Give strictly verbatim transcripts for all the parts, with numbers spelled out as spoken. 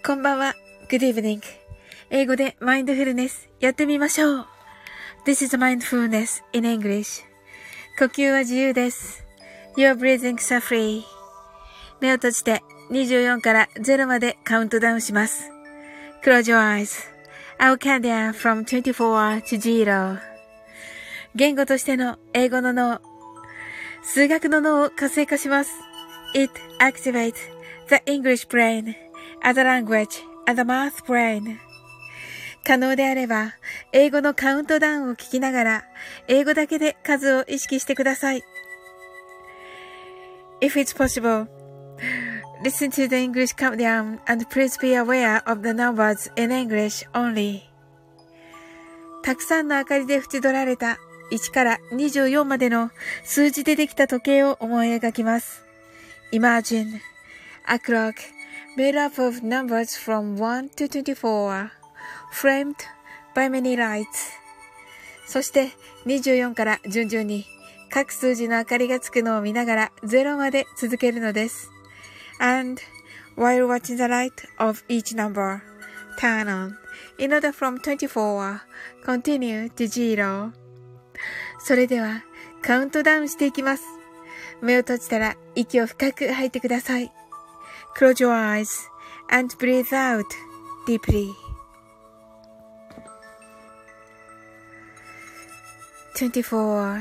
こんばんは。Good evening. 英語でマインドフルネスやってみましょう。This is mindfulness in English. 呼吸は自由です。Your breathings are free. 目を閉じてにじゅうよんからゼロまでカウントダウンします。Close your eyes.I'll count down from twenty-four to zero. 言語としての英語の脳、数学の脳を活性化します。It activates the English brain, as a language, as a math brain. 可能であれば、英語のカウントダウンを聞きながら、英語だけで数を意識してください。If it's possible, listen to the English countdown and please be aware of the numbers in English only. たくさんの明かりで縁取られたいちからにじゅうよんまでの数字でできた時計を思い描きます。Imagine a clock made up of numbers from one to twenty-four, framed by many lights. そしてにじゅうよんから順々に各数字の明かりがつくのを見ながらゼロまで続けるのです。And while watching the light of each number turn on, in order from twenty-four, continue to zero. それではカウントダウンしていきます。目を閉じたら息を深く吐いてください。Close your eyes and breathe out deeply. twenty-four,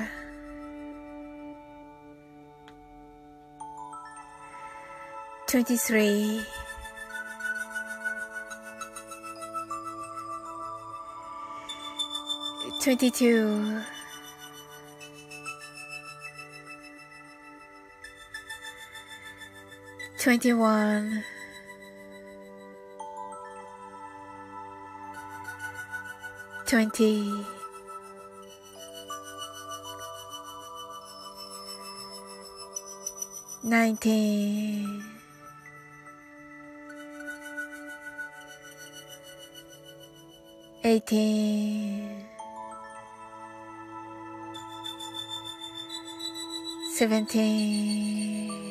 twenty-three, twenty-two, twenty-one, twenty, nineteen, eighteen, seventeen,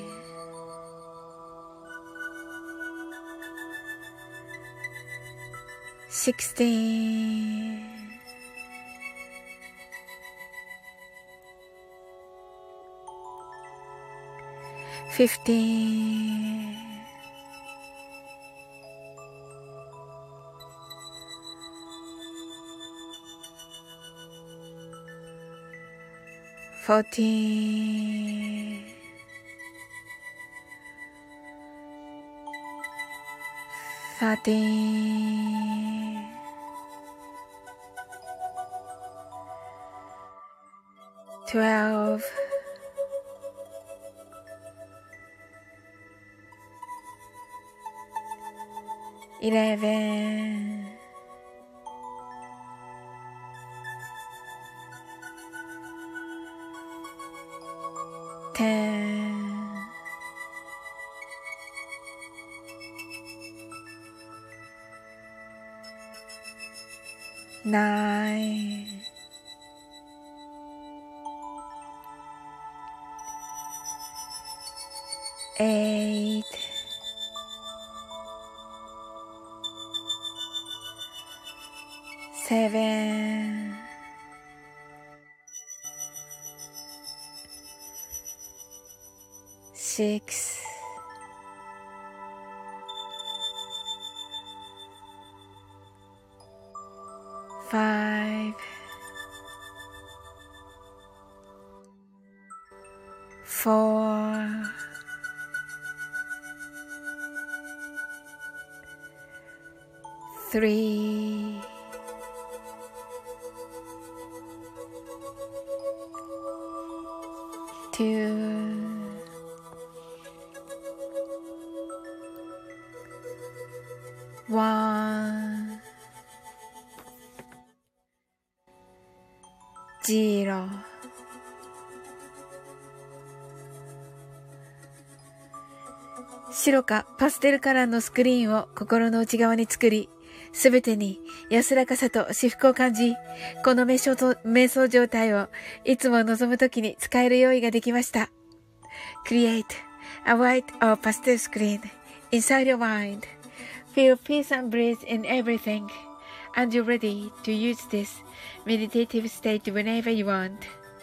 sixteen, fifteen, fourteen, thirteen, twelve, eleven, ten, nine, eight, seven, six, five, four, three, two, one, zero. 白かパステルカラーのスクリーンを心の内側に作り、すべてに安らかさと至福を感じ、この瞑想と瞑想状態をいつも望むときに使える用意ができました。Create a white or pastel screen inside your mind. Feel peace and bliss in everything, and you're ready to use this meditative state whenever you want.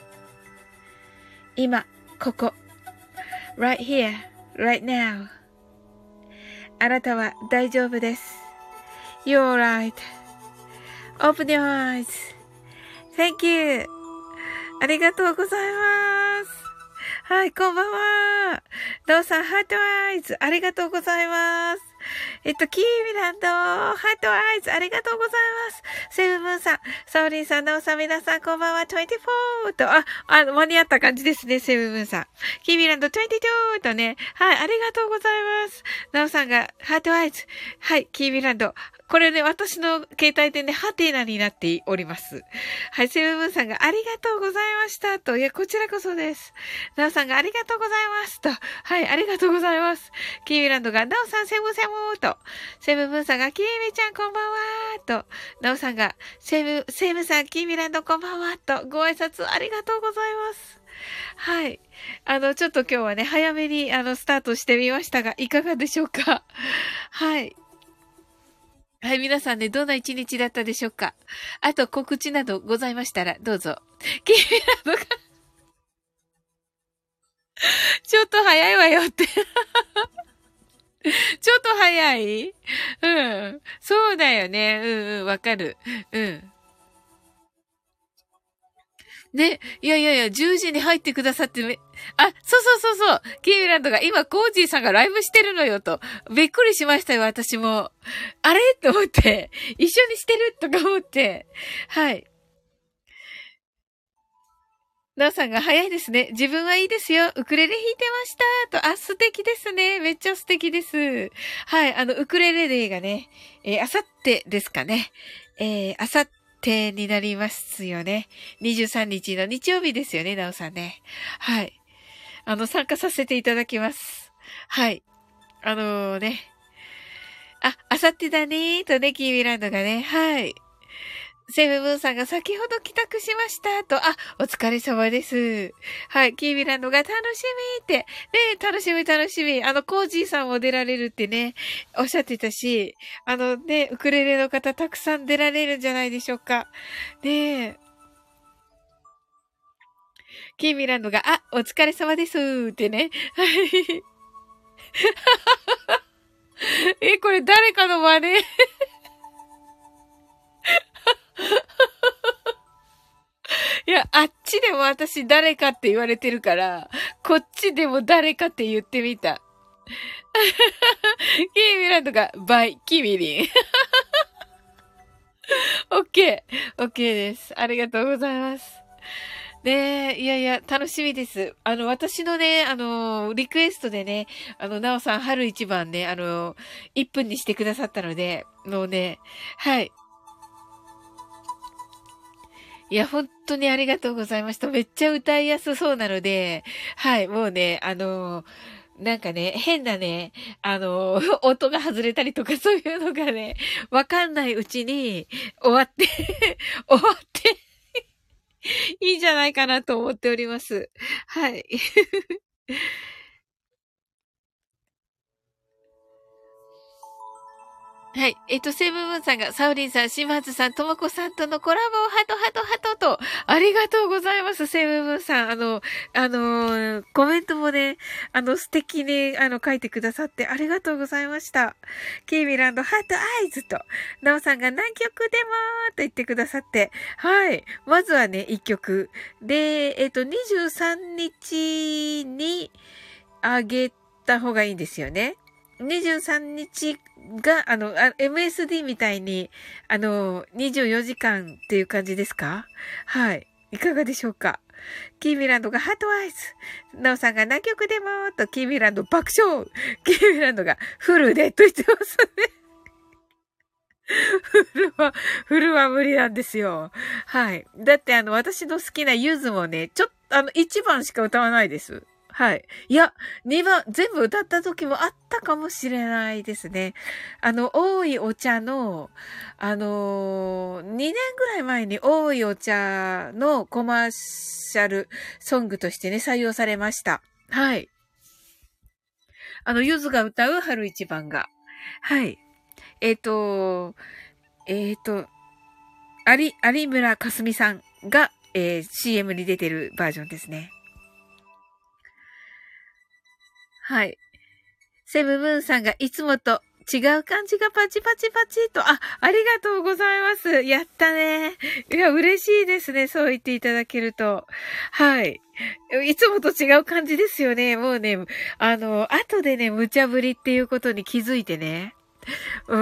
今、ここ。right here, right now. あなたは大丈夫です。You're right.Open your eyes. Thank you. ありがとうございます。はい、こんばんは。なおさん、ハートアイズ、ありがとうございます。えっと、キーミランド、ハートアイズ、ありがとうございます。セブンムーンさん、サオリンさん、なおさん、皆さん、こんばんは、にじゅうよんと、あ、あ、間に合った感じですね、セブンムーンさん。キーミランドにじゅうにとね、はい、ありがとうございます。なおさんが、ハートアイズ、はい、キーミランド、これね、私の携帯でね、ハテナになっております。はい、セブンムーンさんがありがとうございましたと。いや、こちらこそです。ナオさんがありがとうございますと。はい、ありがとうございます。キーミランドが、ナオさん、セブンセブンと。セブンムーンさんが、キーミちゃんこんばんはと。ナオさんが、セブン、セブンさん、キーミランドこんばんはと。ご挨拶ありがとうございます。はい。あの、ちょっと今日はね、早めに、あの、スタートしてみましたが、いかがでしょうか。はい。はい、皆さんね、どんな一日だったでしょうか。あと、告知などございましたら、どうぞ。キーミランドが、ちょっと早いわよって。ちょっと早い？うん。そうだよね。うんうん、わかる。うん。ね、いやいやいや、じゅうじに入ってくださってめ、あ、そうそうそうそう、キーミランドが今、コージーさんがライブしてるのよと。びっくりしましたよ、私も。あれと思って、一緒にしてるとか思って。はい。なおさんが早いですね。自分はいいですよ。ウクレレ弾いてました。と、あ、素敵ですね。めっちゃ素敵です。はい。あの、ウクレレデーがね、えー、あさってですかね。えー、あさってになりますよね。にじゅうさんにちの日曜日ですよね、なおさんね。はい。あの、参加させていただきます。はい。あのー、ね。あ、あさってだねーとね、キーミランドがね。はい。セブンブーンさんが先ほど帰宅しましたと、あ、お疲れ様です。はい、キーミランドが楽しみって、ね、楽しみ楽しみ。あの、コージーさんも出られるってね、おっしゃってたし、あのね、ウクレレの方たくさん出られるんじゃないでしょうか。ねえ。キーミランドが、あ、お疲れ様ですってね。はい。え、これ誰かの真似いや、あっちでも私誰かって言われてるから、こっちでも誰かって言ってみた。キーミランドが、バイ、キミリン。オッケー。オッケーです。ありがとうございます。ねえ、いやいや、楽しみです。あの、私のね、あの、リクエストでね、あの、なおさん春一番ね、あの、いっぷんにしてくださったので、もうね、はい。いや、本当にありがとうございました。めっちゃ歌いやすそうなので、はい、もうね、あの、なんかね、変なね、あの、音が外れたりとかそういうのがね、わかんないうちに終わって終わっていいんじゃないかなと思っております。はい。はい。えっと、セブンムーンさんが、サウリンさん、シマーズさん、ともこさんとのコラボをハトハトハトと、ありがとうございます、セブンムーンさん。あの、あのー、コメントもね、あの、素敵に、あの、書いてくださって、ありがとうございました。キーミランド、ハートアイズと、ナオさんが何曲でもーと言ってくださって、はい。まずはね、いっきょく。で、えっと、にじゅうさんにちにあげた方がいいんですよね。にじゅうさんにちが、あの、エムエスディー みたいに、あの、にじゅうよじかんっていう感じですか？はい。いかがでしょうか？キーミランドがハートアイズ。ナオさんが何曲でもと、キーミランド爆笑。キーミランドがフルでと言ってますね。フルは、フルは無理なんですよ。はい。だってあの、私の好きなユズもね、ちょっと、あの、いちばんしか歌わないです。はい。いや、にばん、全部歌った時もあったかもしれないですね。あの、多いお茶の、あのー、にねんぐらい前に多いお茶のコマーシャルソングとしてね、採用されました。はい。あの、ゆずが歌う春一番が。はい。 えっと、えっと、有、有村架純さんが、えー、シーエム に出てるバージョンですね。はい。セブブーンさんがいつもと違う感じがパチパチパチと、あ、ありがとうございます。やったね。いや、嬉しいですね。そう言っていただけると。はい。いつもと違う感じですよね。もうね、あの、後でね、無茶ぶりっていうことに気づいてね。うん。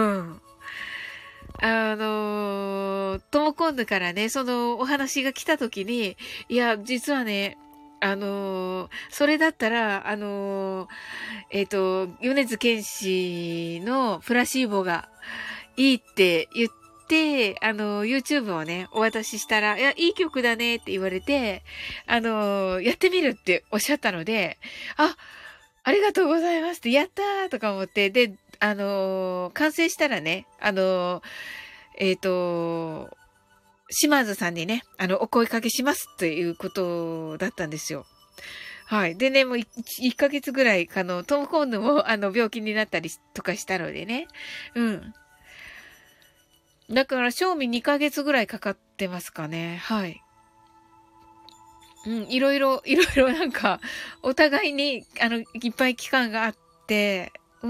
あのー、トモコンヌからね、そのお話が来た時に、いや、実はね、あのー、それだったら、あのー、えっと、米津玄師のプラシーボがいいって言って、あの、YouTube をね、お渡ししたら、いや、いい曲だねって言われて、あの、やってみるっておっしゃったので、あ、ありがとうございますって、やったーとか思って、で、あの、完成したらね、あの、えっと、島津さんにね、あの、お声かけしますということだったんですよ。はい。でね、もういっかげつぐらい、あの、トムコンヌも、あの、病気になったりとかしたのでね。うん。だから、賞味にかげつぐらいかかってますかね。はい。うん、いろいろ、いろいろなんか、お互いに、あの、いっぱい期間があって、うん。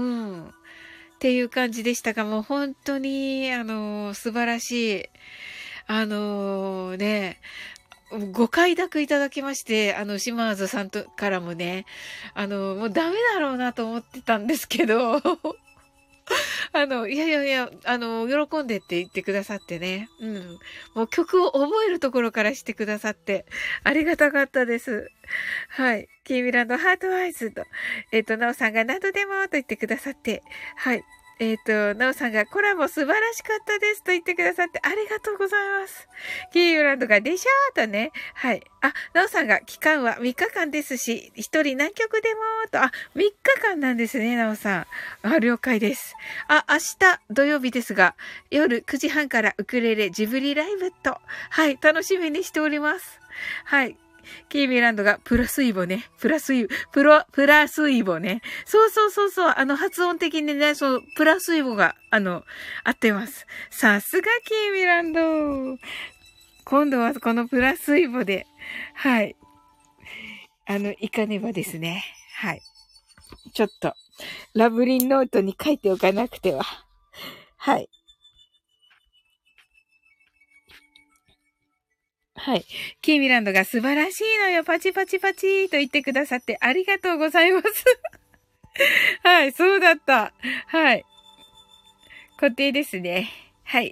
っていう感じでしたが、もう本当に、あの、素晴らしい、あのね、ご快諾いただきまして、あの、島津さんとからもね、あの、もうダメだろうなと思ってたんですけど、あの、いやいやいや、あの、喜んでって言ってくださってね。うん。もう曲を覚えるところからしてくださって、ありがたかったです。はい。キーミランドハートアイズと、えっと、ナオさんが何度でもと言ってくださって、はい。えっと、ナオさんがコラボ素晴らしかったですと言ってくださってありがとうございます。キーミランドがでしょーとね。はい。あ、ナオさんが期間はみっかかんですし、一人何曲でもと、あ、みっかかんなんですね、ナオさん。あ、了解です。あ、明日土曜日ですが、夜くじはんからウクレレジブリライブと、はい、楽しみにしております。はい。キーミランドがプラスイボね。プラスイボ、プロ、プラスイボね。そうそうそうそう。あの、発音的にね、そう、プラスイボが、あの、合ってます。さすがキーミランド。今度はこのプラスイボで、はい。あの、いかねばですね。はい。ちょっと、ラブリンノートに書いておかなくては。はい。はい。キーミランドが素晴らしいのよ。パチパチパチと言ってくださってありがとうございます。はい、そうだった。はい。固定ですね。はい。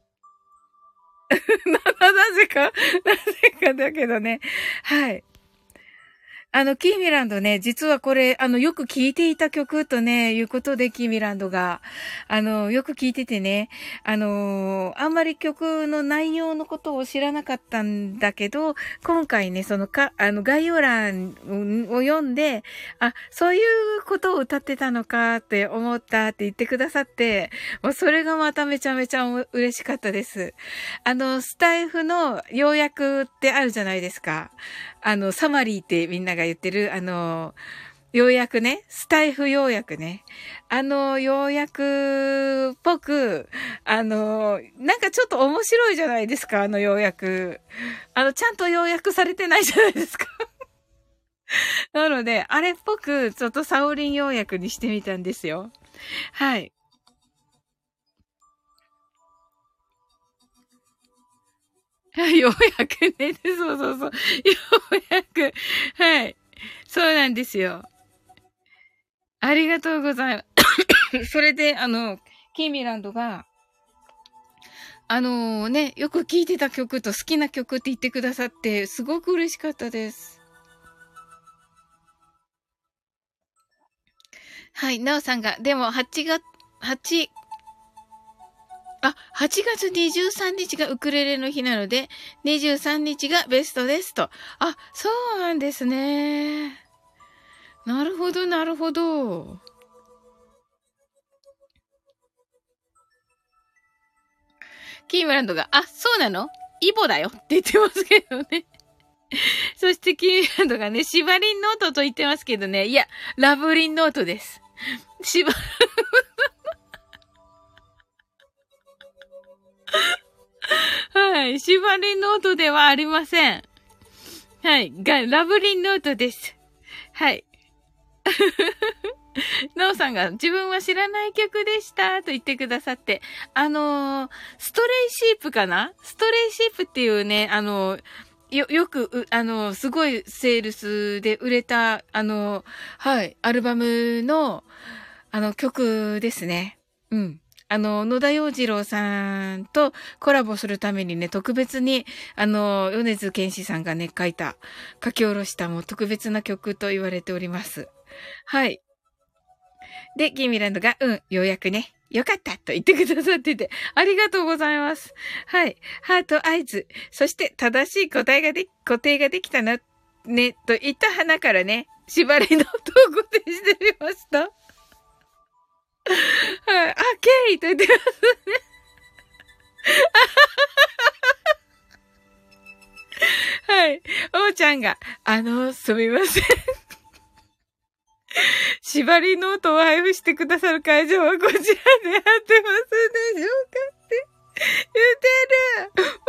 な、なぜか、なぜかだけどね。はい。あの、キーミランドね、実はこれ、あの、よく聴いていた曲とね、いうことで、キーミランドが、あの、よく聴いててね、あの、あんまり曲の内容のことを知らなかったんだけど、今回ね、そのか、あの、概要欄を読んで、あ、そういうことを歌ってたのかって思ったって言ってくださって、もうそれがまためちゃめちゃ嬉しかったです。あの、スタイフの要約ってあるじゃないですか。あの、サマリーってみんなが言ってる、あの、要約ね、スタイフ要約ね。あの、要約っぽく、あの、なんかちょっと面白いじゃないですか、あの要約。あの、ちゃんと要約されてないじゃないですか。なので、あれっぽく、ちょっとサオリン要約にしてみたんですよ。はい。ようやくね、そうそうそう。ようやく。はい。そうなんですよ。ありがとうございます。それで、あの、キーミランドが、あのね、よく聴いてた曲と好きな曲って言ってくださって、すごく嬉しかったです。はい、なおさんが、でもはちがつ、はち、あ、はちがつにじゅうさんにちがウクレレの日なので、にじゅうさんにちがベストですと。あ、そうなんですね。なるほど、なるほど。キームランドが、あ、そうなのイボだよって言ってますけどね。そしてキームランドがね、シバリンノートと言ってますけどね。いや、ラブリンノートです。シバ、 縛りノートではありません。はい。が、ラブリンノートです。はい。なおさんが自分は知らない曲でしたと言ってくださって、あのー、ストレイシープかなストレイシープっていうね、あのー、よ、よく、あのー、すごいセールスで売れた、あのー、はい、アルバムの、あの、曲ですね。うん。あの、野田洋次郎さんとコラボするためにね、特別に、あの、米津玄師さんがね、書いた、書き下ろしたもう特別な曲と言われております。はい。で、キーミランドが、うん、ようやくね、よかったと言ってくださってて、ありがとうございます。はい。ハート合図。そして正しい答えがで、固定ができたな、ね、と言った花からね、縛りの投稿でしてみました。はい。あ、ケイと言ってますね。はい。おーちゃんが、あの、すみません。縛りノートを配布してくださる会場はこちらでやってますでしょうかって言ってる。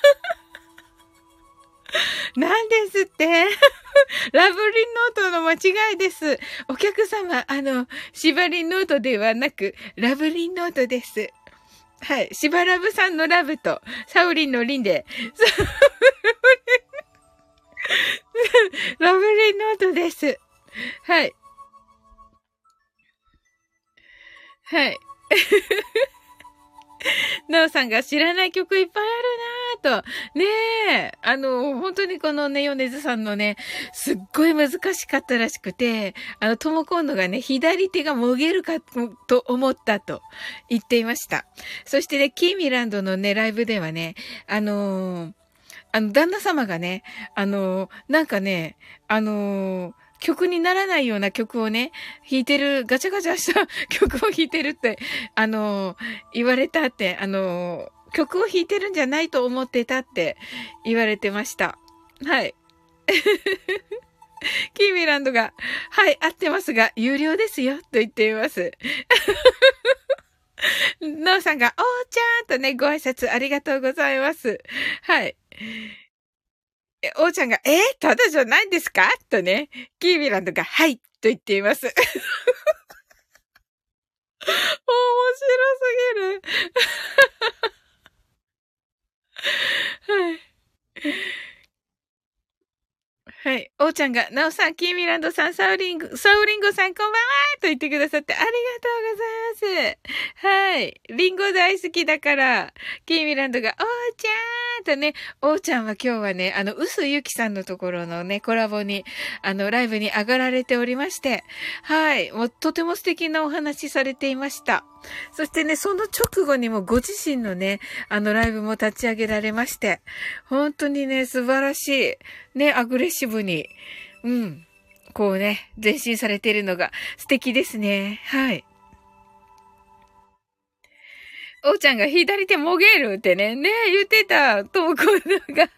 なんですって。ラブリンノートの間違いです。お客様、あの、縛りノートではなく、ラブリンノートです。はい。しばらぶさんのラブと、サウリンのリンで、ラブリンノートです。はい。はい。なおさんが知らない曲いっぱいあるなぁと。ねえ。あの、本当にこのね、米津さんのね、すっごい難しかったらしくて、あの、とも今度がね、左手がもげるかと思ったと言っていました。そしてね、キーミランドのね、ライブではね、あのー、あの、旦那様がね、あのー、なんかね、あのー、曲にならないような曲をね、弾いてる、ガチャガチャした曲を弾いてるって、あの、言われたって、あの、曲を弾いてるんじゃないと思ってたって言われてました。はい。キーミランドが、はい、合ってますが、有料ですよ、と言っています。なおさんが、おーちゃんとね、ご挨拶ありがとうございます。はい。え、おーちゃんが、えー、ただじゃないんですかとね、キーミランドが、はい、と言っています。面白すぎる。はい。はい。おーちゃんが、なおさん、キーミランドさん、サウリング、サウリンゴさん、こんばんはと言ってくださってありがとうございます。はい。リンゴ大好きだから、キーミランドが、おーちゃーとね、おーちゃんは今日はね、あの、うすゆきさんのところのね、コラボに、あの、ライブに上がられておりまして、はい。もう、とても素敵なお話されていました。そしてね、その直後にもご自身のね、あのライブも立ち上げられまして、本当にね、素晴らしい、ね、アグレッシブに、うん、こうね、前進されているのが素敵ですね。はい。おーちゃんが左手もげるってね、ね、言ってた、ともこのが。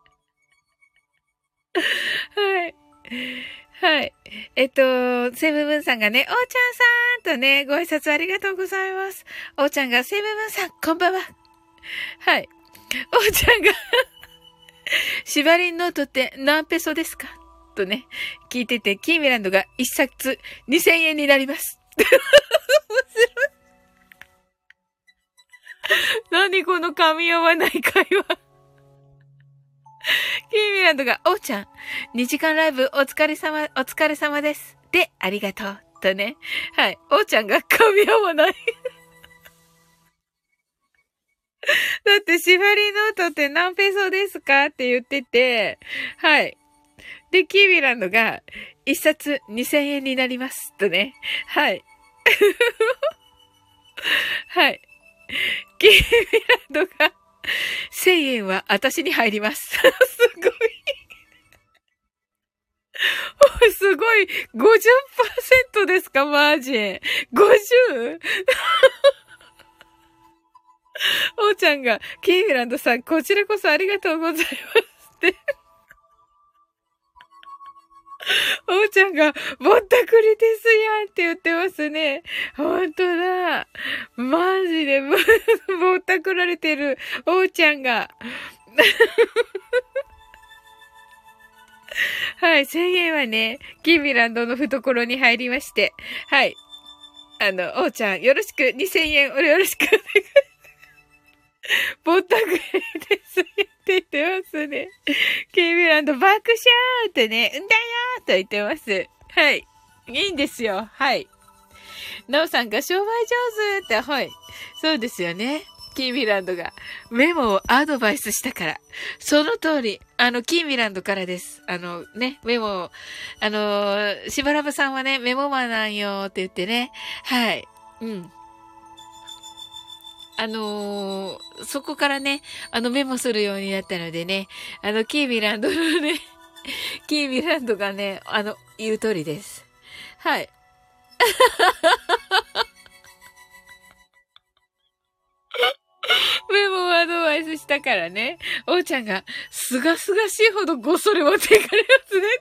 はい。はい。えっと、セムブンさんがね、おーちゃんさんとね、ご挨拶ありがとうございます。おーちゃんが、セムブンさん、こんばんは。はい。おーちゃんが縛りノートって何ペソですかとね、聞いてて、キーミランドが一冊にせんえんになります。面白い。何この噛み合わない会話。キーミランドが、おーちゃん、にじかんライブお疲れ様、お疲れ様です。で、ありがとう。とね。はい。おーちゃんが噛み合わない。だって、縛りノートって何ペソですかって言ってて、はい。で、キーミランドが、一冊にせんえんになります。とね。はい。はい。キーミランドが、せんえんは私に入ります。すごい。すごい。ごじゅっパーセント ですかマージン。ごじゅう? おーちゃんが、キーミランドさん、こちらこそありがとうございますって。おーちゃんが、ぼったくりですやんって言ってますね。ほんとだ。マジでぼ、ぼったくられてるおーちゃんが。 はい、せんえんはね、キーミランドの懐に入りまして、はい。あの、おーちゃん、よろしく、にせんえん、俺よろしくお願い。ぼったくりですって言ってますね。キーミランド爆笑ってね、んだよーと言ってます。はい。いいんですよ。はい。なおさんが商売上手って、はい。そうですよね。キーミランドがメモをアドバイスしたから。その通り、あの、キーミランドからです。あの、ね、メモを、あの、しばらぶさんはね、メモマなんよって言ってね。はい。うん。あのー、そこからね、あのメモするようになったのでね、あの、キーミランドのね、キーミランドがね、あの、言う通りです。はい。メモをアドバイスしたからね、おーちゃんが、すがすがしいほどごそれ持っていかれますね。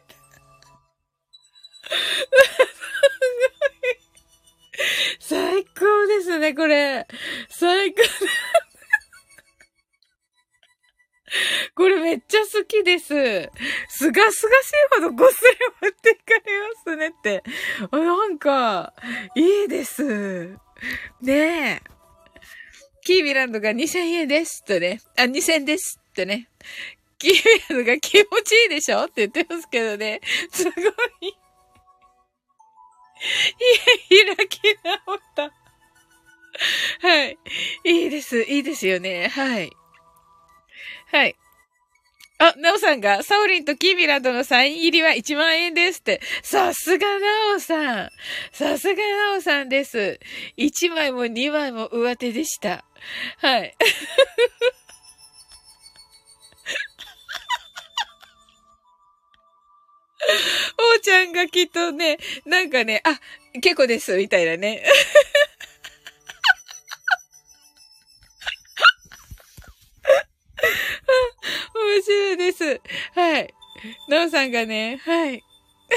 最高ですね、これ。最高。これめっちゃ好きです。すがすがしいほどごすり持っていかれますねって。あ、なんか、いいです。ねえ。キーミランドがにせんえんですとね。あ、にせんですってね。キーミランドが気持ちいいでしょって言ってますけどね。すごい。いや、開き直った。はい。いいです。いいですよね。はい。はい。あ、なおさんが、サオリンとキーミランドのサイン入りはいちまん円ですって。さすがなおさん。さすがなおさんです。いちまいもにまいも上手でした。はい。おーちゃんがきっとね、なんかね、あ、結構です、みたいなね。面白いです。はい。なおさんがね、はい。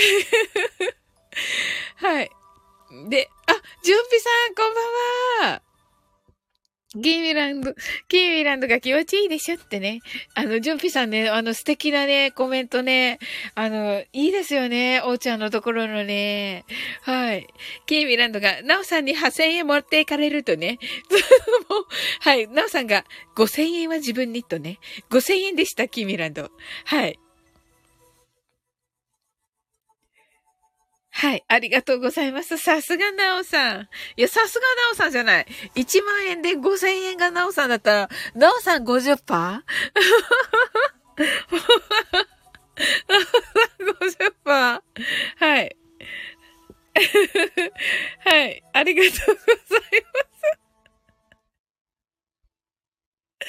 はい。で、あ、ジュンピさん、こんばんは。キーミランド、キーミランドが気持ちいいでしょってね。あの、ジュンピさんね、あの素敵なね、コメントね。あの、いいですよね。おーちゃんのところのね。はい。キーミランドが、ナオさんにはっせんえん持っていかれるとね。もうはい。ナオさんがごせんえんは自分にとね。ごせんえんでした、キーミランド。はい。はい。ありがとうございます。さすがなおさん。いや、さすがなおさんじゃない。いちまん円でごせんえんがなおさんだったら、なおさん ごじゅっパーセント？ ごじゅっパーセント？ はい。はい。ありがとうございます。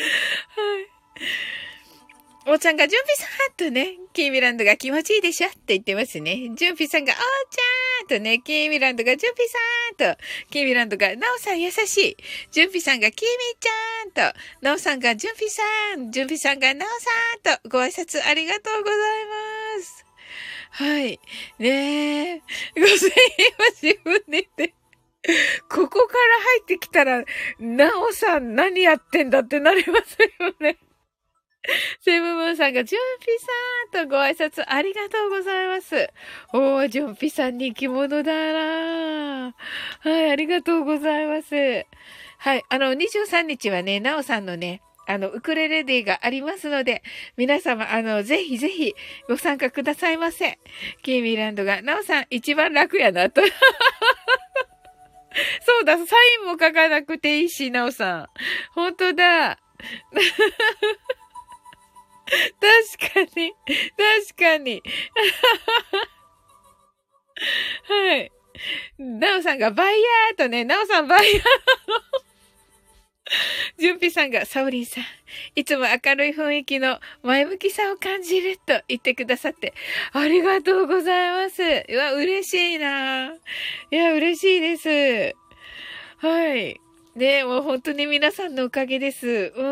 はい。おーちゃんが、ジュンピさんとね、キーミランドが気持ちいいでしょって言ってますね。ジュンピさんが、おーちゃんとね、キーミランドが、ジュンピさんと、キーミランドが、ナオさん優しい。ジュンピさんが、キーミちゃんと、ナオさんが、ジュンピさん、ジュンピさんが、ナオさんと、ご挨拶ありがとうございます。はい。ねえ。ごせんえんは自分でって。ここから入ってきたら、ナオさん何やってんだってなりますよね。セブムーンさんが、ジュンピさんとご挨拶ありがとうございます。おー、ジュンピさん人気者だなはい、ありがとうございます。はい、あの、にじゅうさんにちはね、なおさんのね、あの、ウクレレデーがありますので、皆様、あの、ぜひぜひご参加くださいませ。キーミランドが、なおさん一番楽やな、と。そうだ、サインも書かなくていいし、なおさん。本当だ。確かに。確かに。はい。なおさんがバイヤーとね、なおさんバイヤー。ジュンピさんが、サオリンさん、いつも明るい雰囲気の前向きさを感じると言ってくださって、ありがとうございます。うわ、嬉しいな。いや、嬉しいです。はい。ね、もう本当に皆さんのおかげです。うん。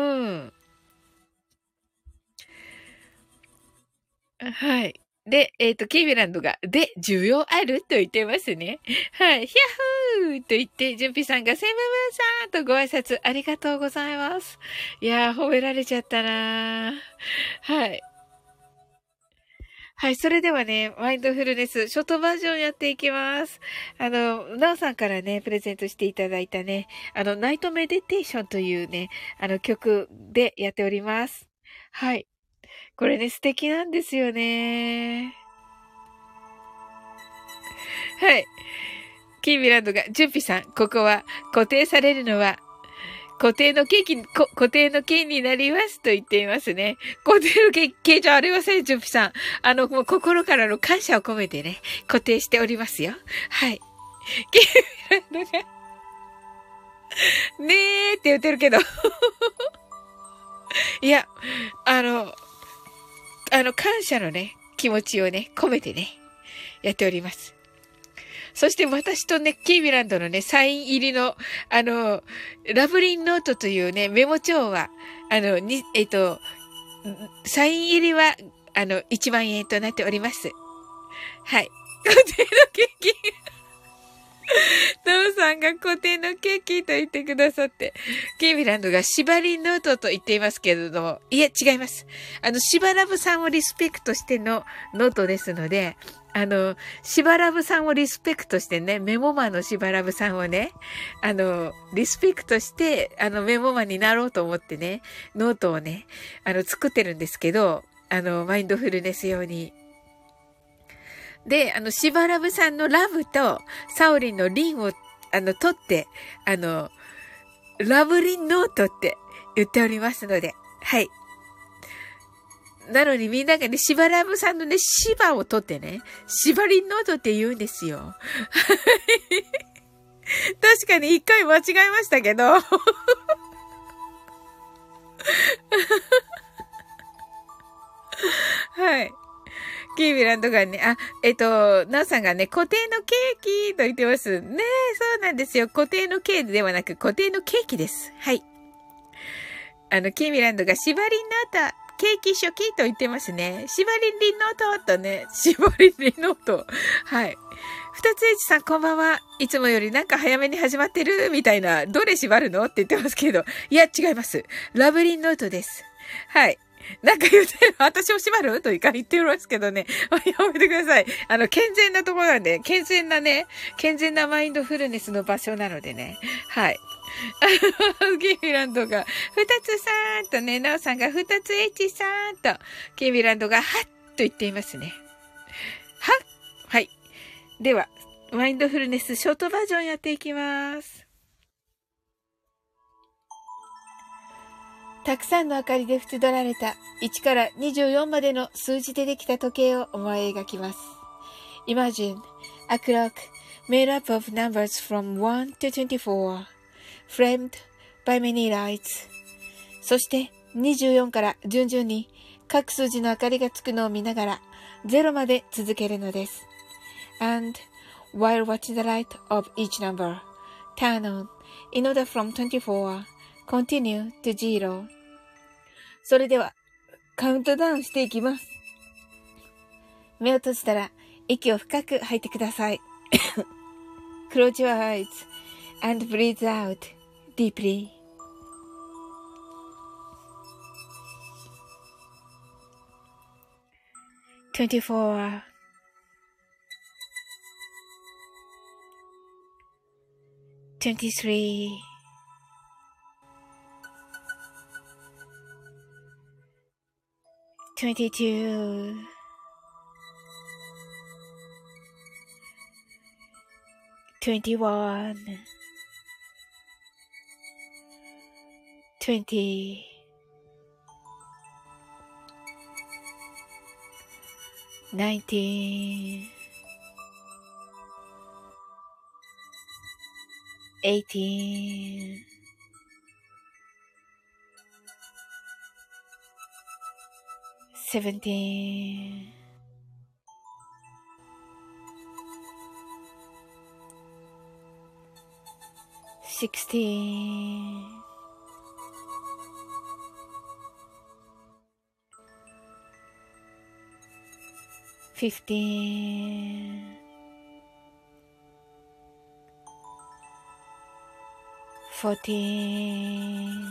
はい。で、えっ、と、キーミランドが、で、需要あると言ってますね。はい。ヒャッーと言って、じゅんぴさんがセムムーンさんとご挨拶ありがとうございます。いやー、褒められちゃったなー。はい。はい、それではね、マインドフルネス、ショートバージョンやっていきます。あの、なおさんからね、プレゼントしていただいたね、あの、ナイトメディテーションというね、あの曲でやっております。はい。これね、素敵なんですよね。はい。キーミランドが、ジュンピさん、ここは固定されるのは固定のケーキ、こ固定の件になりますと言っていますね。固定のケーキじゃありません、ジュンピさん。あの、もう心からの感謝を込めてね、固定しておりますよ。はい。キーミランドが、ねーって言ってるけど。いや、あの、あの、感謝のね、気持ちをね、込めてね、やっております。そして私とね、キーミランドのね、サイン入りの、あの、ラブリンノートというね、メモ帳は、あの、に、えっと、サイン入りは、あの、いちまんえんとなっております。はい。固定のケーキ。ノウさんが固定のケーキと言ってくださって、キーミランドが縛りノートと言っていますけれども、いえ、違います。あの、シバラブさんをリスペクトしてのノートですので、あの、シバラブさんをリスペクトしてね、メモマのシバラブさんをね、あの、リスペクトして、あの、メモマになろうと思ってね、ノートをね、あの、作ってるんですけど、あの、マインドフルネス用に。で、あの、シバラブさんのラブと、サオリンのリンを、あの、取って、あの、ラブリンノートって言っておりますので、はい。なのにみんながね、シバラブさんのね、シバを取ってね、シバリンノートって言うんですよ。確かに一回間違えましたけど。はい。キーミランドがね、あ、えっと、ナオさんがね、固定のケーキと言ってます。ねえ、そうなんですよ。固定のケーキではなく、固定のケーキです。はい。あの、キーミランドが縛りになったケーキ初期と言ってますね。縛りリノートとね、縛りリノート。はい。ふたつえちさんこんばんは。いつもよりなんか早めに始まってるみたいな、どれ縛るのって言ってますけど。いや、違います。ラブリンノートです。はい。なんか言ってる私を縛るというか言ってますけどね。やめてください。あの、健全なところなんで、健全なね、健全なマインドフルネスの場所なのでね。はい。キーミランドが、ふたつさんとね、ナオさんがふたつエイチさんと、キーミランドがはっと言っていますね。はっはい。では、マインドフルネスショートバージョンやっていきます。たくさんの明かりで縁取られたいちからにじゅうよんまでの数字でできた時計を思い描きます。Imagine a clock made up of numbers from one to twenty-four, framed by many lights. そしてにじゅうよんから順々に各数字の明かりがつくのを見ながらゼロまで続けるのです。And while watching the light of each number turn on in order from twenty-four, continue to zero. それでは、カウントダウンしていきます。目を閉じたら、息を深く吐いてください。Close your eyes and breathe out deeply. twenty-four, twenty-three, twenty-two, twenty-one, twenty, nineteen, eighteen, seventeen, sixteen, fifteen, fourteen,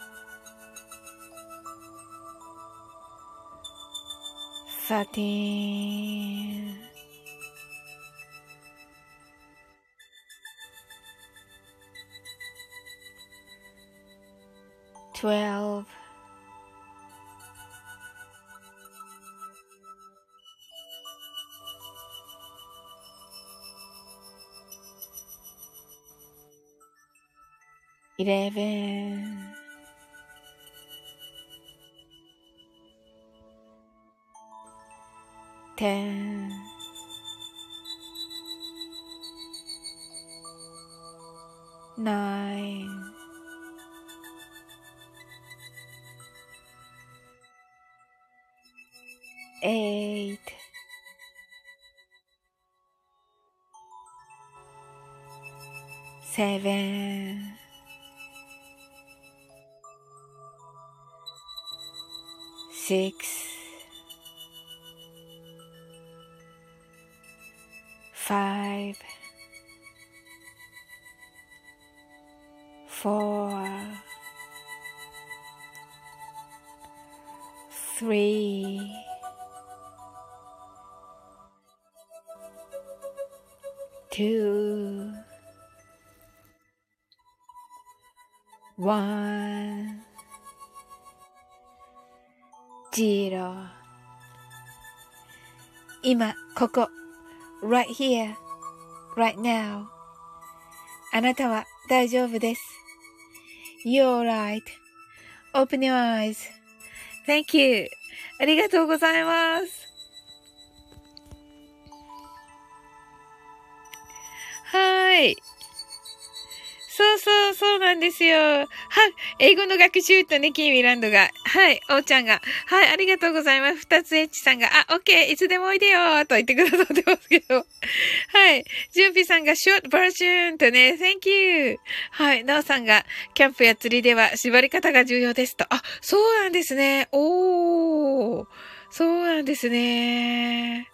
thirteen, twelve, eleven, ten, nine, eight, seven, six, five, four, three, two, one, zero. 今、ここ、right here, right now. あなたは大丈夫です。You're right.Open your eyes. Thank you. ありがとうございます。はい。そうそう、そうなんですよ。は、英語の学習とね、キーミランドが。はい、おーちゃんが。はい、ありがとうございます。ふたつエッチさんが、あ、オッケー、いつでもおいでよーと言ってくださってますけど。はい、ジュンピさんが、ショートバージョンとね、Thank you。はい、ナオさんが、キャンプや釣りでは縛り方が重要ですと。あ、そうなんですね。おー。そうなんですね。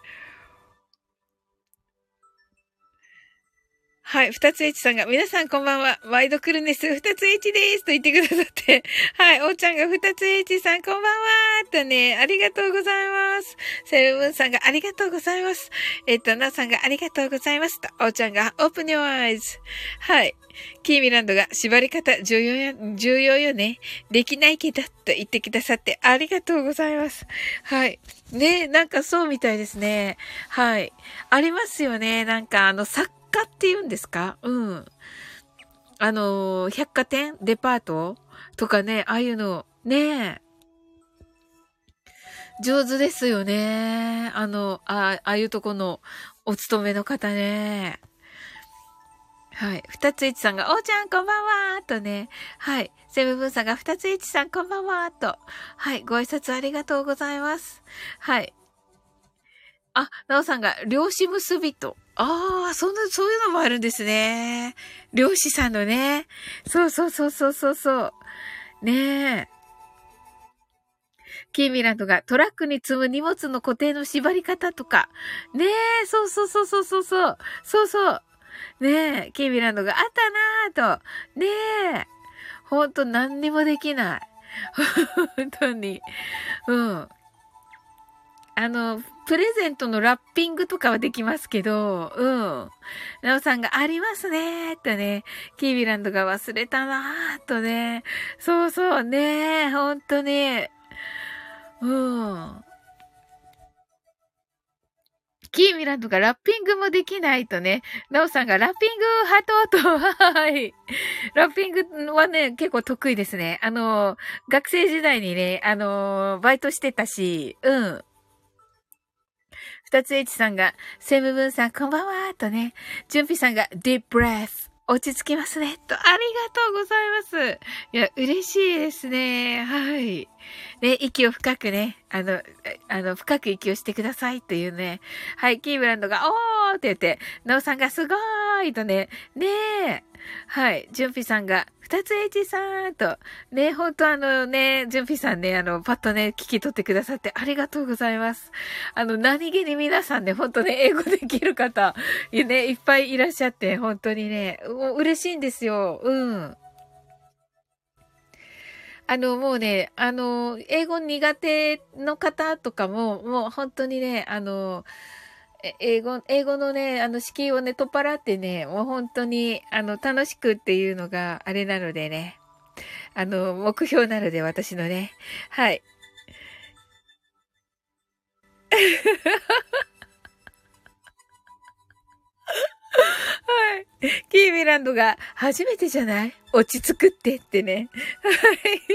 はい。二つ H さんが、皆さんこんばんは。ワイドクルネス二つ H ですと言ってくださって。はい。おーちゃんが二つ H さんこんばんはとね、ありがとうございます。セブブンさんがありがとうございます。えっと、ナオさんがありがとうございますと。おーちゃんが、オープンヨーアイズ。はい。キーミランドが縛り方重要や、重要よね。できないけどと言ってくださってありがとうございます。はい。ね、なんかそうみたいですね。はい。ありますよね。なんかあの、サッカーって言うんですか？うん。あの、百貨店デパートとかね、ああいうの、ねえ。上手ですよね。あの、あああいうとこのお勤めの方ね。はい。二ついちさんが、おーちゃんこんばんはーとね。はい。セブブンさんが、二ついちさんこんばんはーと。はい。ご挨拶ありがとうございます。はい。あ、なおさんが、漁師結びと。ああ、そんな、そういうのもあるんですね。漁師さんのね。そうそうそうそうそうそう。ねえ。キーミランドがトラックに積む荷物の固定の縛り方とか。ねえ、そうそうそうそうそうそう。そうそう。ねえ、キーミランドがあったなぁと。ねえ。ほんと何にもできない。本当に。うん。あの、プレゼントのラッピングとかはできますけど、うん。なおさんがありますねーとね、キービランドが忘れたなーとね、そうそうねー、ほんとに。うん。キーミランドがラッピングもできないとね、なおさんがラッピングハトと、はい。ラッピングはね、結構得意ですね。あの、学生時代にね、あの、バイトしてたし、うん。二つ H さんが、セムブンさんこんばんはとね、ジュンピさんが Deep Breath 落ち着きますねと、ありがとうございます。いや、嬉しいですね。はい。ね、息を深くね、あの、あの、深く息をしてくださいというね。はい、キーブランドが、おーって言って、ナオさんがすごーいとね、ねえ。はい、ジュンピさんが、二つ H さんと、ね、ほんとあのね、ジュンピさんね、あの、パッとね、聞き取ってくださってありがとうございます。あの、何気に皆さんね、ほんとね、英語できる方、ね、いっぱいいらっしゃって、本当にね、嬉しいんですよ。うん。 あの、もうね、あの、英語苦手の方とかも、もう本当にね、あの、え英語、英語のね、あの、敷居をね、取っ払ってね、もう本当に、あの、楽しくっていうのがあれなのでね、あの、目標なので、私のね。はい。はい。キーミランドが初めてじゃない落ち着くってってね。はい。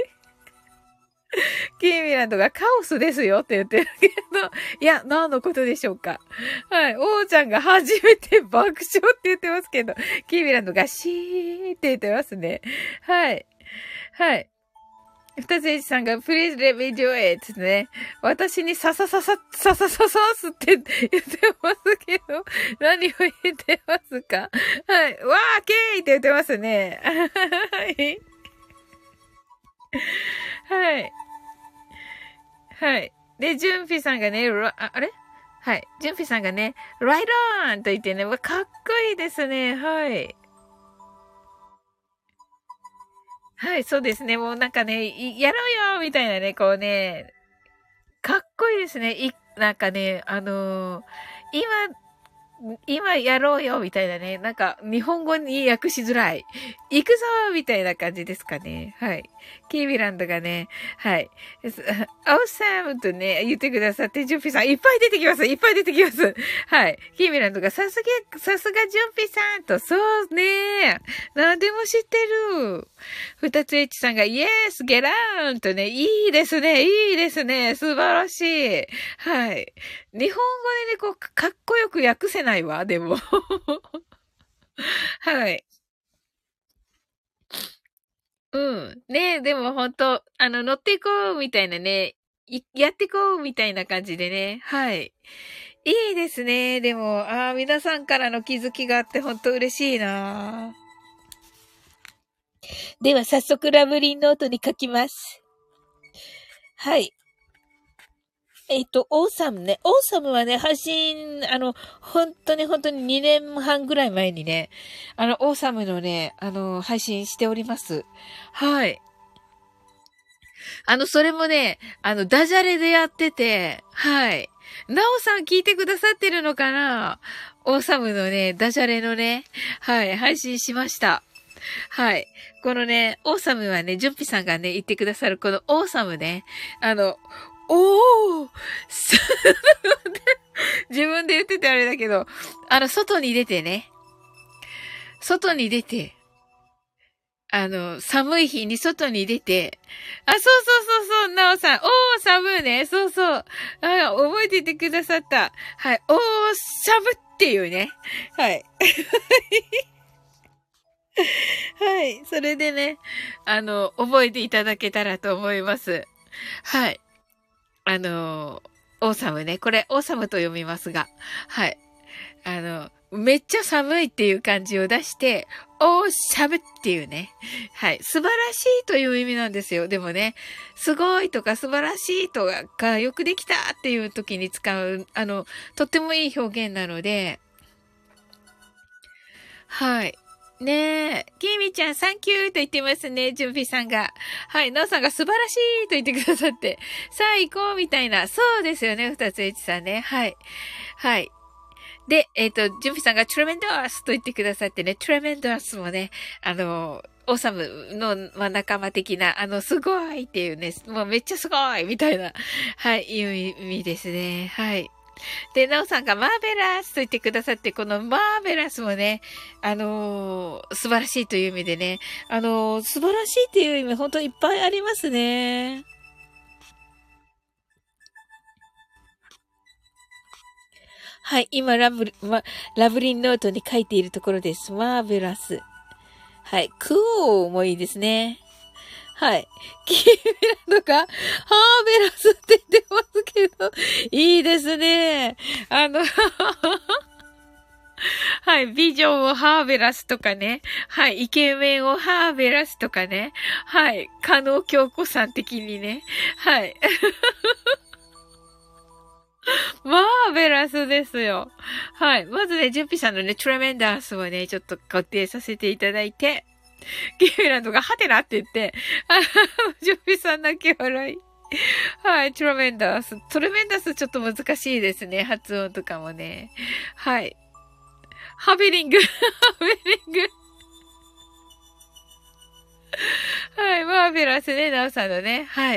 キーミランドがカオスですよって言ってるけど、いや、何のことでしょうか。はい。王ちゃんが初めて爆笑って言ってますけど、キーミランドがシーって言ってますね。はい。はい。二つエイチさんが Please let me do it ってね。私にささささ、ささささすって言ってますけど、何を言ってますか？はい。わーけーいって言ってますね。はい。はい。はい。で、ジュンピさんがね、あ、あれはい。ジュンピさんがね、ライドオンと言ってね、かっこいいですね。はい。はい、そうですね。もうなんかね、やろうよみたいなね、こうね、かっこいいですね。い、なんかね、あのー今、今やろうよみたいなね。なんか、日本語に訳しづらい。行くぞみたいな感じですかね。はい。キービランドがね、はい。オーサムとね、言ってくださって、ジュンピさん、いっぱい出てきます。いっぱい出てきます。はい。キービランドが、さすが、さすがジュンピさんと、そうね。なんでも知ってる。二つエッチさんが、イエス、ゲラーンとね、いいですね、いいですね。素晴らしい。はい。日本語でね、こう、かっこよく訳せないわ、でも。はい。うん。ねでも本当あの、乗っていこうみたいなね、いやっていこうみたいな感じでね。はい。いいですね。でも、ああ、皆さんからの気づきがあって本当嬉しいな。では、早速ラブリーノートに書きます。はい。えっと、オーサムね。オーサムはね、配信、あの、本当に本当ににねんはんぐらい前にね、あの、オーサムのね、あの、配信しております。はい。あの、それもね、あの、ダジャレでやってて、はい。なおさん聞いてくださってるのかな？オーサムのね、ダジャレのね、はい、配信しました。はい。このね、オーサムはね、ジュンピさんがね、言ってくださるこのオーサムね、あの、おー自分で言っててあれだけど、あの、外に出てね、外に出て、あの、寒い日に外に出て、あ、そうそうそうそう、なおさん、おー、寒いね、そうそう、あ、覚えていてくださった。はい、おー、寒っていうね。はい。はい、それでね、あの、覚えていただけたらと思います。はい。あの、オーサムね。これ、オーサムと読みますが。はい。あの、めっちゃ寒いっていう感じを出して、おー、寒っていうね。はい。素晴らしいという意味なんですよ。でもね、すごいとか素晴らしいとか、よくできたっていう時に使う、あの、とってもいい表現なので、はい。ねえ。きみちゃん、サンキューと言ってますね。じゅんぴさんが。はい。なおさんが素晴らしいと言ってくださって。さあ行こうみたいな。そうですよね。二つエイチさんね。はい。はい。で、えっ、と、じゅんぴさんがトレメンドアスと言ってくださってね。トレメンドアスもね、あの、オーサムの、まあ、仲間的な、あの、すごいっていうね、もうめっちゃすごいみたいな、はい、いう意味ですね。はい。で、なおさんがマーベラスと言ってくださって、このマーベラスもね、あのー素晴らしいという意味でね、あのー素晴らしいっていう意味、本当いっぱいありますね。はい、今、ラブ、ま、ラブリンノートに書いているところです。マーベラス。はい、クオーもいいですね。はい。キーメラとか、ハーベラスって言ってますけど、いいですね。あのはい。ビジョンをハーベラスとかね。はい。イケメンをハーベラスとかね。はい。加納京子さん的にね。はい。マーベラスですよ。はい。まずね、ジュンピさんのね、トレメンダースをね、ちょっと固定させていただいて。 キーミランドがハテナって言って、あジョビさん泣き笑い。はい、トラメンダス。トラメンダスちょっと難しいですね。発音とかもね。はい。ハベリング。ハベリング。はい、マーベラスね、ナオさんのね。はい。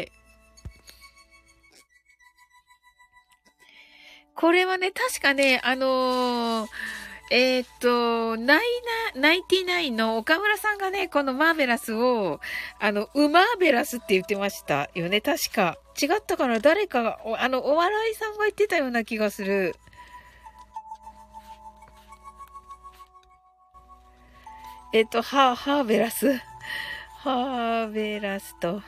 これはね、確かね、あのー、えー、っと、ナイナ、ナインティナインの岡村さんがね、このマーベラスを、あの、ウマーベラスって言ってましたよね、確か。違ったかな誰かが、あの、お笑いさんが言ってたような気がする。えっと、ハー、ハーベラスハーベラスと。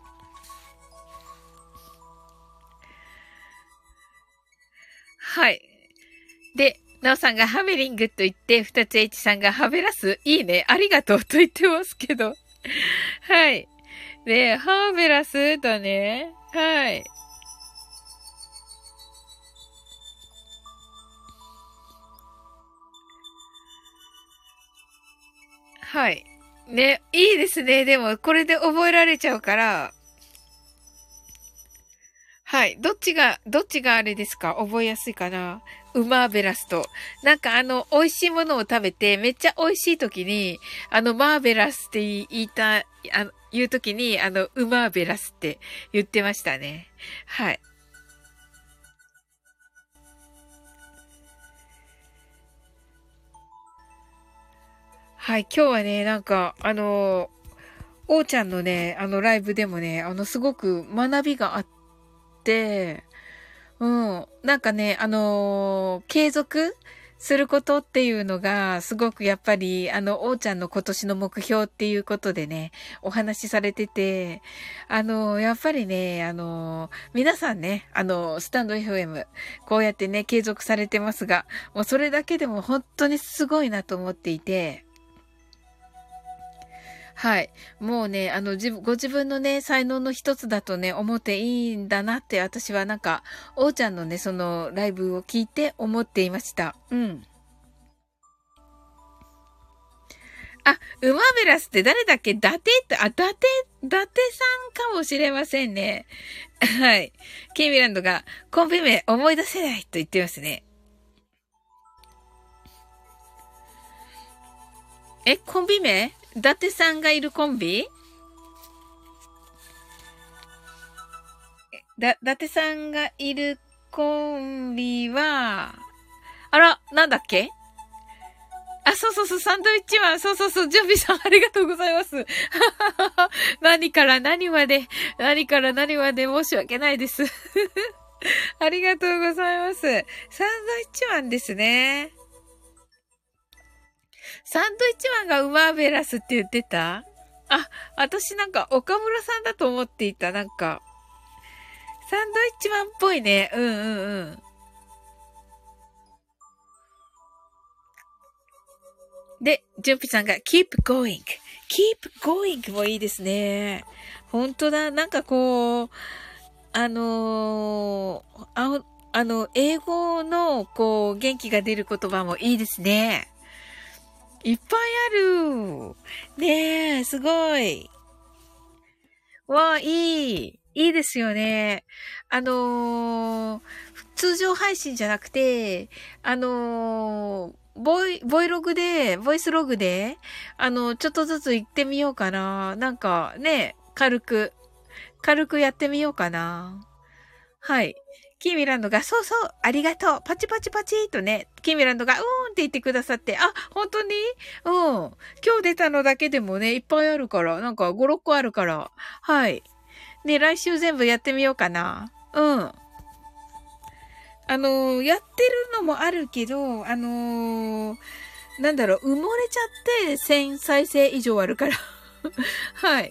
はい。で、なおさんがハベリングと言って、ふたつ H さんがハベラス、いいね、ありがとうと言ってますけど。はい。で、ハーベラスだね。はい。はい。ね、いいですね。でも、これで覚えられちゃうから。はい。どっちが、どっちがあれですか覚えやすいかなウマーベラスと。なんかあの、美味しいものを食べて、めっちゃ美味しい時に、あの、マーベラスって言いた、あの、言う時に、あの、ウマーベラスって言ってましたね。はい。はい。今日はね、なんか、あの、おーちゃんのね、あの、ライブでもね、あの、すごく学びがあって、うん。なんかね、あのー継続することっていうのが、すごくやっぱり、あの、おーちゃんの今年の目標っていうことでね、お話しされてて、あのーやっぱりね、あのー皆さんね、あのースタンド エフエム、こうやってね、継続されてますが、もうそれだけでも本当にすごいなと思っていて、はい。もうね、あの、自分、ご自分のね、才能の一つだとね、思っていいんだなって、私はなんか、おーちゃんのね、その、ライブを聞いて思っていました。うん。あ、ウマベラスって誰だっけダテって、あ、ダテ、ダテさんかもしれませんね。はい。ケイミランドが、コンビ名思い出せないと言ってますね。え、コンビ名ダテさんがいるコンビだ、伊達さんがいるコンビは、あら、なんだっけあ、そうそうそう、サンドイッチマン。そうそうそう、ジョビさん、ありがとうございます。何から何まで、何から何まで申し訳ないです。ありがとうございます。サンドイッチマンですね。サンドイッチマンがウマーベラスって言ってたあ、私なんか岡村さんだと思っていた。なんか、サンドイッチマンっぽいね。うんうんうん。で、ジュンピさんが keep going, keep going もいいですね。本当だ。なんかこう、あのーあ、あの、英語のこう、元気が出る言葉もいいですね。いっぱいある。ねえ、すごい。わあ、いい。いいですよね。あのー通常配信じゃなくて、あのーボイ、ボイログで、ボイスログで、あの、ちょっとずつ行ってみようかな。なんかね、軽く、軽くやってみようかな。はい。キーミランドが、そうそう、ありがとう、パチパチパチとね、キーミランドが、うーんって言ってくださって、あ、本当にうん。今日出たのだけでもね、いっぱいあるから、なんかご、ろっこあるから、はい。ね、来週全部やってみようかな。うん。あのーやってるのもあるけど、あのーなんだろう、埋もれちゃってせん再生以上あるから。はい。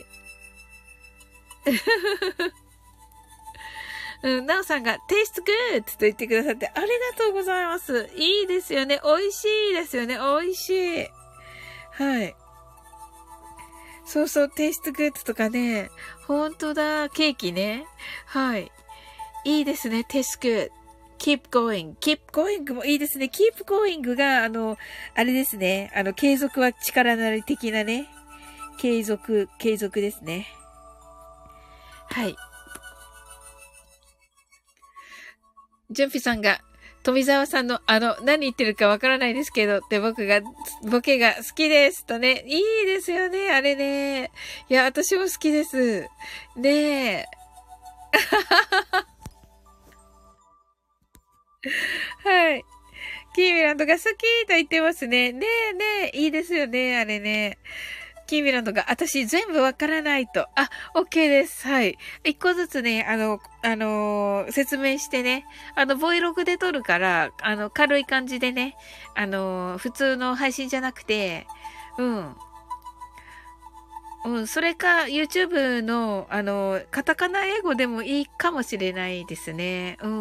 うん、なおさんが、テイストグッドと言ってくださって、ありがとうございます。いいですよね。美味しいですよね。美味しい。はい。そうそう、テイストグッドとかね。ほんとだ。ケーキね。はい。いいですね。テイストグッド。keep going. keep going もいいですね。keep going が、あの、あれですね。あの、継続は力なり的なね。 継続、継続ですね。はい。ジュンピさんが、富澤さんのあの、何言ってるかわからないですけどって僕が、ボケが好きですとね。いいですよね、あれね。いや、私も好きです。ねえ。はい。キーミランドが好きと言ってますね。ねえねえ、いいですよね、あれね。キーミランドが、私全部わからないと。あ、OK です。はい。一個ずつね、あの、あのー説明してね、あの、Vlog で撮るから、あの、軽い感じでね、あのー普通の配信じゃなくて、うん。うん、それか、YouTube の、あの、カタカナ英語でもいいかもしれないですね。うん。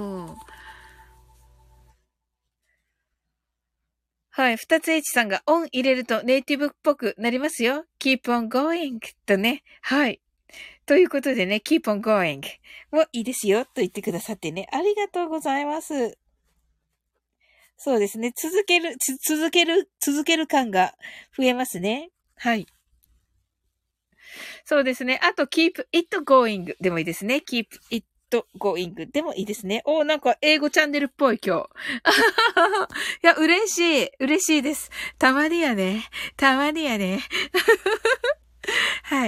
はい。二つ H さんがオン入れるとネイティブっぽくなりますよ。keep on going とね。はい。ということでね、keep on going もいいですよと言ってくださってね。ありがとうございます。そうですね。続ける、つ続ける、続ける感が増えますね。はい。そうですね。あと keep it going でもいいですね。keep it going でもいいですね。おー、なんか英語チャンネルっぽい今日。いや、嬉しい。嬉しいです。たまにやね。たまにやね。はい。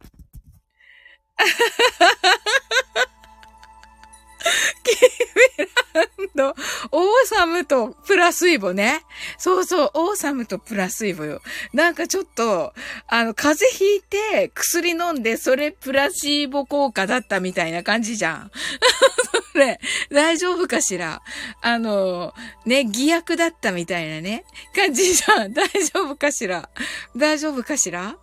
キーミランド、オーサムとプラスイボね。そうそう、オーサムとプラスイボよ。なんかちょっと、あの、風邪ひいて薬飲んで、それプラシーボ効果だったみたいな感じじゃん。それ、大丈夫かしら？あの、ね、偽薬だったみたいなね、感じじゃん。大丈夫かしら？大丈夫かしら？はい。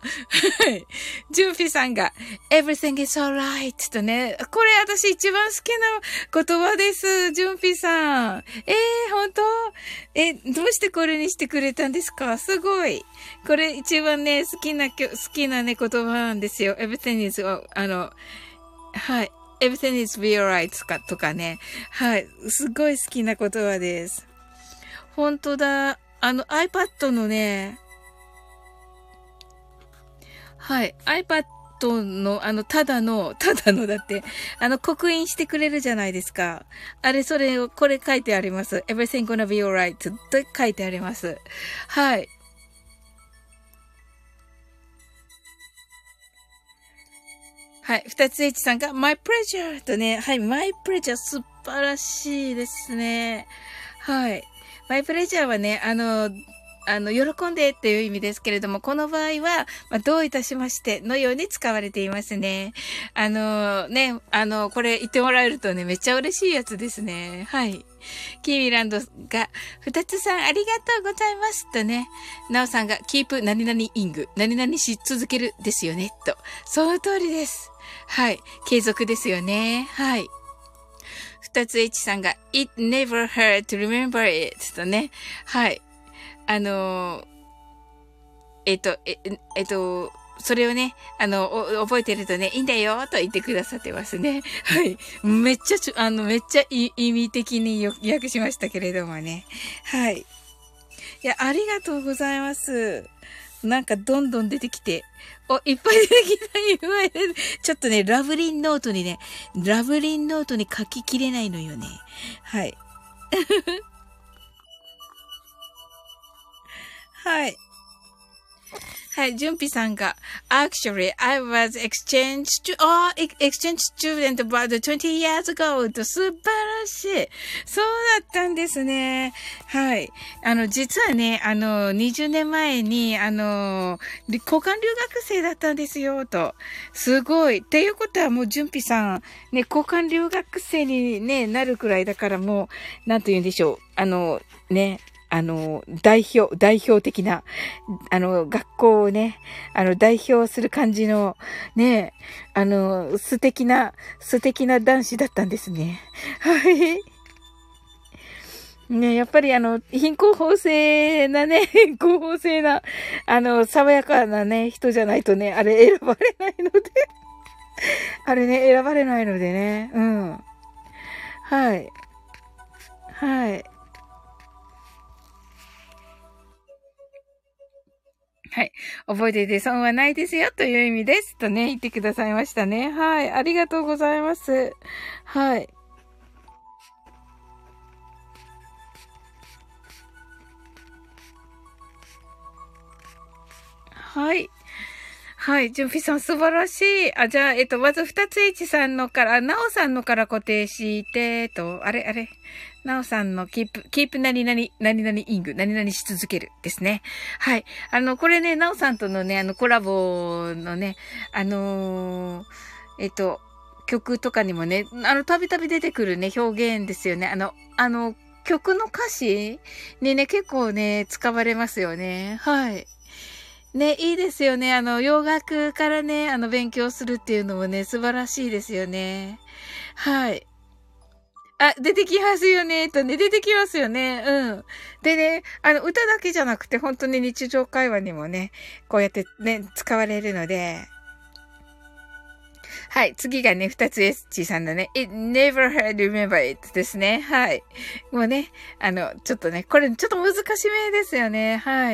ジュンフィさんが、everything is alright とね、これ私一番好きな言葉です。ジュンフィさん。えー、本当？え、どうしてこれにしてくれたんですか？すごい。これ一番ね、好きな、好きなね、言葉なんですよ。everything is, あの、はい。everything is be alright とか、とかね。はい。すごい好きな言葉です。本当だ。あの iPad のね、はい。iPad の、あの、ただの、ただのだって、あの、刻印してくれるじゃないですか。あれ、それを、これ書いてあります。everything gonna be alright と書いてあります。はい。はい。二つ H さんが my pleasure とね、はい。my pleasure 素晴らしいですね。はい。my pleasure はね、あの、あの、喜んでっていう意味ですけれども、この場合は、まあ、どういたしましてのように使われていますね。あの、ね、あの、これ言ってもらえるとね、めっちゃ嬉しいやつですね。はい。キーミランドが、二つさんありがとうございますとね、ナオさんが、キープ何々イング、何々し続けるですよね、と。その通りです。はい。継続ですよね。はい。二つ H さんが、it never hurt to remember it とね。はい。あのー、えっと、え、えっと、それをね、あの、覚えてるとね、いいんだよ、と言ってくださってますね。はい。めっちゃちょ、あの、めっちゃ意味的に訳しましたけれどもね。はい。いや、ありがとうございます。なんかどんどん出てきて。お、いっぱい出てきた、いっぱい出てちょっとね、ラブリンノートにね、ラブリンノートに書ききれないのよね。はい。はい。はい、ジュンピさんが、actually, I was exchange, oh, exchange student about twenty years ago と素晴らしい。そうだったんですね。はい。あの、実はね、あの、にじゅうねんまえに、あの、交換留学生だったんですよ、と。すごい。っていうことはもう、ジュンピさん、ね、交換留学生にね、なるくらいだからもう、なんと言うんでしょう。あの、ね、あの、代表、代表的な、あの、学校をね、あの、代表する感じの、ね、あの、素敵な、素敵な男子だったんですね。はい。ね、やっぱりあの、貧困法制なね、貧困法制な、あの、爽やかなね、人じゃないとね、あれ選ばれないのであれね、選ばれないのでね、うん。はい。はい。 はい。覚えていて損はないですよという意味です。とね、言ってくださいましたね。はい。ありがとうございます。はい。はい。はい。純平さん素晴らしい。あ、じゃあ、えっと、まず二つ H さんのから、なおさんのから固定して、と、あれあれ。なおさんのキープ、キープ何々、何々イング、何々し続けるですね。はい。あの、これね、なおさんとのね、あの、コラボのね、あのー、えっと、曲とかにもね、あの、たびたび出てくるね、表現ですよね。あの、あの、曲の歌詞にね、結構ね、使われますよね。はい。ね、いいですよね。あの、洋楽からね、あの、勉強するっていうのもね、素晴らしいですよね。はい。あ、出てきますよね、とね、出てきますよね。うん。でね、あの、歌だけじゃなくて、本当に日常会話にもね、こうやってね、使われるので、はい。次がね、二つ S さんのね、It never had remember it ですね。はい。もうね、あの、ちょっとね、これちょっと難しめですよね。はい。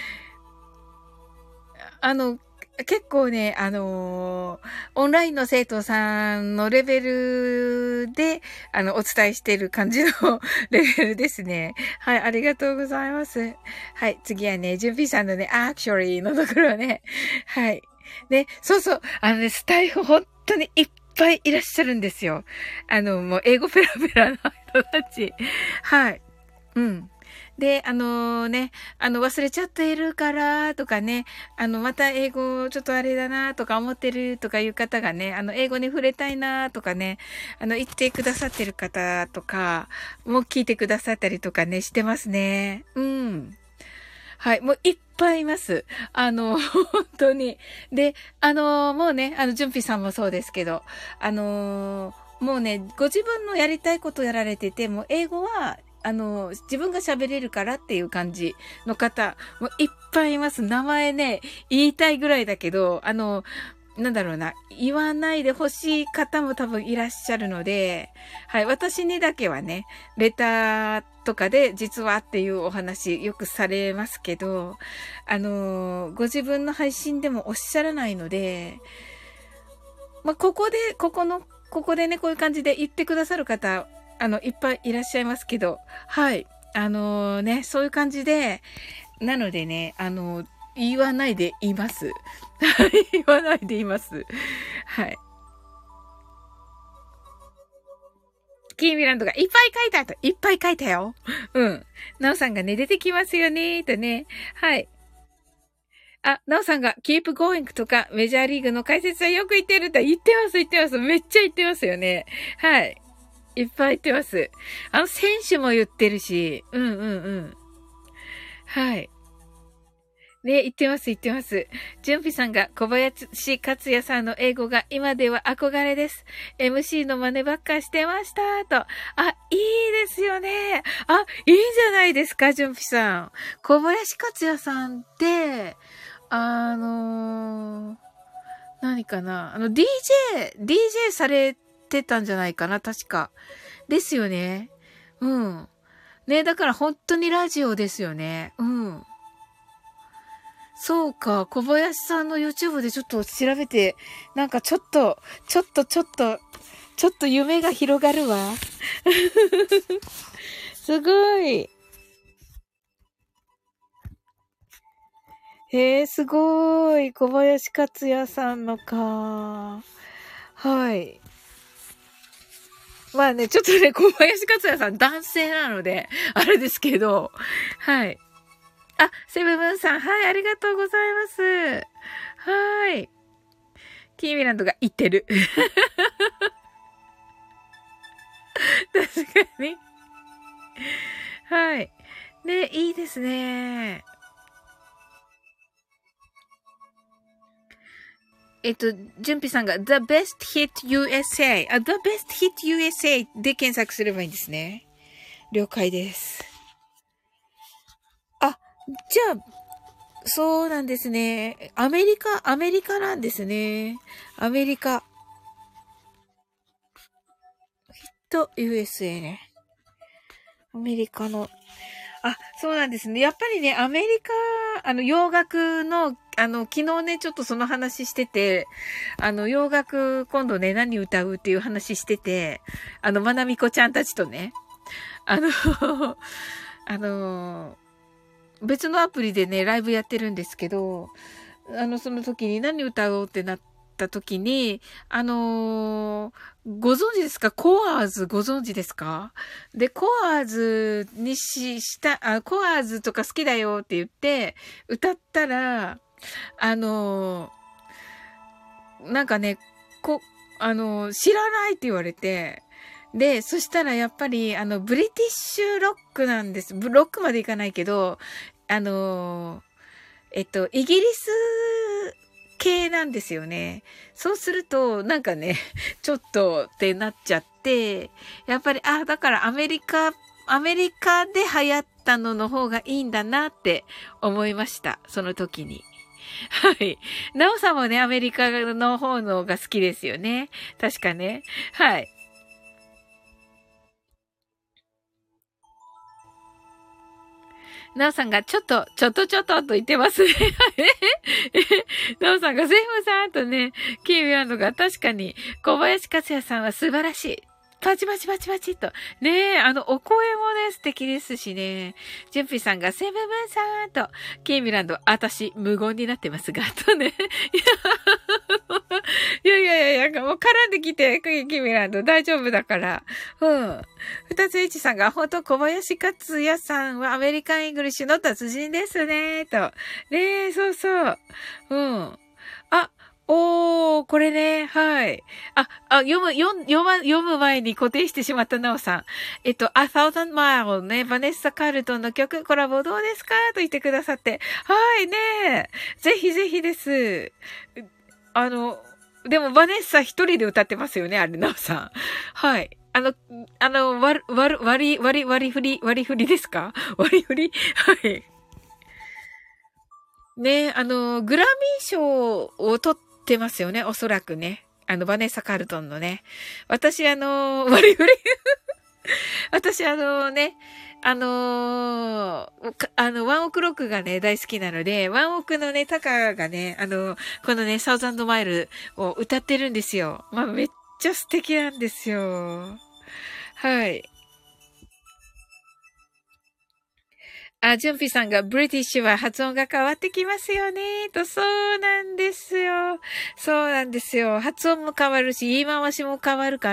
あの、結構ね、あのーオンラインの生徒さんのレベルで、あの、お伝えしている感じのレベルですね。はい、ありがとうございます。はい、次はね、純平さんのね、actually のところね。はい。ね、そうそう、あのね、スタイフ本当にいっぱいいらっしゃるんですよ。あの、もう英語ペラペラな人たち。はい。うん。で、あのね、あの、忘れちゃっているから、とかね、あの、また英語ちょっとあれだな、とか思ってるとかいう方がね、あの、英語に触れたいな、とかね、あの、言ってくださってる方とか、もう聞いてくださったりとかね、してますね。うん。はい、もういっぱいいます。あの、本当に。で、あの、もうね、あの、純平さんもそうですけど、あの、もうね、ご自分のやりたいことやられてて、もう英語は、あの、自分が喋れるからっていう感じの方、もういっぱいいます。名前ね、言いたいぐらいだけど、あの、なんだろうな、言わないで欲しい方も多分いらっしゃるので、はい、私にだけはね、レターとかで実はっていうお話よくされますけど、あのーご自分の配信でもおっしゃらないので、まあ、ここで、ここの、ここでね、こういう感じで言ってくださる方、あの、いっぱいいらっしゃいますけど、はい、あのーね、そういう感じで、なのでね、あのー言わないでいます。言わないでいます。はい。キーミランドがいっぱい書いたと、いっぱい書いたよ。うん。ナオさんがね、出てきますよね、とね。はい。あ、ナオさんが keep going とかメジャーリーグの解説はよく言ってると言ってます、言ってます。めっちゃ言ってますよね。はい。いっぱい言ってます。あの、選手も言ってるし。うんうんうん。はい。ね、言ってます、言ってます。純平さんが小林克也さんの英語が今では憧れです。エムシー の真似ばっかしてました。と。あ、いいですよね。あ、いいじゃないですか、純平さん。小林克也さんって、あのー、何かなあの、ディージェー、ディージェー されてたんじゃないかな、確か。ですよね。うん。ね、だから本当にラジオですよね。うん。そうか、小林さんの YouTube でちょっと調べて、なんかちょっと、ちょっとちょっと、ちょっと夢が広がるわ。すごい。へえ、すごい。小林克也さんのか。はい。まあね、ちょっとね、小林克也さん男性なので、あれですけど、はい。あ、セブブンさん、はい、ありがとうございます。はい。キーミランドが言ってる。確かに。はい。ね、いいですね。えっと、ジュンピさんが The Best Hit ユーエスエー。あ、The Best Hit ユーエスエー で検索すればいいんですね。了解です。あ、じゃあ、そうなんですね。アメリカ、アメリカなんですね。アメリカ。ヒット ユーエスエー ね。アメリカの。 あ、そうなんですね。やっぱりね、アメリカ、あの、洋楽の、あの、昨日ね、ちょっとその話してて、あの、洋楽、今度ね、何歌うっていう話してて、あの、まなみこちゃんたちとね、あの、あの、別のアプリでね、ライブやってるんですけど、あの、その時に何歌おうってなった時に、あのーご存知ですか？コアーズご存知ですか？で、コアーズにし、した、あ、コアーズとか好きだよって言って、歌ったら、あのーなんかね、こ、あのー知らないって言われて、で、そしたらやっぱり、あの、ブリティッシュロックなんです。ブロックまでいかないけど、あのーえっと、イギリス系なんですよね。そうすると、なんかね、ちょっとってなっちゃって、やっぱり、あ、だからアメリカ、アメリカで流行ったのの方がいいんだなって思いました。その時に。はい。なおさんもね、アメリカの方のが好きですよね。確かね。はい。なおさんが、ちょっと、ちょっとちょっとと言ってますね。なおさんが、セイムさんとね、キーミランドが確かに、小林克也さんは素晴らしい。パチパチパチパチと。ねえ、あの、お声もね、素敵ですしね。ジュンピさんが、セブブンさんと、キーミランド、あたし、無言になってますが、とね。いやいやいやいや、もう絡んできて、キーミランド、大丈夫だから。うん。二つ H さんが、本当小林克也さんはアメリカンイングリッシュの達人ですね、と。ねえ、そうそう。うん。あ、おー、これね、はい。あ、あ、読む、読む、読ま、読む前に固定してしまったなおさん。えっと、A Thousand Mile ね、バネッサ・カールトンの曲、コラボどうですかと言ってくださって。はいね。ぜひぜひです。あの、でもバネッサ一人で歌ってますよね、あれ、なおさん。はい。あの、あの、割、割、割り、割り、割り振り、割り振りですか？割り振りはい。ね、あの、グラミー賞を取ってますよね、おそらくね。あの、バネッサ・カルトンのね。私、あの、割り振り私、あのね、あのーかあの、ワンオクロックがね、大好きなので、ワンオクのね、タカがね、あの、このね、サウザンドマイルを歌ってるんですよ。まあ、めっちゃ素敵なんですよ。はい。あ、ジュンピさんが、ブリティッシュは発音が変わってきますよね。と、そうなんですよ。そうなんですよ。発音も変わるし、言い回しも変わるから、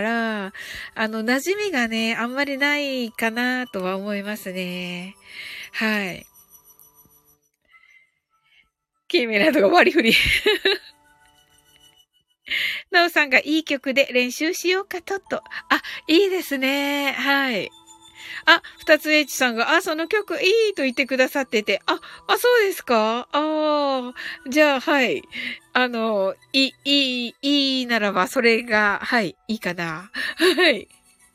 あの、馴染みがね、あんまりないかなとは思いますね。はい。キーミランドが割り振り。ナオさんがいい曲で練習しようかと、と。あ、いいですね。はい。あ、二つ H さんが、あ、その曲いいと言ってくださってて、あ、あ、そうですか？ああ、じゃあ、はい。あの、いい、いい、いいならば、それが、はい、いいかな。はい。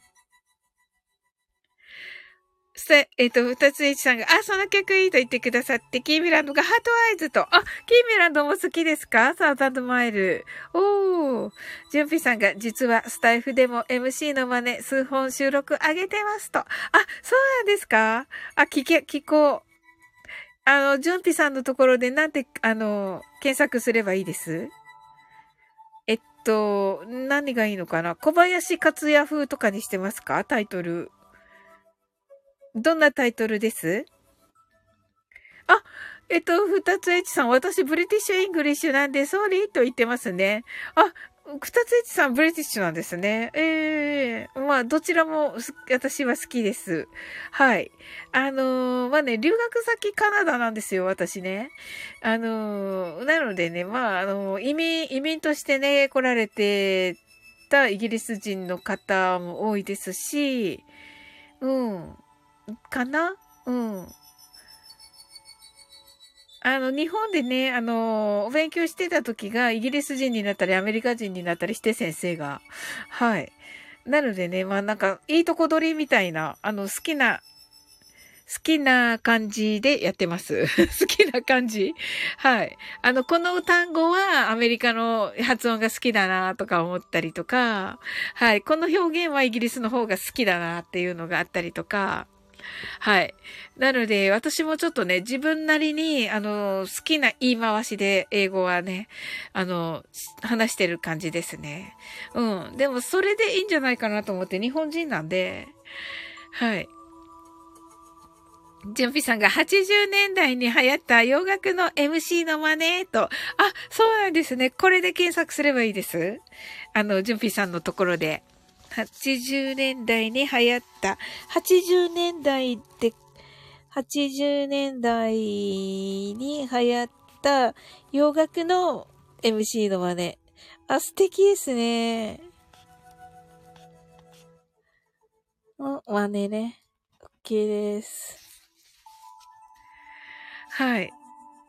せ、えっと、二つ H さんが、あ、その曲いいと言ってくださって、キーミランドがハートアイズと、あ、キーミランドも好きですか？サウザンドマイル。おー。ジュンピさんが、実はスタイフでも エムシー の真似、数本収録上げてますと。あ、そうなんですか？あ、聞け、聞こう。あの、ジュンピさんのところでなんて、あの、検索すればいいです？えっと、何がいいのかな？小林克也風とかにしてますか？タイトル。どんなタイトルです？あ、えっと、二つ H さん、私、ブリティッシュ・イングリッシュなんで、ソーリーと言ってますね。あ、二つ H さん、ブリティッシュなんですね。ええー、まあ、どちらも、私は好きです。はい。あのー、まあね、留学先カナダなんですよ、私ね。あのー、なのでね、まあ、あのー、移民、移民としてね、来られてたイギリス人の方も多いですし、うん、かな？うん。あの、日本でね、あの、お勉強してた時が、イギリス人になったり、アメリカ人になったりして、先生が。はい。なのでね、まあなんか、いいとこ取りみたいな、あの、好きな、好きな感じでやってます。好きな感じ。はい。あの、この単語はアメリカの発音が好きだなとか思ったりとか、はい。この表現はイギリスの方が好きだなっていうのがあったりとか、 はい。なので、私もちょっとね、自分なりに、あの、好きな言い回しで英語はね、あの、話してる感じですね。うん。でも、それでいいんじゃないかなと思って、日本人なんで、はい。ジュンピさんがはちじゅうねんだいに流行った洋楽の エムシー の真似と。あ、そうなんですね。これで検索すればいいです。あの、ジュンピさんのところで。はちじゅうねんだいに流行った。はちじゅうねんだいって、はちじゅうねんだいに流行った洋楽の エムシー の真似。あ、素敵ですね。お、真似ね。OK です。はい。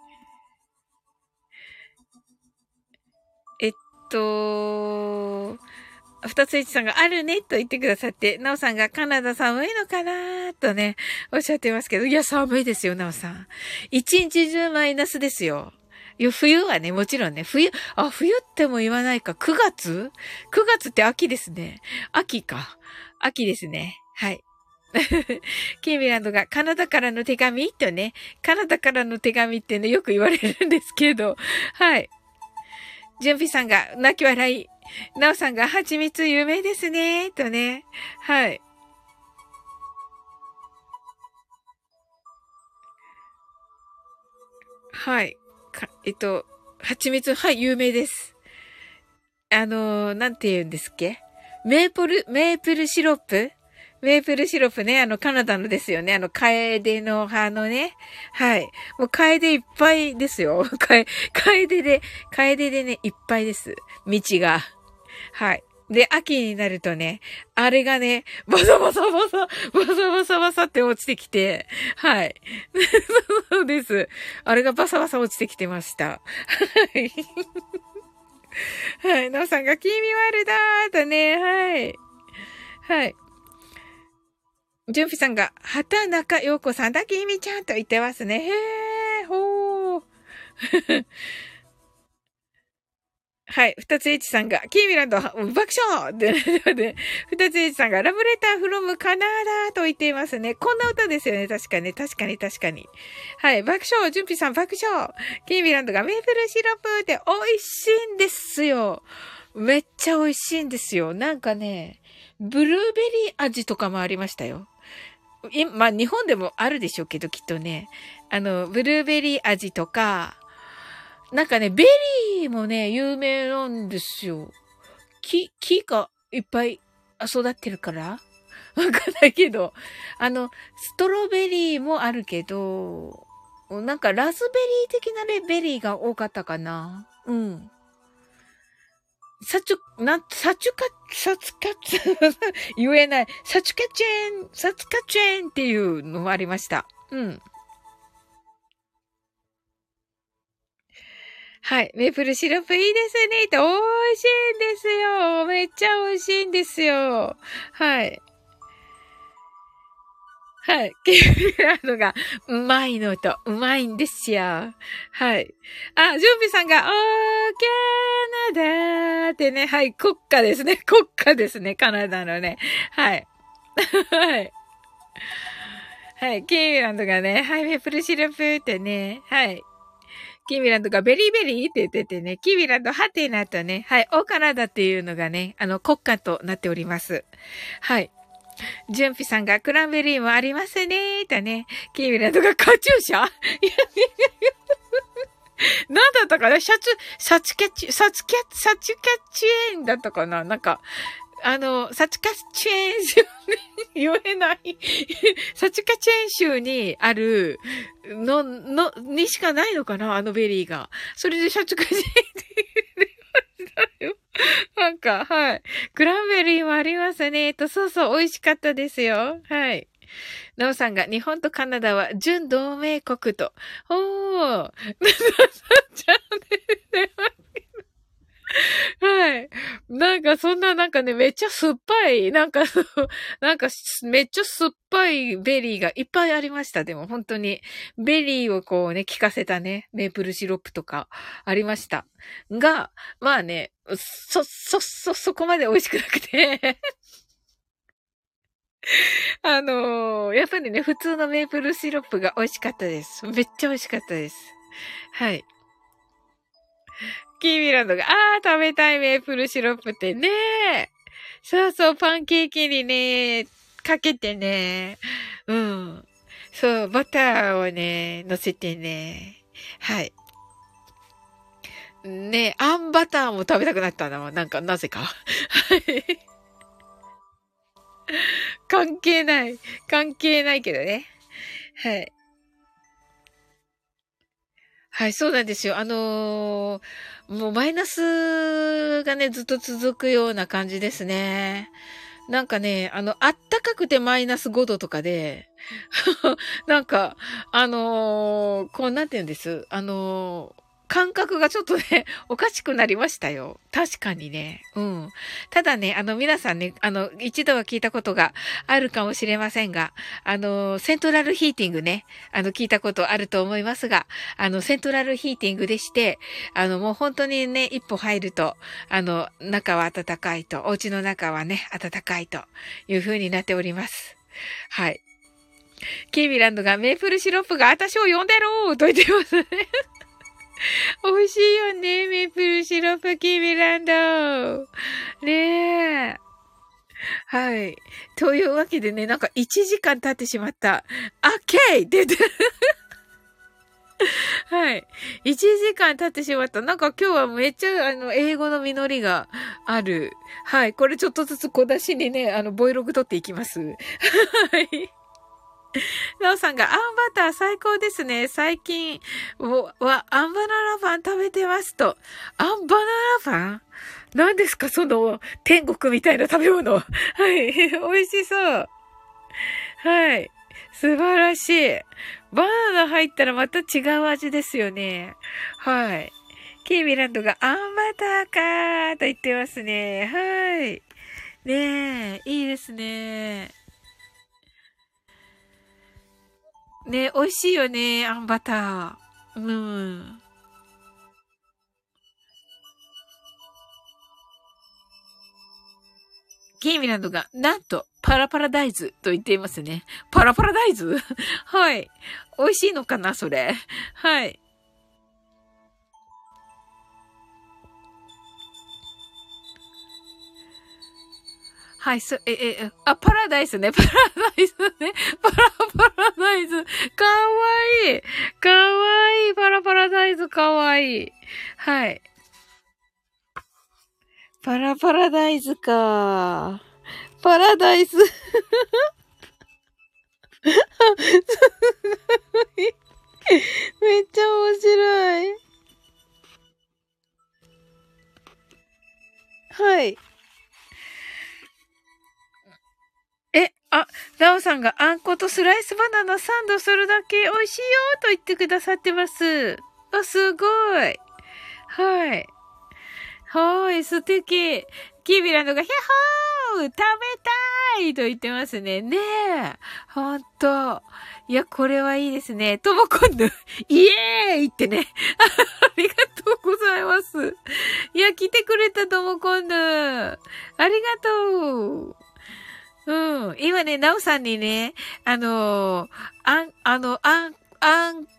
えっと、二ついちさんがあるねと言ってくださって、なおさんがカナダ寒いのかなとね、おっしゃってますけど、いや、寒いですよ、なおさん。一日中マイナスですよ。いや、冬はね、もちろんね、冬、あ、冬っても言わないか、くがつ ?く 月って秋ですね。秋か。秋ですね。はい。キーミランドがカナダからの手紙とね、カナダからの手紙ってね、よく言われるんですけど、はい。ジュンピさんが泣き笑い。ナオさんが蜂蜜有名ですね。とね。はい。はい。かえっと、蜂蜜、はい、有名です。あのー、なんて言うんですっけメープル、メープルシロップメープルシロップね、あの、カナダのですよね。あの、カエデの葉のね。はい。もう、カエデいっぱいですよ。カエ、カエデで、カエデでね、いっぱいです。道が。はい。で、秋になるとね、あれがね、バサバサバサ、バサバサバサって落ちてきて、はい。そうです。あれがバサバサ落ちてきてました。はい。はい。なおさんが、君丸だーとね、はい。はい。じゅんぴさんが、畑中陽子さんだ、きみちゃんと言ってますね。へー、ほー。はい。二つ H さんが、キーミランド、爆笑で、で、二つ H さんが、ラブレターフロムカナダと言っていますね。こんな歌ですよね。確かに、確かに、確かに。はい。爆笑、ジュンピさん爆笑。キーミランドが、メープルシロップって美味しいんですよ。めっちゃ美味しいんですよ。なんかね、ブルーベリー味とかもありましたよ。いまあ、日本でもあるでしょうけど、きっとね。あの、ブルーベリー味とか、なんかね、ベリーもね、有名なんですよ。木、木がいっぱい育ってるからわかんないけど。あの、ストロベリーもあるけど、なんかラズベリー的なレベリーが多かったかな。うん。サチュ、なん、サチュカ、サツカツ、言えない。サチュカチェーン、サツカチェーンっていうのもありました。うん。はい。メープルシロップいいですね。って美味しいんですよ。めっちゃ美味しいんですよ。はい。はい。キーラードが、うまいのと、うまいんですよ。はい。あ、ジュンビさんが、オーキャナダーってね、はい、国歌ですね。国歌ですね。カナダのね。はい。はい。はい。キーランドがね、はい、メープルシロップってね、はい。キーミランドがベリーベリーって言っててね、キーミランドハテナとね、はい、オカナダっていうのがね、あの、国歌となっております。はい。ジュンピさんがクランベリーもありますねーとね、キーミランドがカチューシャいや、なんだったかなシャツ、サチケチ、サチケ、サチケチエーンだったかななんか、あの、サチカチェーン州に、言えない。サチカチェーン州にあるの、の、にしかないのかなあのベリーが。それでサチカチェーンって言いましたよ。なんか、はい。クランベリーもありますね。と、そうそう、美味しかったですよ。はい。なおさんが、日本とカナダは準同盟国と。おー。なさちゃんですね。はい。なんかそんななんかね、めっちゃ酸っぱい、なんかそう、なんかめっちゃ酸っぱいベリーがいっぱいありました。でも本当に、ベリーをこうね、効かせたね、メープルシロップとかありました。が、まあね、そ、そ、そ、そこまで美味しくなくてあのー、やっぱりね、普通のメープルシロップが美味しかったです。めっちゃ美味しかったです。はい。キーミランドが、あー、食べたいメープルシロップってね。そうそう、パンケーキにね、かけてね。うん。そう、バターをね、乗せてね。はい。ね、あんバターも食べたくなったな。なんか、なぜか。はい。関係ない。関係ないけどね。はい。はい、そうなんですよ。あのーもうマイナスがね、ずっと続くような感じですね。なんかね、あの、あったかくてマイナスごどとかで、なんか、あのーこう、なんて言うんです。あのー感覚がちょっとね、おかしくなりましたよ。確かにね。うん。ただね、あの、皆さんね、あの、一度は聞いたことがあるかもしれませんが、あの、セントラルヒーティングね、あの、聞いたことあると思いますが、あの、セントラルヒーティングでして、あの、もう本当にね、一歩入ると、あの、中は暖かいと、お家の中はね、暖かいという風になっております。はい。キーミランドがメープルシロップが私を呼んでろーと言ってますね。美味しいよね、メープルシロップキーミランド。ねえ。はい。というわけでね、なんかいちじかん経ってしまった。あっけーって言って、はい。いちじかん経ってしまった。なんか今日はめっちゃ、あの、英語の実りがある。はい。これちょっとずつ小出しにね、あの、ボイログ取っていきます。はい。なおさんが、あんバター最高ですね。最近は、アンバナナパン食べてますと。アンバナナパン何ですかその、天国みたいな食べ物。はい。美味しそう。はい。素晴らしい。バナナ入ったらまた違う味ですよね。はい。キーミランドがアンバターかーと言ってますね。はい。ねえ、いいですね。ね、美味しいよね、あんバター。うん。キーミランドが、なんと、パラパラダイズと言っていますね。パラパラダイズはい。美味しいのかな、それ。はい。はい、そ、え、え、あ、パラダイスね。パラダイスね。パラパラダイス。かわいい。かわいい。パラパラダイスかわいい。はい。パラパラダイスか。パラダイス。すごい。めっちゃ面白い。はい。え、あ、ラオさんがあんことスライスバナナサンドするだけ美味しいよと言ってくださってます。あ、すごい。はい。はい、素敵。キービランドが、ヒャッホー食べたいと言ってますね。ねえ。ほんと。いや、これはいいですね。ともこんぬ、イエーイってね。ありがとうございます。いや、来てくれたともこんぬ。ありがとう。うん。今ね、なおさんにね、あのー、あん、あの、あん、あん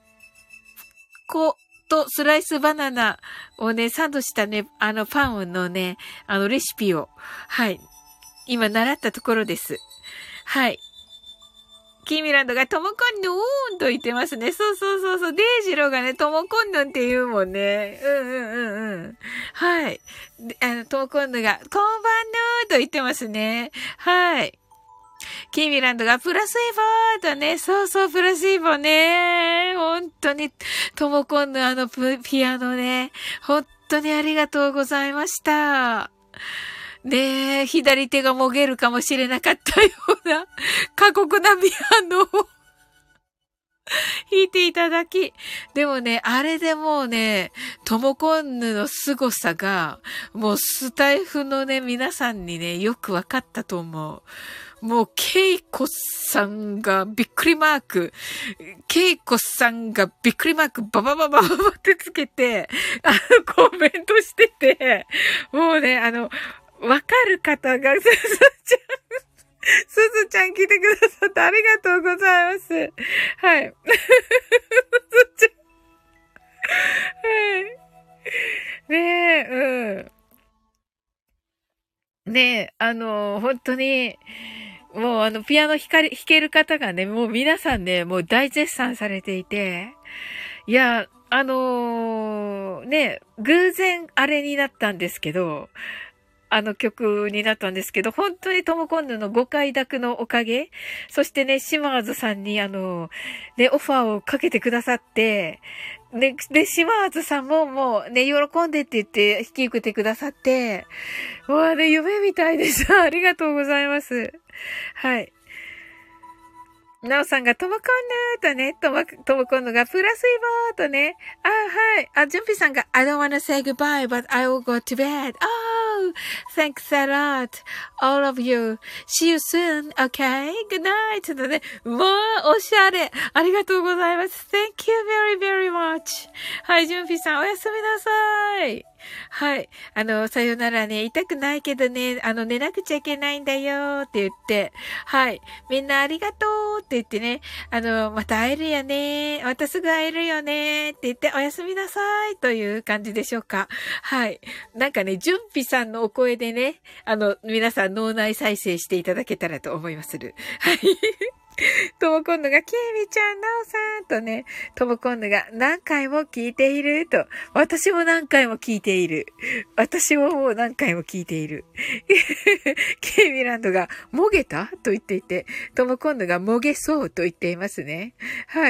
ことスライスバナナをね、サンドしたね、あのパンのね、あのレシピを、はい、今習ったところです。はい。キーミランドがともこんぬーんと言ってますね。そうそうそうそう。デイジローがね、ともこんぬんって言うもんね。うんうんうんうん。はい。であの、ともこんぬが、こんばんぬーと言ってますね。はい。キーミランドがプラスイボーとね、そうそう、プラスイボね。本当に、ともこんのあのピアノね、本当にありがとうございました。ねえ、左手がもげるかもしれなかったような過酷なピアノを弾いていただき。でもね、あれでもうね、ともこんぬの凄さが、もうスタイフのね、皆さんにね、よくわかったと思う。もう、ケイコさんがびっくりマーク、ケイコさんがびっくりマークババババババってつけて、あの、コメントしてて、もうね、あの、わかる方が、ちゃう。 すずちゃん来てくださってありがとうございます。はい。すずちゃん。はい。ねえ、うん。ねえ、あの、本当に、もうあの、ピアノ弾かれ、弾ける方がね、もう皆さんね、もう大絶賛されていて、いや、あのーね、偶然あれになったんですけど、あの曲になったんですけど、本当にトモコンヌのご快諾のおかげ、そしてね、シマーズさんにあの、ね、オファーをかけてくださって、ね、で、シマーズさんももうね、喜んでって言って引き受けてくださって、わあね、夢みたいです。ありがとうございます。はい。なおさんがともこんぬーとね、とも、ともこんぬがプラスイボーとね。あ、はい。あ、ジュンピさんが I don't wanna say goodbye, but I will go to bed. Oh, thanks a lot. All of you. See you soon. Okay? Good night. とね。もう、おしゃれ。ありがとうございます。Thank you very, very much. はい、ジュンピさん、おやすみなさい。はい。あの、さよならね、痛くないけどね、あの、寝なくちゃいけないんだよって言って、はい。みんなありがとうって言ってね、あの、また会えるよね、またすぐ会えるよねって言って、おやすみなさいという感じでしょうか。はい。なんかね、じゅんぴさんのお声でね、あの、皆さん脳内再生していただけたらと思いまする。はい。ともこんぬが、きみちゃん、なおさんとね、ともこんぬが何回も聞いていると、私も何回も聞いている。私ももう何回も聞いている。ケイミランドが、もげたと言っていて、ともこんぬがもげそうと言っていますね。はい。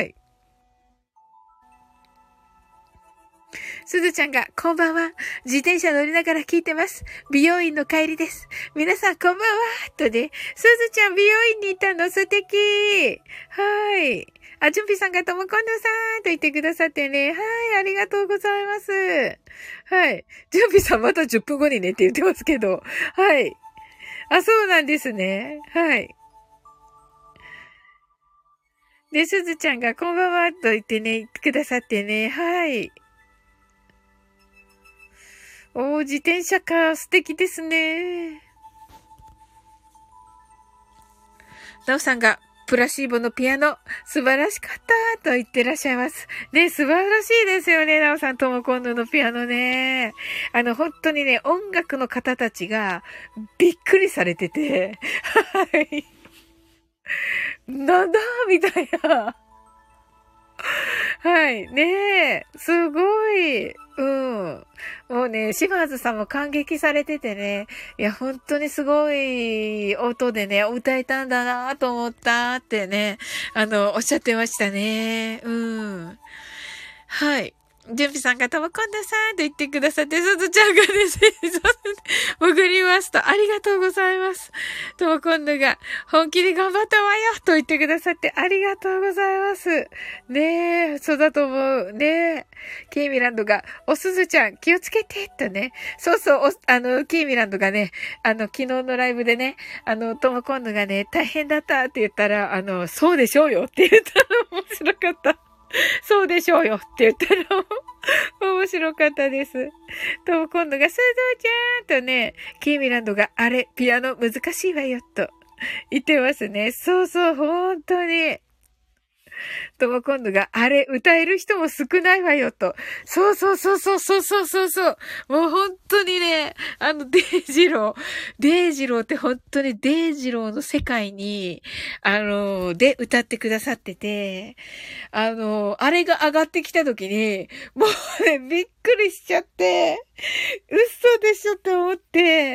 すずちゃんが、こんばんは。自転車乗りながら聞いてます。美容院の帰りです。皆さん、こんばんは。とね、すずちゃん美容院に行ったの素敵。はい。あ、じゅんぴさんがともこんぬさんと言ってくださってね。はい、ありがとうございます。はい。じゅんぴさんまたじゅっぷんごにねって言ってますけど。はい。あ、そうなんですね。はい。で、すずちゃんがこんばんはと言ってね、言ってくださってね。はい。おー、自転車か。素敵ですね。なおさんが、プラシーボのピアノ、素晴らしかったと言ってらっしゃいます。ね、素晴らしいですよね、なおさん、ともこんぬのピアノね。あの、本当にね、音楽の方たちが、びっくりされてて、はい。なんだみたいな。はい。ねえ。すごい。うん。もうね、シマーズさんも感激されててね。いや、本当にすごい音でね、歌えたんだなと思ったってね、あの、おっしゃってましたね。うん。はい。ジュンピさんがともこんぬさんと言ってくださって、すずちゃんがね、潜りますと、ありがとうございます。ともこんぬが、本気で頑張ったわよと言ってくださって、ありがとうございます。ねえ、そうだと思う。ねえ。ケイミランドが、おすずちゃん気をつけてとね。そうそう、おあの、ケイミランドがね、あの、昨日のライブでね、あの、ともこんぬがね、大変だったって言ったら、あの、そうでしょうよって言ったら面白かった。そうでしょうよって言ったら面白かったです。と、今度がすずちゃんとね、キーミランドがあれ、ピアノ難しいわよと言ってますね。そうそう、本当に。とも今度が、あれ、歌える人も少ないわよと。そうそうそうそうそうそうそうそう。もう本当にね、あの、デイジロー。デイジローって本当にデイジローの世界に、あの、で歌ってくださってて、あの、あれが上がってきた時に、もうね、びっくりしちゃって、嘘でしょって思って、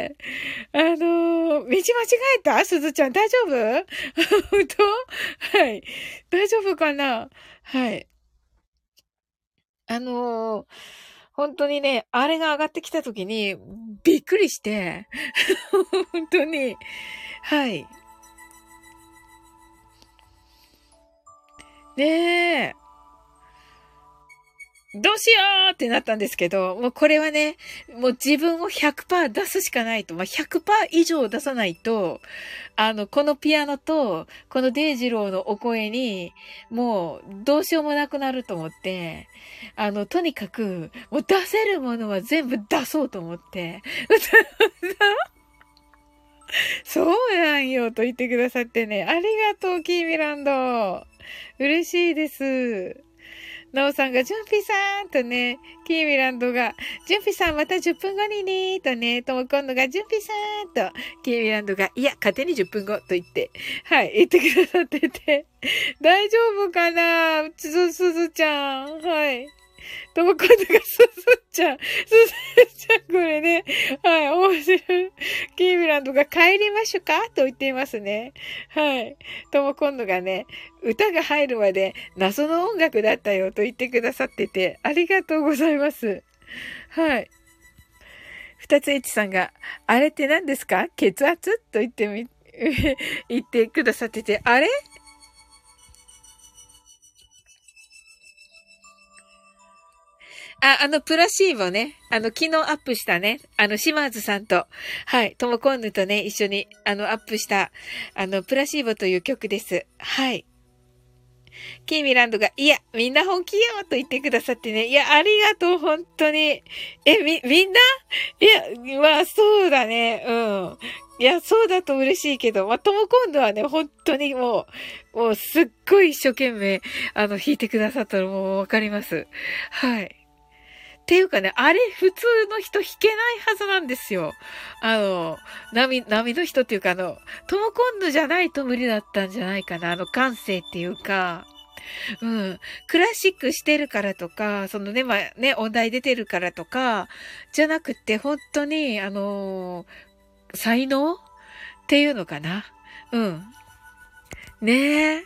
あの、道間違えたすずちゃん大丈夫本当はい。大丈夫かなはい。あのー本当にね、あれが上がってきた時に、びっくりして、本当に、はい。ねえ。どうしようってなったんですけど、もうこれはね、もう自分をひゃくパーセント出すしかないと。まあ、ひゃくパーセント以上出さないと、あの、このピアノと、このデイジローのお声に、もう、どうしようもなくなると思って、あの、とにかく、もう出せるものは全部出そうと思って、 そうなんよと言ってくださってね。ありがとう、キーミランド。嬉しいです。なおさんが、ジュンピさんとね、キーミランドが、ジュンピさんまたじゅっぷんごにねとね、ともこんのが、ジュンピさんと、キーミランドが、いや、勝手にじゅっぷんごと言って、はい、言ってくださってて、大丈夫かなつず、すずちゃん。はい。ともこんのが、すずちゃん。すずちゃん、これね。はい、面白い。キーミランドが帰りましょうかと言っていますね。はい。ともこんのがね、歌が入るまで謎の音楽だったよと言ってくださってて、ありがとうございます。はい。二つ H さんが、あれって何ですか血圧と言ってみ、言ってくださってて、あれあ、あの、プラシーボね。あの、昨日アップしたね。あの、島津さんと、はい、ともこんぬとね、一緒に、あの、アップした、あの、プラシーボという曲です。はい。キーミランドが、いや、みんな本気よと言ってくださってね。いや、ありがとう、本当に。え、み、みんないや、まあ、そうだね。うん。いや、そうだと嬉しいけど、まあ、とも今度はね、本当にもう、もうすっごい一生懸命、あの、弾いてくださったのもうわかります。はい。っていうかね、あれ普通の人弾けないはずなんですよ。あの、波、波の人っていうかあの、トモコンヌじゃないと無理だったんじゃないかな。あの感性っていうか、うん。クラシックしてるからとか、そのね、まあね、音大出てるからとか、じゃなくて本当に、あの才能っていうのかな。うん。ねえ。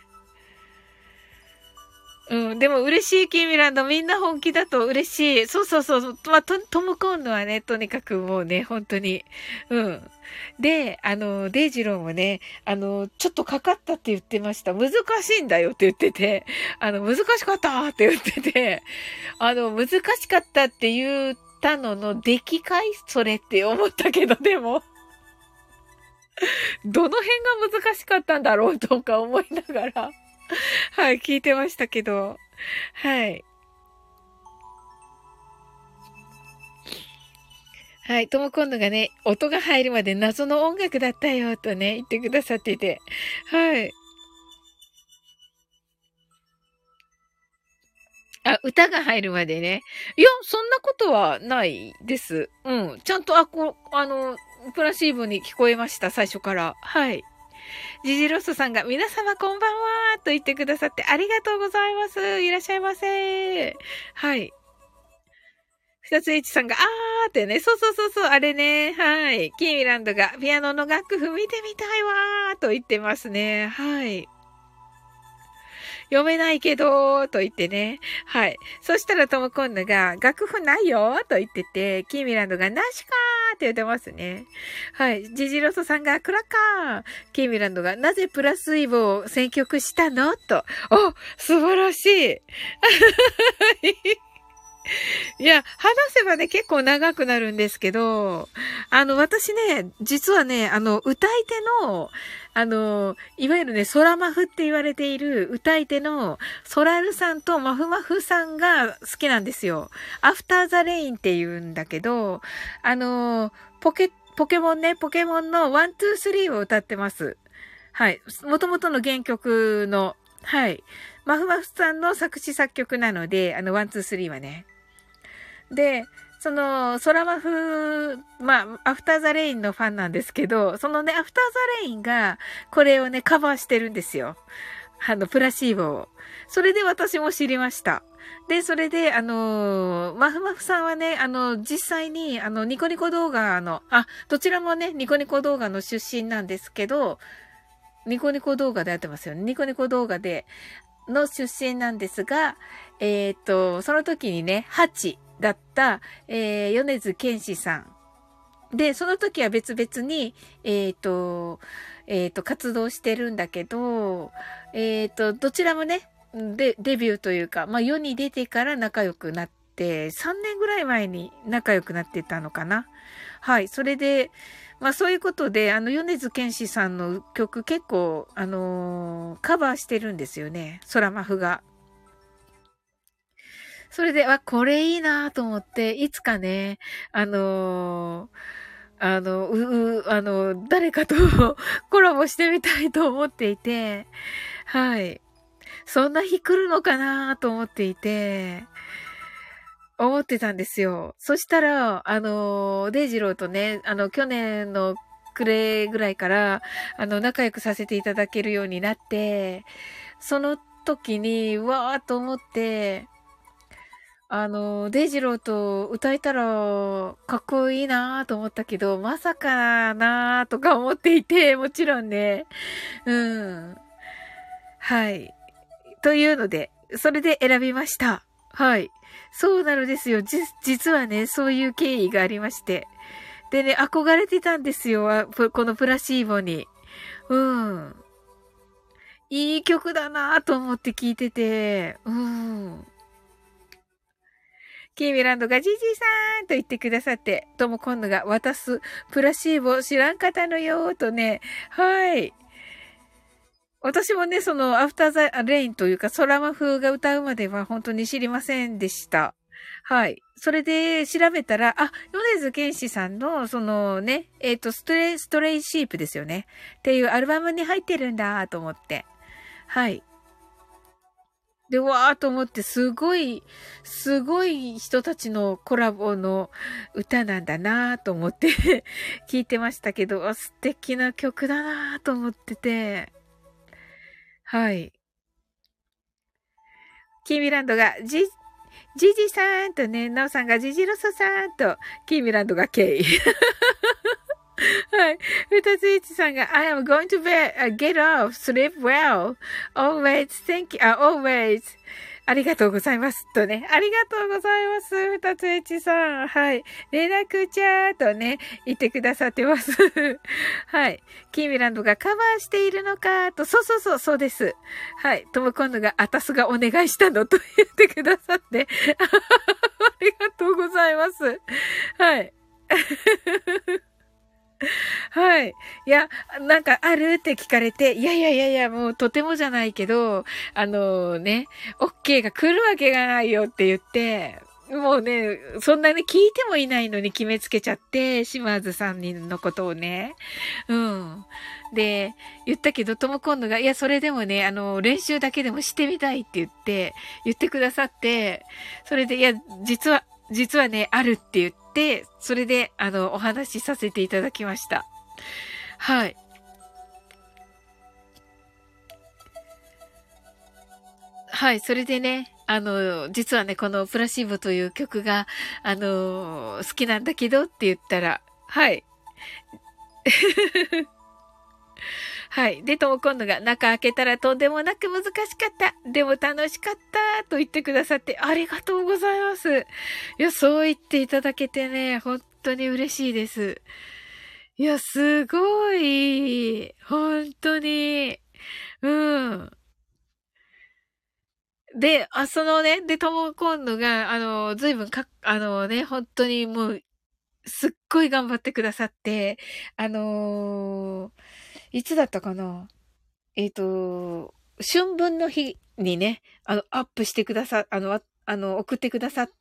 うん。でも嬉しい、キーミランド。みんな本気だと嬉しい。そうそうそう。まあ、と、トムコンヌはね、とにかくもうね、本当に。うん。で、あの、デイジローもね、あの、ちょっとかかったって言ってました。難しいんだよって言ってて、あの、難しかったって言ってて、あの、難しかったって言ったのの、出来かいそれって思ったけど、でも、どの辺が難しかったんだろうとか思いながら、はい、聞いてましたけど、はい。はい。とも今度がね、音が入るまで謎の音楽だったよ、とね、言ってくださってて。はい。あ、歌が入るまでね。いや、そんなことはないです。うん。ちゃんと、あ、こう、あの、プラシーボに聞こえました、最初から。はい。ジジロストさんが、皆様こんばんは、と言ってくださってありがとうございます。いらっしゃいませ。はい。二つ H さんが、あーってね、そうそうそうそう、あれね、はい。キーミランドが、ピアノの楽譜見てみたいわーと言ってますね。はい。読めないけど、と言ってね。はい。そしたらともこんぬが、楽譜ないよと言ってて、キーミランドが、なしかーって言ってますね。はい。ジジロソさんが、クラッカーキーミランドが、なぜプラスイボを選曲したのと。あ、素晴らしい。いや、話せばね、結構長くなるんですけど、あの、私ね、実はね、あの、歌い手の、あの、いわゆるね、ソラマフって言われている歌い手のソラルさんとマフマフさんが好きなんですよ。アフターザレインって言うんだけど、あの、ポケ、ポケモンね、ポケモンのワン、ツー、スリーを歌ってます。はい。元々の原曲の、はい。マフマフさんの作詞作曲なので、あの、ワン、ツー、スリーはね。で、その、ソラマフ、まあ、アフターザレインのファンなんですけど、そのね、アフターザレインが、これをね、カバーしてるんですよ。あの、プラシーボを。それで私も知りました。で、それで、あのー、マフマフさんはね、あの、実際に、あの、ニコニコ動画の、あ、どちらもね、ニコニコ動画の出身なんですけど、ニコニコ動画でやってますよね。ニコニコ動画で、の出身なんですが、えっと、その時にね、ハチだった、えー、米津玄師さん。で、その時は別々に、えっと、えっと、活動してるんだけど、えっと、どちらもね、で、デビューというか、まあ、世に出てから仲良くなって、さんねんぐらい前に仲良くなってたのかな。はい。それで、まあそういうことで、あの、米津玄師さんの曲結構、あのーカバーしてるんですよね。ソラマフが。それで、あ、これいいなと思って、いつかね、あのーあの、う、う、あの、誰かとコラボしてみたいと思っていて、はい。そんな日来るのかなと思っていて、思ってたんですよ。そしたら、あの、デイジローとね、あの、去年の暮れぐらいから、あの、仲良くさせていただけるようになって、その時に、わーっと思って、あの、デイジローと歌えたらかっこいいなーと思ったけど、まさかなーとか思っていて、もちろんね。うん。はい。というので、それで選びました。はい。そうなのですよ。じ、実はね、そういう経緯がありまして。でね、憧れてたんですよ。あこのプラシーボに。うん。いい曲だなぁと思って聞いてて。うん。キーミランドがジジーさんと言ってくださって、とも今度が渡すプラシーボ知らんかったのよーとね。はい。私もね、その、アフターザレインというか、ソラマ風が歌うまでは本当に知りませんでした。はい。それで調べたら、あ、米津玄師さんの、そのね、えっ、と、ストレイ、ストレイシープですよね。っていうアルバムに入ってるんだと思って。はい。で、わーと思って、すごい、すごい人たちのコラボの歌なんだなと思って聞いてましたけど、素敵な曲だなと思ってて。はい。キーミランドが、ジ、ジジさんとね、ナオさんがジジロソさんと、キーミランドがケイ。はい。ふたついちさんが、I am going to bed, uh, get off, sleep well, always, thank you, uh, always. ありがとうございます。とね。ありがとうございます。ふたついちさん。はい。連絡ちゃーとね、言ってくださってます。はい。キーミランドがカバーしているのかと、そうそうそう、そうです。はい。トムコンヌが、あたすがお願いしたのと言ってくださって。ありがとうございます。はい。はい。いや、なんかあるって聞かれて、いやいやいやいや、もうとてもじゃないけど、あのね、OK が来るわけがないよって言って、もうね、そんなに聞いてもいないのに決めつけちゃって、島津さんにのことをね。うん。で、言ったけど、とも今度が、いや、それでもね、あの、練習だけでもしてみたいって言って、言ってくださって、それで、いや、実は、実はね、あるって言って、それで、あの、お話しさせていただきました。はい。はい、それでね、あの、実はね、このプラシーボという曲が、あの、好きなんだけどって言ったら、はい。はい。で、とも今度が中開けたらとんでもなく難しかった。でも楽しかったと言ってくださってありがとうございます。いや、そう言っていただけてね、本当に嬉しいです。いや、すごい。本当に。うん。で、あ、そのね、で、とも今度が、あの、ずいぶんか、あのね、本当にもう、すっごい頑張ってくださって、あのーいつだったかなえっ、と、春分の日にね、あの、アップしてくださ、あの、ああの、送ってくださって、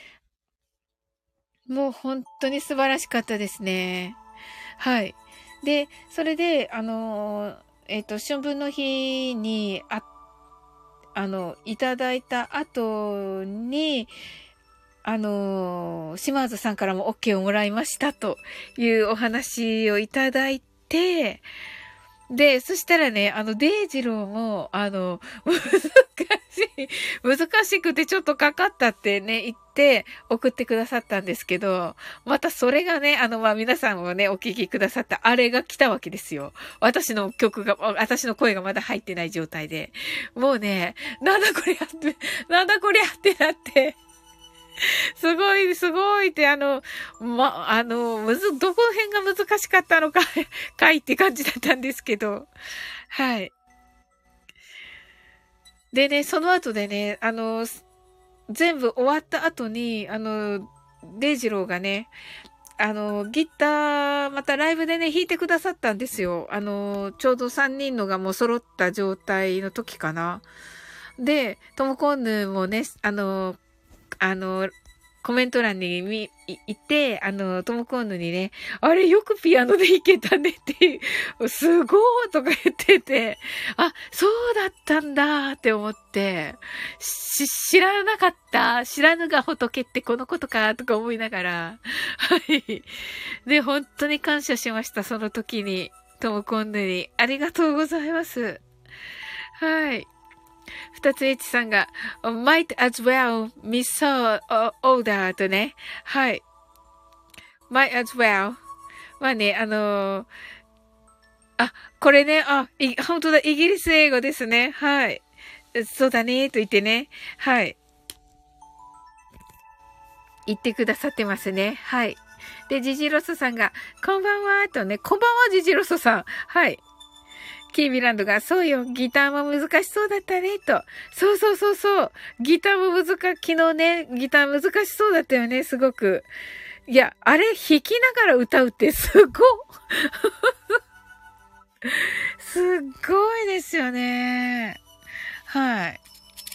もう本当に素晴らしかったですね。はい。で、それで、あの、えっ、と、春分の日に、あ、あの、いただいた後に、あの、島津さんからも OK をもらいましたというお話をいただいて、で、そしたらね、あの、デイジローも、あの、難しい、難しくてちょっとかかったってね、言って送ってくださったんですけど、またそれがね、あの、まあ、皆さんもね、お聞きくださったあれが来たわけですよ。私の曲が、私の声がまだ入ってない状態で。もうね、なんだこりゃって、なんだこりゃってなって、すごい、すごいって、あの、ま、あの、むず、どこ辺が難しかったのかかいって感じだったんですけど。はい。でね、その後でね、あの、全部終わった後に、あの、デイジローがね、あの、ギター、またライブでね、弾いてくださったんですよ。あの、ちょうどさんにんのがもう揃った状態の時かな。で、トムコンヌもね、あの、あの、 コメント欄にみ、い、いて、あの、トモコンヌにね、あれよくピアノで弾けたねっていう、すごーとか言ってて、あ、そうだったんだって思って、し、知らなかった、知らぬが仏ってこのことかとか思いながら、はい。で、本当に感謝しました、その時に。トモコンヌに。ありがとうございます。はい。二つ H さんが、might as well miss her order とね。はい。might as well。まあね、あのー、あ、これね、あ、い、本当だ、イギリス英語ですね。はい。そうだね、と言ってね。はい。言ってくださってますね。はい。で、ジジロソさんが、こんばんは、とね、こんばんは、ジジロソさん。はい。キービランドが、そうよ、ギターも難しそうだったね、と。そうそうそうそう。ギターも難し、昨日ね、ギター難しそうだったよね、すごく。いや、あれ弾きながら歌うってすごすっごいですよね。はい。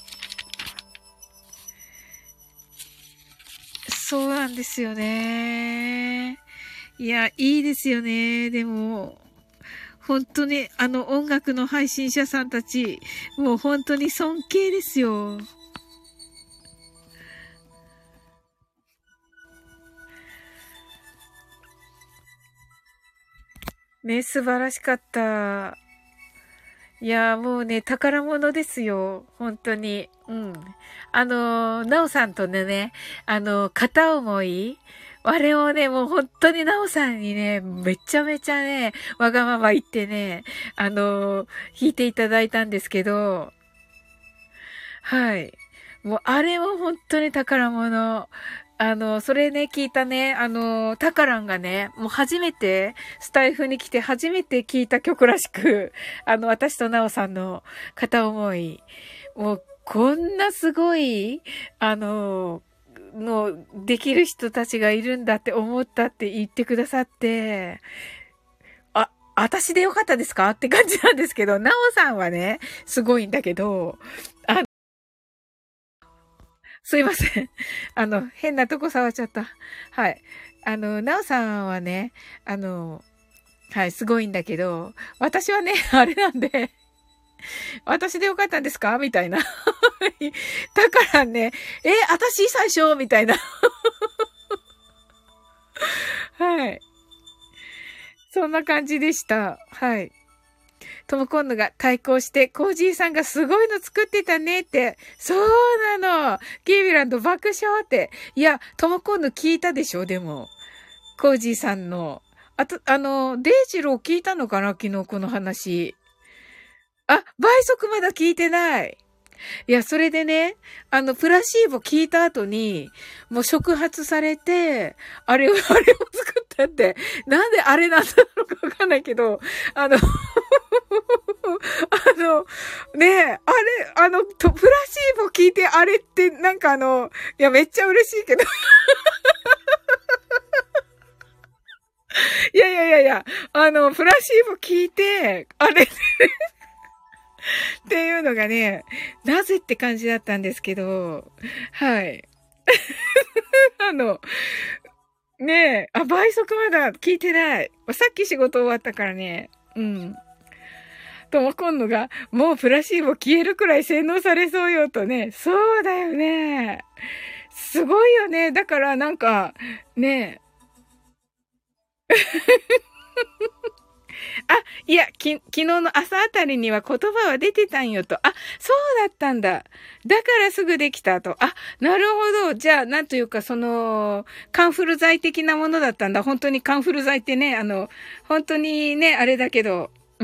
そうなんですよね。いや、いいですよね。でも、本当に、あの音楽の配信者さんたち、もう本当に尊敬ですよ。ね、素晴らしかった。いや、もうね、宝物ですよ。本当に。うん。あの、なおさんとね、あの、片思いあれをね、もう本当になおさんにね、めちゃめちゃね、わがまま言ってね、あの、弾いていただいたんですけど、はい。もう、あれも本当に宝物。あの、それね、聞いたね、あの、タカランがね、もう初めて、スタイフに来て初めて聞いた曲らしく、あの、私とナオさんの片思い。もう、こんなすごい、あの、の、できる人たちがいるんだって思ったって言ってくださって、あ、私でよかったですかって感じなんですけど、ナオさんはね、すごいんだけど、すいません。あの、変なとこ触っちゃった。はい。あの、なおさんはね、あの、はい、すごいんだけど、私はね、あれなんで、私でよかったんですかみたいな。だからね、え、私最初みたいな。はい。そんな感じでした。はい。トムコンヌが対抗して、コージーさんがすごいの作ってたねって。そうなの。キービランド爆笑って。いや、トムコンヌ聞いたでしょでも。コージーさんの。あと、あの、デイジロー聞いたのかな昨日この話。あ、倍速まだ聞いてない。いや、それでね、あの、プラシーボ聞いた後に、もう触発されて、あれを、あれを作ったって、なんであれなんだろうかわかんないけど、あの、あの、ねえ、あれ、あの、と、プラシーボ聞いてあれって、なんかあの、いや、めっちゃ嬉しいけど。いやいやいやいや、あの、プラシーボ聞いて、あれっていうのがね、なぜって感じだったんですけど、はい。あの、ねえ、あ、倍速まだ聞いてない。さっき仕事終わったからね。うん。とも今度が、もうプラシーボ消えるくらい洗脳されそうよとね。そうだよね。すごいよね。だからなんか、ねあ、いや、き、昨日の朝あたりには言葉は出てたんよと。あ、そうだったんだ。だからすぐできたと。あ、なるほど。じゃあ、なんというか、その、カンフル剤的なものだったんだ。本当にカンフル剤ってね、あの、本当にね、あれだけど、うん。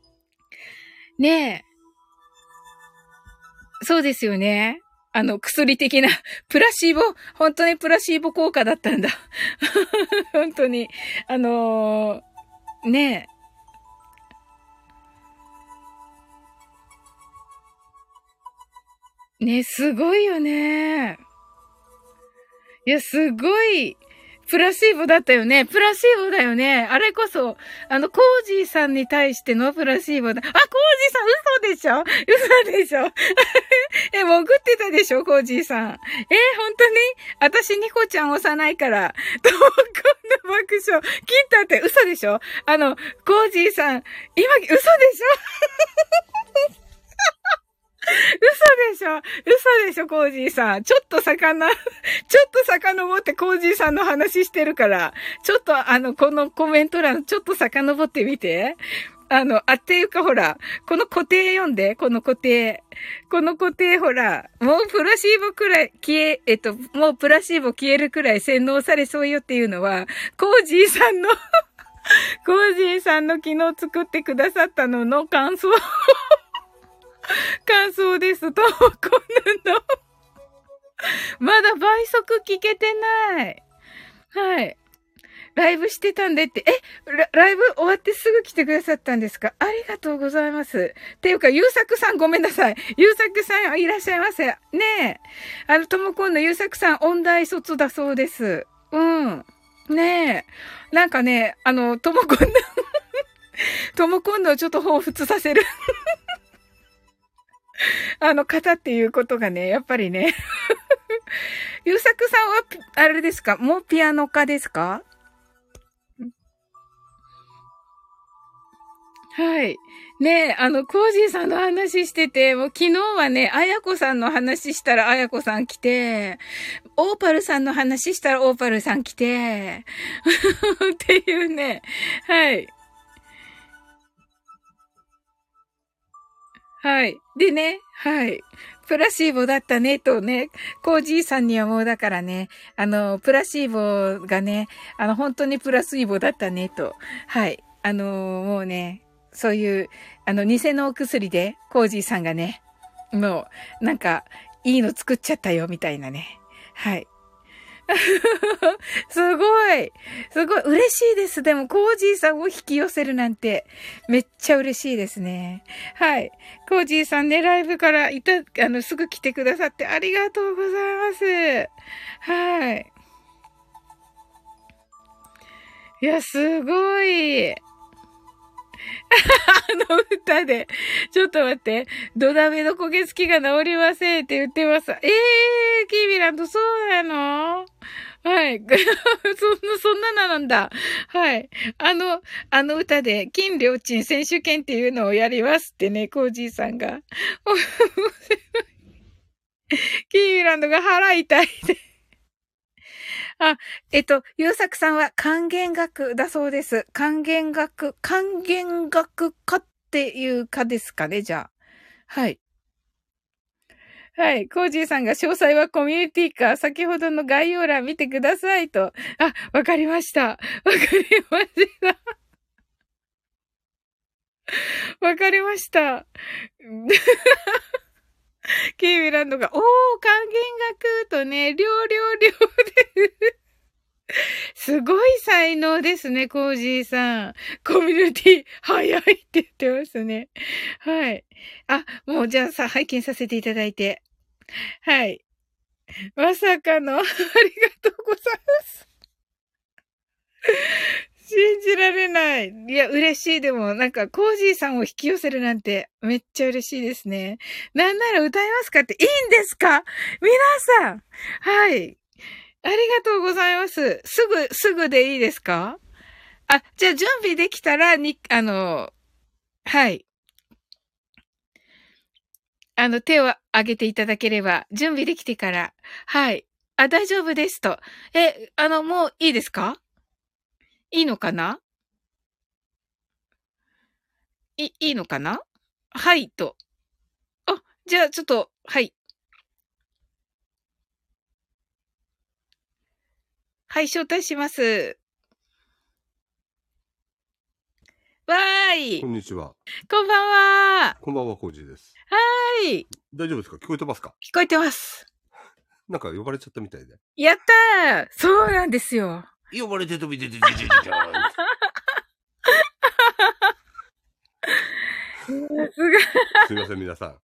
ねえ、そうですよね。あの、薬的な、プラシーボ、本当にプラシーボ効果だったんだ。本当に。あのー、ねえ。ね、すごいよね。いや、すごい、 プラシーボだったよね。プラシーボだよね。あれこそ、あの、コージーさんに対してのプラシーボだ。あ、コージーさん嘘でしょ嘘でしょえ、潜ってたでしょコージーさん。え、本当に私、ニコちゃん押さないから。ともこんな爆笑。金太って嘘でしょあの、コージーさん、今、嘘でしょ嘘でしょ嘘でしょコージーさん。ちょっと魚、ちょっと遡ってコージーさんの話してるから、ちょっとあの、このコメント欄、ちょっと遡ってみて。あの、あ、っていうかほら、この固定読んで、この固定。この固定ほら、もうプラシーボくらい消え、えっと、もうプラシーボ消えるくらい洗脳されそうよっていうのは、コージーさんの、コージーさんの昨日作ってくださったのの感想。感想です。ともこんぬの。まだ倍速聞けてない。はい。ライブしてたんでって。え、ラ、ライブ終わってすぐ来てくださったんですか？ありがとうございます。っていうか、ゆうさくさんごめんなさい。ゆうさくさんいらっしゃいませ。ねえ。あの、ともこんのゆうさくさん音大卒だそうです。うん。ねえ。なんかね、あの、ともこんの、ともこんのをちょっと彷彿させる。あの方っていうことがね、やっぱりね。ゆうさくさんは、あれですか？もうピアノ家ですか？はい。ねえ、あの、コージーさんの話してて、もう昨日はね、あやこさんの話したらあやこさん来て、オーパルさんの話したらオーパルさん来て、っていうね。はい。はい。でね、はい。プラシーボだったね、とね、コージーさんにはもうだからね、あの、プラシーボがね、あの、本当にプラシーボだったね、と。はい。あの、もうね、そういう、あの、偽のお薬で、コージーさんがね、もう、なんか、いいの作っちゃったよ、みたいなね。はい。すごい。すごい。嬉しいです。でも、コージーさんを引き寄せるなんて、めっちゃ嬉しいですね。はい。コージーさんね、ライブからいた、あの、すぐ来てくださってありがとうございます。はい。いや、すごい。あの歌で。ちょっと待って。ドダメの焦げ付きが治りませんって言ってます。ええー、キーミランド、そうなの？はい。そんな、そんなのなんだ。はい。あの、あの歌で、金良鎮選手権っていうのをやりますってね、コージーさんが。キーミランドが腹痛いって。あ、えっと、ゆうさくさんは還元学だそうです。還元学、還元学科っていう科ですかね、じゃあ。はい。はい。コージーさんが詳細はコミュニティか、先ほどの概要欄見てくださいと。あ、わかりました。わかりました。わかりました。キーミランドが、おー、還元学とね、りょうりょうりょうで。すごい才能ですね、コージーさん。コミュニティ、早いって言ってますね。はい。あ、もうじゃあさ、拝見させていただいて。はい。まさかの、ありがとうございます。信じられない。いや、嬉しい。でも、なんか、コージーさんを引き寄せるなんて、めっちゃ嬉しいですね。なんなら歌いますかっていいんですか？皆さん。はい。ありがとうございます。すぐ、すぐでいいですか？あ、じゃあ準備できたら、に、あの、はい。あの、手を挙げていただければ、準備できてから、はい。あ、大丈夫ですと。え、あの、もういいですか？いいのかない、いいのかな？はいと。あ、じゃあちょっと、はい。はい、招待します。わーい。 こんにちは。 こんばんは。 こんばんは、コージーです。 はーい。 大丈夫ですか？聞こえてますか？ 聞こえてます。 なんか呼ばれちゃったみたいで。 やったー！そうなんですよ。 呼ばれて飛び出て出て出てじゃーん。 すごい。 すみません、皆さん。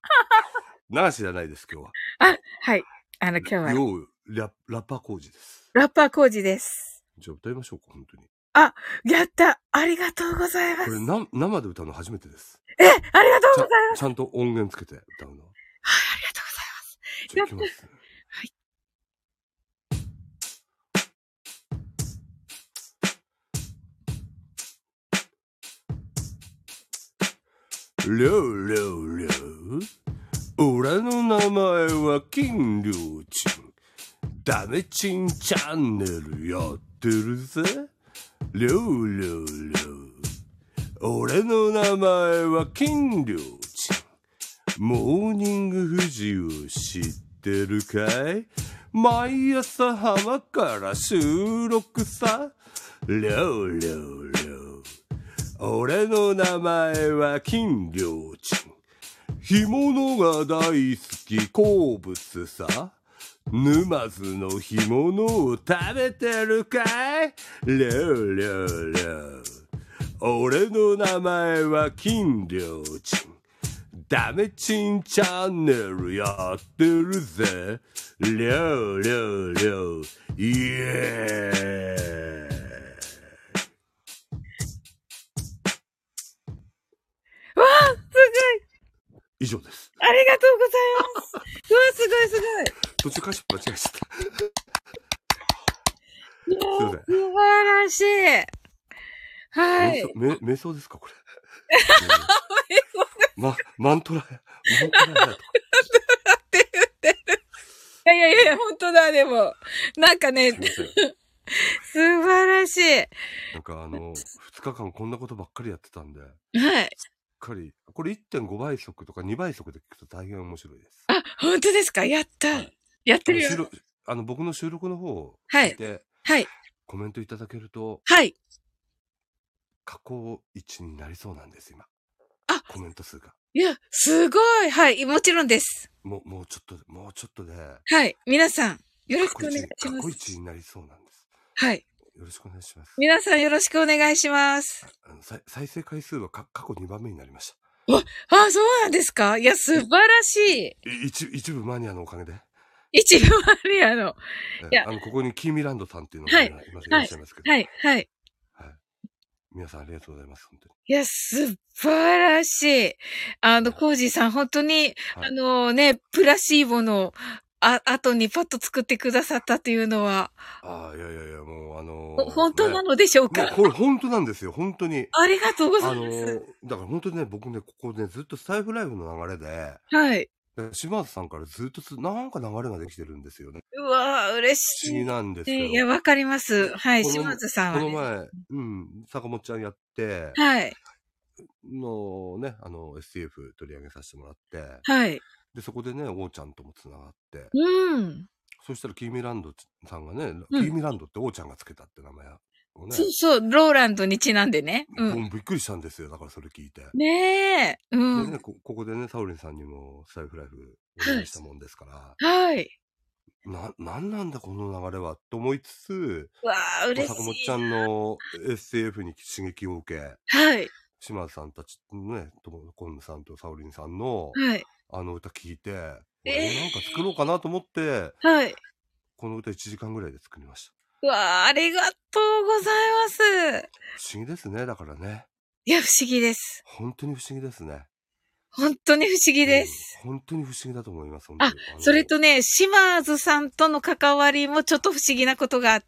ナーシじゃないです、今日は。 あ、はい。あの、今日は。 よう、ララッパーコージーです。 ラッパーコージです。 じゃあ歌いましょうか、本当に。 あ、やった。ありがとうございます。 これな、生で歌うの初めてです。 え、ありがとうございます。 ちゃんと音源つけて歌うの。 はい、ありがとうございます。 じゃあ行きます。 はい。 りょうりょうりょう。俺の名前は金龍ちん。ダメチンチャンネルやってるぜ。りょうりょうりょう。俺の名前は金龍ちん。モーニング富士を知ってるかい？毎朝浜から収録さ。りょうりょうりょう。俺の名前は金龍ちん。干物が大好き好物さ。沼津の干物を食べてるかい？りょうりょうりょう。俺の名前は金龍ちん。ダメチンチャンネルやってるぜ。りょうりょうりょう。イエーイ。 わあ、すごい。 以上です。 ありがとうございます。うわ、すごいすごい。 途中歌詞間違えちゃった。 すいません。素晴らしい。はい。 瞑想、瞑想ですか、これ。ま、マントラ、マントラやと。 って言ってる。いやいやいや、本当だ、でも。なんかね、素晴らしい。 なんかあの、二日間こんなことばっかりやってたんで。はい。しっかり、これ いってんご 倍速とかにばい速で聞くと大変面白いです。 あ、本当ですか？やった。はい、やってるよ。 あの、僕の収録の方を聞いて、はい。 はい。 コメントいただけると、 はい。 過去一になりそうなんです、今。 あ、 コメント数が。 いや、すごい。はい、もちろんです。 もう、もうちょっとで、もうちょっとで。 はい。皆さん、よろしくお願いします。 過去一になりそうなんです。 はい。 よろしくお願いします。 皆さんよろしくお願いします。 あの再生回数は過去にばんめになりました。 あ、あ、そうなんですか？いや、素晴らしい。 一, 一部マニアのおかげで。 一部マニアの。 いや、あの、ここにキーミランドさんっていうのがいらっしゃいますけど。 はい、はい、 はい。皆さんありがとうございます、本当に。 いや、素晴らしい。あの、コージーさん、本当に、はい、あのね、プラシーボの、あ、後にパッと作ってくださったっていうのは。 ああ、いやいやいや、もうあのー、 本当なのでしょうか？ ね、これ本当なんですよ、本当に。 ありがとうございます。あのー、だから本当にね、僕ね、ここね、ずっとスタイフライフの流れで、 はい。 島津さんからずっとつ、なんか流れができてるんですよね。 うわー、嬉しい。 不思議なんですよ。 いや、わかります。はい、島津さんは、 ね。この前、うん、坂本ちゃんやって、 はい。 のね、あの、エスティーエフ 取り上げさせてもらって、 はい。 で、そこでね、おーちゃんともつながって、 うん。 そしたらキーミランドさんがね、うん、キーミランドっておーちゃんがつけたって名前をね。 そうそう、ローランドにちなんでね。 うん。もうびっくりしたんですよ、だからそれ聞いて。 ねえ。うん。 でね、こ、ここでね、サウリンさんにもスタイフライフお願いしたもんですから。 はい。 な、なんなんだこの流れはと思いつつ、 わー、嬉しい。 坂本ちゃんの エスティーエフ に刺激を受け、 はい。 島津さんたちね、ともコンヌさんとサウリンさんの、 はい。 あの歌聞いて、えー、なんか作ろうかなと思って、 はい。 この歌いちじかんぐらいで作りました。 うわー、ありがとうございます。 不思議ですね、だからね。 いや、不思議です。 本当に不思議ですね。 本当に不思議です。 うん、本当に不思議だと思います。 あ、それとね、島津さんとの関わりもちょっと不思議なことがあって、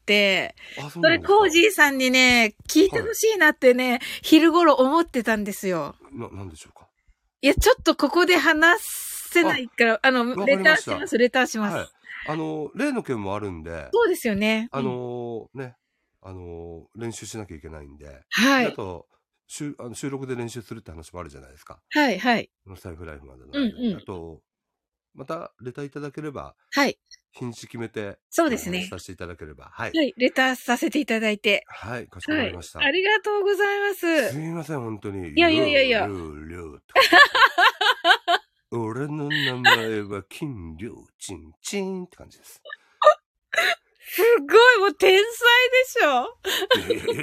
あ、そうなんですか？それコージーさんにね、聞いてほしいなってね、はい、昼頃思ってたんですよ。 な、なんでしょうか？ いや、ちょっとここで話せないから、あ, あの、レターします、レターします。はい。 あの、例の件もあるんで。 そうですよね。 あのー、ね、あのー、練習しなきゃいけないんで。 はい。 あと、収, あの収録で練習するって話もあるじゃないですか。 はいはい。 スタイフライフまでの、 うんうん。 あと、またレターいただければ、 はい。 日にち決めて、 そうですね。 させていただければ、はい。 はい。レターさせていただいて。 はい、かしこまりました。 はい、ありがとうございます。 すみません、本当に。 いやいやいやいや。 りょうりょうと俺の名前は金龍チンチンって感じです。 すごい、もう天才でしょ。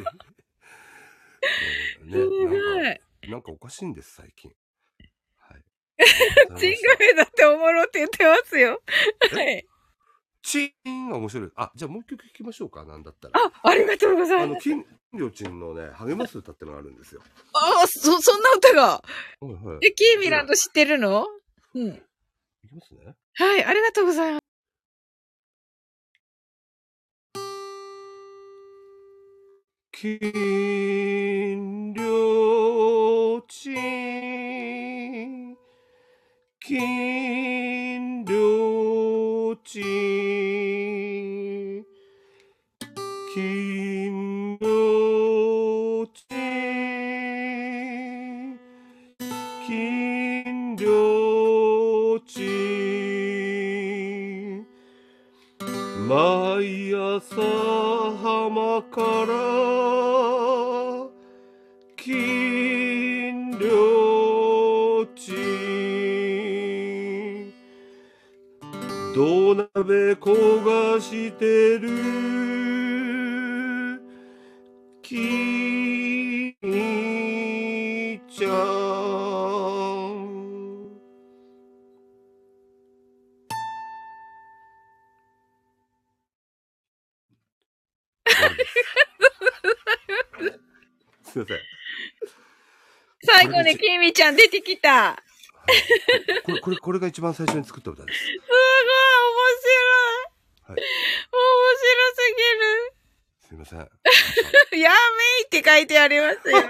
ね、なんか、なんかおかしいんです、最近。はい。 チンガメだっておもろって言ってますよ。はい。 チーンが面白い。あ、じゃあもう一曲聴きましょうか。なんだったら。 あ、ありがとうございあの、 ます。 金良ちんのね、励ます歌ってのがあるんですよ。 ああ、そ、そんな歌が。 はいはい。 え、キーミランド知ってるの？うん。 いきますね。 はい、ありがとうございます。 金良ちん、金良ちん、金良ちん、金良ちん、毎朝浜から金良ちん、土鍋焦がしてる金ちゃん。すいません。 最後にキーミちゃん出てきた。 はい、これ、これ、これが一番最初に作った歌です。すごい、面白い。はい。面白すぎる。すいません。 やめいって書いてありますよ。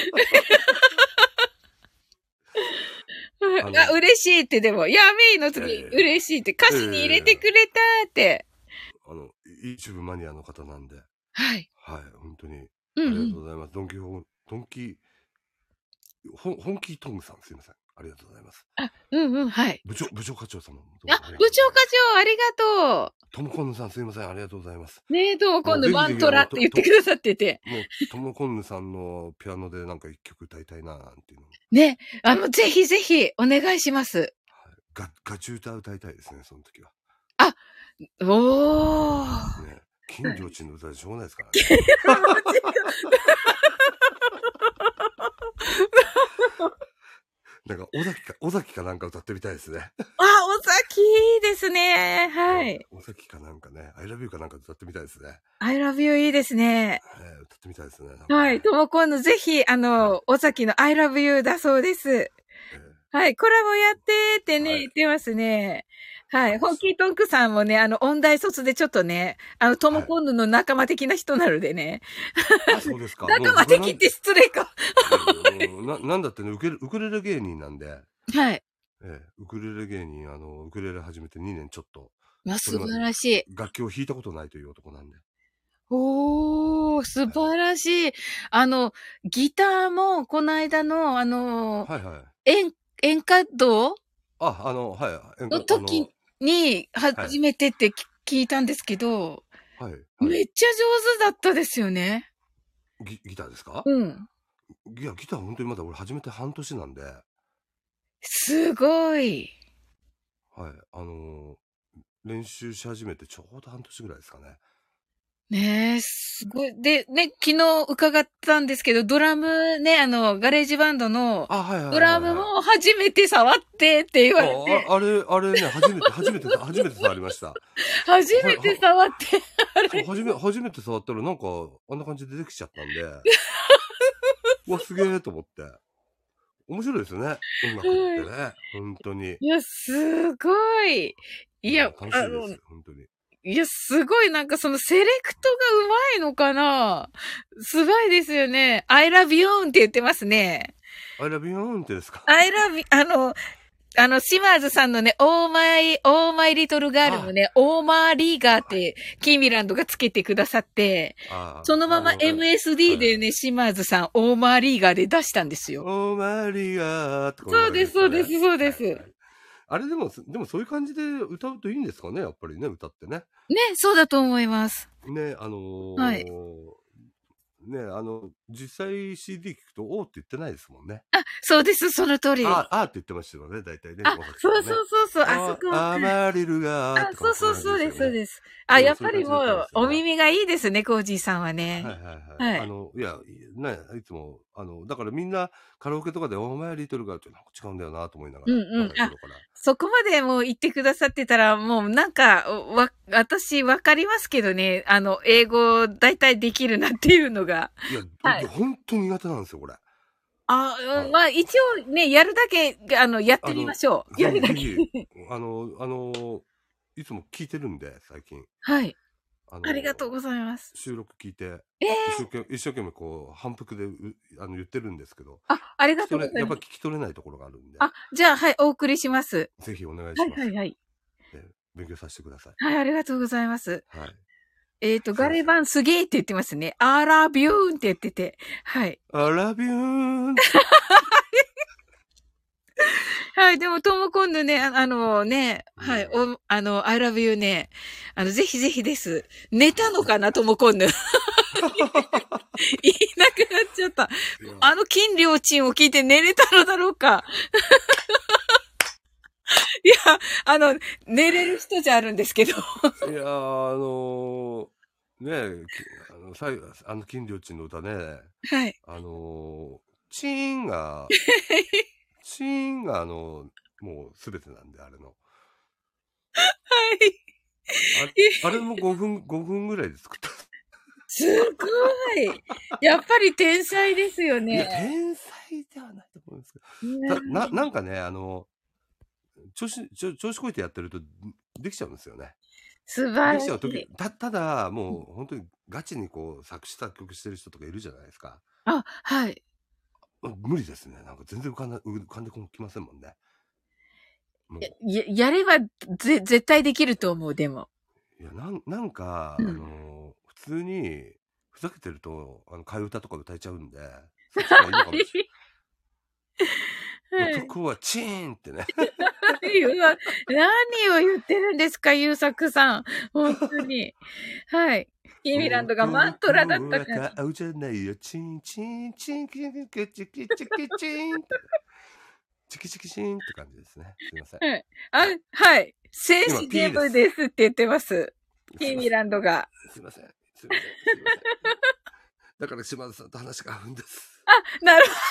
あ、嬉しいってでも、やめいの次、えー、嬉しいって歌詞に入れてくれたって。 えー、あの、YouTube マニアの方なんで。 はい。 はい、本当に。ありがとうございます。うんうん、ドンキホン、ドンキ、ほ本気トングさん、すいません。ありがとうございます。 あ、うんうん、はい。 部長、部長課長様。 あ、部長課長、ありがとう。 ともこんぬさん、すいません。ありがとうございます。 ねえ、ともこんぬマントラって言ってくださってて。 もう、ともこんぬさんのピアノでなんか一曲歌いたいな、なんていうの。 ね、あの、ぜひぜひ、お願いします。はい。 ガ、ガチ歌歌いたいですね、その時は。 あ、おー。 ね、金良ちんの歌でしょうがないですからね。なんか、尾崎か、尾崎かなんか歌ってみたいですね。あ、 尾崎いいですね。はい。 尾崎かなんかね、I love you かなんか歌ってみたいですね。 I love you いいですね。 えー、歌ってみたいですね。 はい。とも今度ぜひ、あの、はい、尾崎の I love you だそうです。えー、はい。コラボやってってね、はい、言ってますね。はい。ホンキートンクさんもね、あの、音大卒でちょっとね、あの、トモコンヌの仲間的な人なのでね。 はい、あ、そうですか。 仲間的って失礼か。 な、なんだってね、ウクレレ、ウクレレ芸人なんで。 はい。 ええ、ウクレレ芸人、あの、ウクレレ始めてにねんちょっと。 わ、素晴らしい。 楽器を弾いたことないという男なんで。 おー、素晴らしい。あの、ギターも、この間の、あの、 はいはい。 演、演歌道あ、あの、はい。 の時に、初めてって聞いたんですけど、 はい。はい、 めっちゃ上手だったですよね。 ギ、ギターですか？ うん。 いや、ギター本当にまだ俺始めて半年なんで。 すごい。 はい。あのー、練習し始めてちょうど半年ぐらいですかね。 ねえ、すごい。で、ね、昨日伺ったんですけど、ドラムね、あの、ガレージバンドの、ドラムも初めて触ってって言われて。 あ、あれ、あれね、初めて、初めて、初めて触りました。 初めて触って、 あれ初め、初めて触ったらなんか、あんな感じで出てきちゃったんで、うわ、すげえと思って。面白いですよね。音楽ってね。はい、本当に。 いや、すごい。いや、 楽しいです。本当に。 いや、すごいなんかそのセレクトがうまいのかな？すごいですよね。I love you って言ってますね。 I love you ってですか？ I love you, あの、あの、シマーズさんのね、オーマイ、オーマイリトルガールもね、オーマーリーガーって、キーミランドがつけてくださって、そのまま エムエスディー でね、シマーズさん、オーマーリーガーで出したんですよ。 オーマーリーガーってことそうです、そうです、そうです。 あれでも、でもそういう感じで歌うといいんですかね、やっぱりね、歌ってね。 ね、そうだと思います。 ね、あのー、 はい。 ね、あの、実際 シーディー 聞くと、おーって言ってないですもんね。 あ、そうです、その通り。 あ、あーって言ってましたよね、大体ね。 あ、そうそうそうそう、あそこ。 あ、アマリルがーあ、 ってそうそうそうです、そうです。あ、 うんやっぱりもう、 そういう感じで言ってますよねお耳がいいですね、コージーさんはね。 はいはいはい。 はいあの、いや、ね、いつも、あの、だからみんなカラオケとかで、お前リトルがってなんか違うんだよなと思いながら、 うんうん若い頃から。 そこまでもう言ってくださってたら、もうなんか、わ、私わかりますけどね、あの、英語大体できるなっていうのが。 いや、 はい本当に苦手なんですよ、これ。 あ、うん、 はいまあ一応ね、やるだけ、あの、やってみましょう。やるだけ。 ぜひ、あの、あの、いつも聞いてるんで、最近。 はい。 あのありがとうございます。 収録聞いて、 ええ一生懸命、一生懸命こう、反復でうあの言ってるんですけど、 あ、あり聞き取れ、 がとうございます。 やっぱ聞き取れないところがあるんで、 あ、じゃあ、はい、お送りします。 ぜひお願いしはいます。 はいはい。 で勉強させてください。 はい、ありがとうございます。 はい。 えっと、 すいませんガレバンすげーって言ってますね。アラビューンって言ってて。はい。 I love you! はい、でも、とも今度ね、ああのね、はい、お、あの、I love you ね、あの、ぜひぜひです。寝たのかな、とも今度。言いなくなっちゃった。あの金良鎮を聞いて寝れたのだろうか。いや、あの、寝れる人じゃあるんですけど。 いやー、あのー、ねえ、きあの、さいあの、金良鎮の歌ね、 はい。 あのー、チーンが、チーンがあの、もうすべてなんで、あれの。 はい。 ああれもごふん、ごふんぐらいで作った。 すごい。やっぱり天才ですよいや、 ね。 天才ではないと思うんですけねど。たな、なんかね、あの、調子、調調子こいてやってるとできちゃうんですよね。 素晴らしできちゃう時い。、 た、ただ、もう本当にガチにこう作詞作曲してる人とかいるじゃないですか。 あ、はい。 無理ですね。なんか全然浮かんな、浮かんできませんもんね。もうや、やれば、ぜ、絶対できると思う、でも。 いや、なん、なんか、 うんあの、普通に、ふざけてると、あの、替え歌とか歌えちゃうんで、そっちがいいのかもしれない。 はい。 男はチーンってね。 うわ何を言ってるんですか、ゆうさくさん。本当に。はい。キーミランドがマントラだったから。 男は顔じゃないよ、チンチンチンキンキチキチキチンって。チキチキチンって感じですね。すいません。 はい。あ、はい。センシティブですって言ってます。キーミランドが。 すいません。すいません。すいません。だから島田さんと話が合うんです。 あ、なるほど。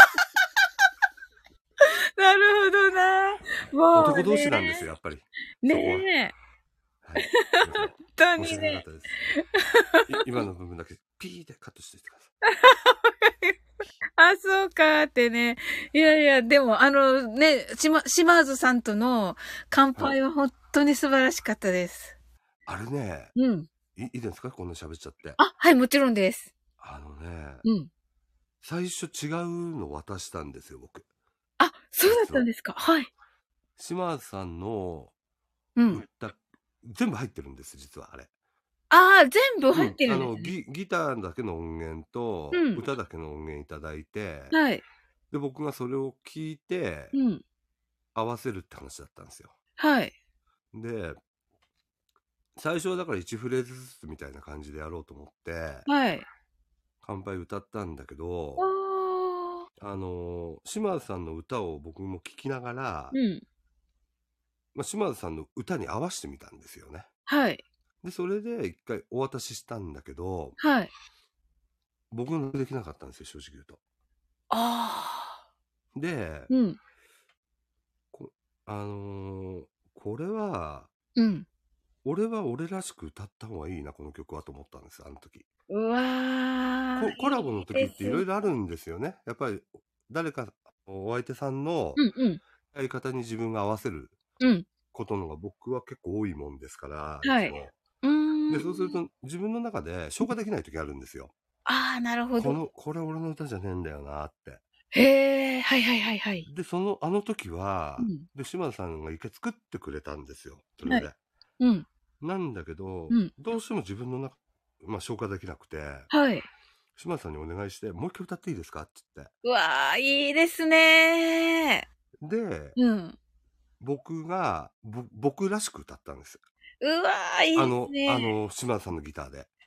なるほどな。もう、ね。 男同士なんですよ、やっぱり。 ねえ。 はい。 本当にね。 申し訳なかったです。今の部分だけピーでカットしておいてください。 あ、そうかってね。いやいや、でも、あのね、しま、島津さんとの乾杯は本当に素晴らしかったです。 あれね、 うん。 いいいですかこんな喋っちゃって。 あ、はい、もちろんです。 あのね、 うん。 最初違うの渡したんですよ、僕。 あ、そうだったんですか。はい。 島津さんのうん。 歌、全部入ってるんです、実はあれ。 ああ、全部入ってうん、あのるんですね。 ギ、ギターだけの音源と、 うん歌だけの音源いただいて、 はい。 で、僕がそれを聞いて、 うん。 合わせるって話だったんですよ。 はい。 で、最初はだからいちフレーズずつみたいな感じでやろうと思って、 はい。 乾杯歌ったんだけど、 おー。 あの、島津さんの歌を僕も聞きながら、 うん。 まあ、島津さんの歌に合わせてみたんですよね。 はい。 で、それで一回お渡ししたんだけど、 はい。 僕ができなかったんですよ、正直言うと。 ああ。 で、 うん。 こあのーこれは、 うん。 俺は俺らしく歌った方がいいな、この曲はと思ったんです、あの時。 うわー。 コラボの時っていろいろあるんですよね。やっぱり、誰か、お相手さんのうんうん。 やり方に自分が合わせるうん。 ことのが僕は結構多いもんですから、 はいいつもうーん。 で、そうすると自分の中で消化できない時あるんですよ。 ああ、なるほど。 この、これ俺の歌じゃねえんだよなって。 へえ、はいはいはいはい。 で、その、あの時は、 うんで、島田さんが一回作ってくれたんですよ。それで。 はいうん。 なんだけど、 うんどうしても自分の中、まあ消化できなくて、 はい。 島田さんにお願いして、もう一回歌っていいですかって言って。 うわー、いいですねで、 ー。うん。 僕が、ぼ僕らしく歌ったんです。 うわー、いいであのす、ね。 あの、島田さんのギターで。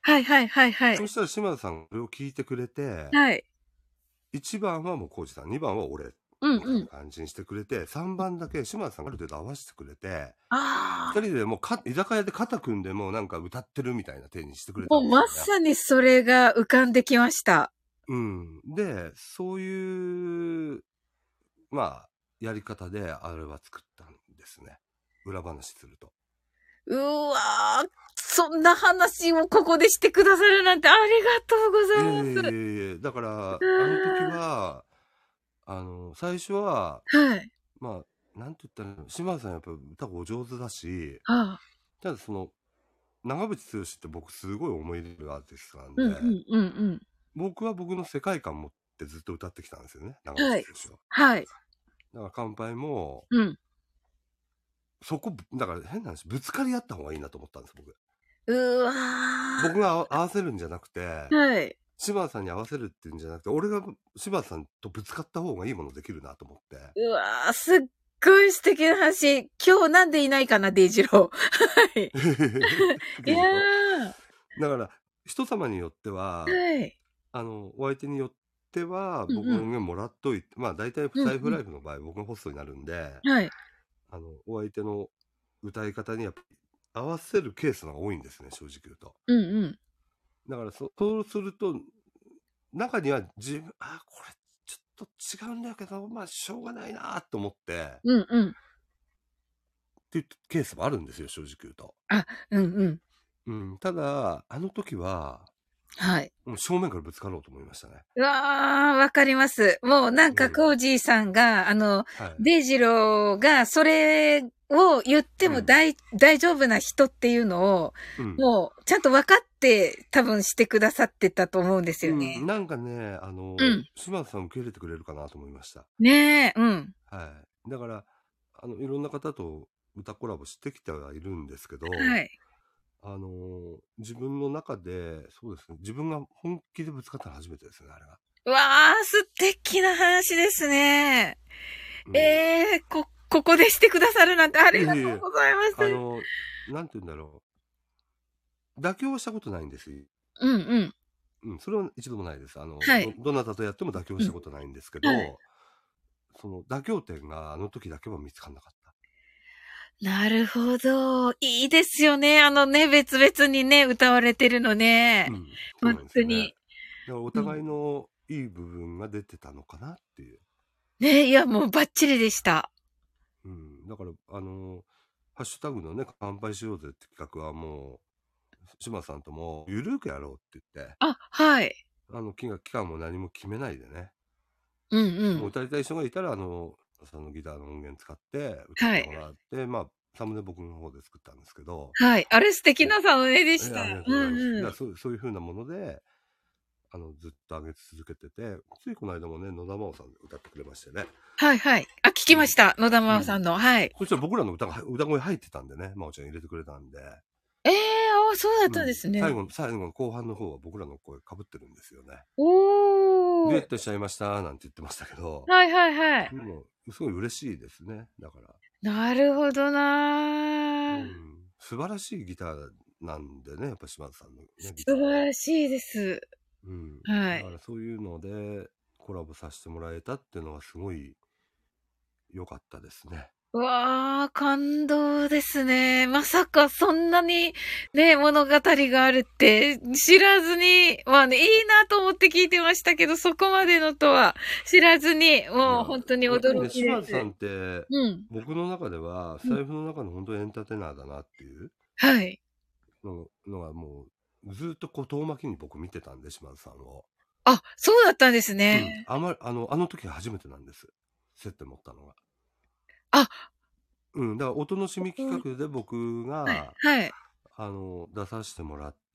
はいはいはいはい。 そしたら島田さんがそれを聞いてくれて、 はい。 いちばんはもう浩二さん、にばんは俺、 うんみたいなうん。 感じにしてくれて、さんばんだけ島田さんがある程度合わせてくれて、 ああ。 二人でもうか居酒屋で肩組んでもうなんか歌ってるみたいな手にしてくれたもうんですよね。 まさにそれが浮かんできました。 うん。で、そういう、まあ、やり方であれは作ったんですね。裏話すると。 うわー、そんな話をここでしてくださるなんてありがとうございます。 いえいえいえいえ、だから、あの時は、あの、最初は、 はい。 まあ、なんて言ったら、島田さんやっぱ歌がお上手だし、 はあ。 ただその、長渕剛って僕すごい思い入れるアーティストなんで、 うんうんうんうん。 僕は僕の世界観持ってずっと歌ってきたんですよね、長はい。 渕剛を。 はい。 だから乾杯も、 うん。 そこ、だから変な話、ぶつかり合った方がいいなと思ったんです、僕。 うわ僕が合わせるんじゃなくて、 ー。はい。 柴田さんに合わせるっていうんじゃなくて、俺が柴田さんとぶつかった方がいいものできるなと思って。 うわー、すっごい素敵な話。今日なんでいないかな、デイジロー。はい。いやー。 だから、人様によっては、 はい。 あの、お相手によっては、 うんうん僕の音源もらっといて、まあ大体うんうん財布ライフの場合、僕がホストになるんで、 はい。 あの、お相手の歌い方にやっぱり合わせるケースが多いんですね、正直言うと。 うんうん。 だからそ、そうすると、中には自分、あ、これちょっと違うんだけど、まあしょうがないなと思って、 うんうん。 っていうケースもあるんですよ、正直言うと。 あ、うんうん。 うん、ただ、あの時は、 はい。 もう正面からぶつかろうと思いましたね。 うわー、わかります。もうなんか、 うんコージーさんが、あの、 はい。 デイジローが、それを言っても大、大丈夫な人っていうのを、 うん。 もう、ちゃんと分かって、多分してくださってたと思うんですようん、 ね。 なんかね、あの、 うん。 島田さん受け入れてくれるかなと思いました。 ねえ、うん。 はい。だから、あの、いろんな方と歌コラボしてきてはいるんですけど、 はい。 あの、自分の中で、そうですね、自分が本気でぶつかったの初めてですね、あれが。 うわー、素敵な話ですね。 うん、 ええー、こ、ここでしてくださるなんてありがとうございます。 あの、なんて言うんだろう。妥協はしたことないんですよ。 うんうん。 うん、それは一度もないです。あの、 はい。 ど、どなたとやっても妥協したことないんですけど、 うんはい、 その妥協点があの時だけは見つかんなかった。 なるほど。いいですよね。あのね、別々にね、歌われてるのね。 うん、そうなんですよね。 本当に。 だからお互いのいい部分が出てたのかなっていう。 ね、いや、もうバッチリでした。 うん、だから、あの、ハッシュタグのね、乾杯しようぜって企画はもう、島さんとも、ゆるくやろうって言って、 あ、はい。 あの、期間期間も何も決めないでね、 うんう。 もうん歌いたい人がいたら、あの、そのギターの音源使って歌ってもらって、まあ、サムネ僕の方で作ったんですけど、 はい。あれ素敵なサムネでした。 えありがとううございます。 んうん。 だからそうそういう風なもので、あの、ずっと上げ続けてて、ついこの間もね、野田真央さん歌ってくれましてね。 はいはい。あ、聞きました。野田真央さんの。はい。 そしたら僕らの歌が、歌声入ってたんでね、真央ちゃん入れてくれたんで。 ええー、あ、そうだったんですね。 うん最後の、最後の後半の方は僕らの声被ってるんですよね。 おー。 デュエットしちゃいましたなんて言ってましたけど、 はいはいはい。 もうすごい嬉しいですね。だから。 なるほどなー、 うん、素晴らしいギターなんでね、やっぱ島田さんのね、ギタ素ーは。 晴らしいです。 うん。 はいだからそういうのでコラボさせてもらえたっていうのはすごい良かったですね。 うわー、感動ですね。まさかそんなにね、物語があるって知らずに、まあね、いいなと思って聞いてましたけど、そこまでのとは知らずに、もう本当にやっぱりね、 驚きです。 島田さんって、 うん。 僕の中では財布の中の本当エンターテイナーだなっていうはい。 ののがもうずっとこう遠巻きに僕見てたんで、島田さんを。 あ、そうだったんですうん。 ね。 あまり、あの、あの時が初めてなんです。接点持ったのが。 あ、 うん。だから、音のしみ企画で僕が、 はい。 あの、出させてもらって、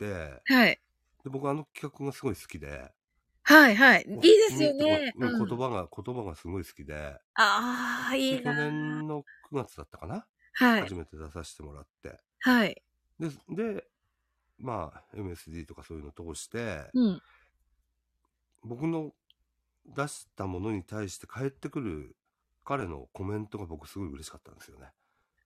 はい。 で、僕あの企画がすごい好きで、 はいはい。いいですよ君ってこね。 うん、 うん。 言葉が、言葉がすごい好きで、 ああ、いで、去いな。 年のくがつだったかなはい。 初めて出させてもらって。 はい。 で、で、まあ、エムエスディー とかそういうのを通して、 うん。 僕の出したものに対して返ってくる彼のコメントが僕すごい嬉しかったんですよね。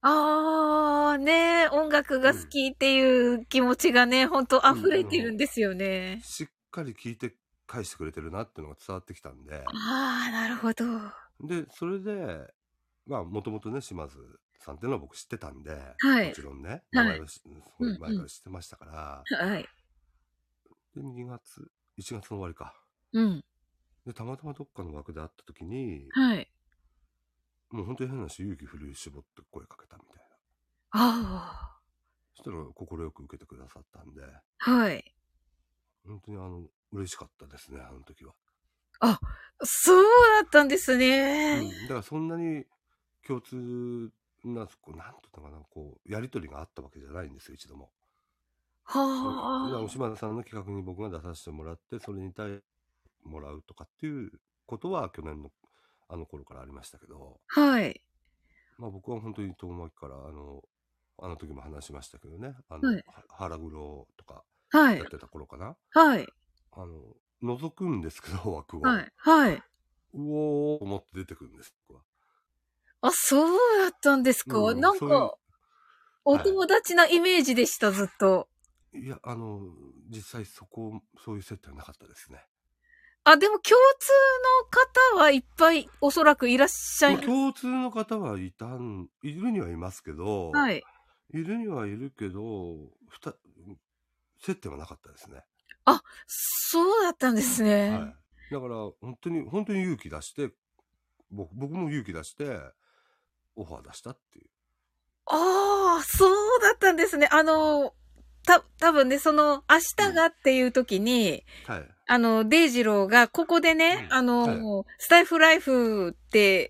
あー、ね、音楽が好きっていう気持ちがね、ほんと溢れてるんですよね。 しっかり聞いて返してくれてるなっていうのが伝わってきたんで。 あー、なるほど。 で、それで、まあ、もともとね、島津さんっていうのは僕知ってたんで、 はい。 もちろんね、名前はすごい前うんうんから知ってましたから、 はい。 で、にがつ、いちがつの終わりか。 うん。 で、たまたまどっかの枠で会った時に、 はい。 もう本当に変なし、勇気振り絞って声かけたみたいな。 あそしたら快く受けてくださったんで、 あ。はい。 本当にあの、嬉しかったですね、あの時は。 あ、そうだったんですね。 うん。だからそんなに共通な、こうなんて言ったかな、こう、やりとりがあったわけじゃないんですよ、一度も。 はあ。 島田さんの企画に僕が出させてもらって、それに対もらうとかっていうことは去年のあの頃からありましたけど、 はい。 まあ僕は本当に遠巻きから、あの、あの時も話しましたけどね、あの、 はい。 腹黒とかはい。 やってた頃かな。 はい。 あの、覗くんですけど、枠を。 はい。はい。 うおー思って出てくるんです、僕は。 あ、そうだったんですか、 うん、 なんそういう、 か、おは友達なイメージでした、ずっと。 い。いや、あの、実際そこ、そういう接点はなかったですね。 あ、でも共通の方はいっぱいおそらくいらっしゃいまあ、共通の方はいたん、いるにはいますけど、 はい。 いるにはいるけど、ふた、接点はなかったですね。 あ、そうだったんですね。 はい。だから、本当に、本当に勇気出して、僕、僕も勇気出して、オファー出したっていう。 ああ、そうだったんですね。あの、た、多分ね、その、明日がっていう時に、 はい。 あの、デイジローが、ここでね、 うんあの、 はいスタイフライフって、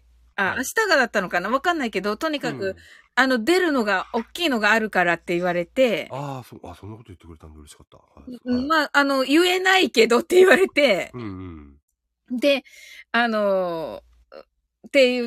あ、 はい明日がだったのかなわかんないけど、とにかく、 うんあの、出るのが、大きいのがあるからって言われて、 ああ、そう、あ、そんなこと言ってくれたんで嬉しかった。はい。はい、 うんまあ、あの、言えないけどって言われて、 うんうん。 で、あのって言って、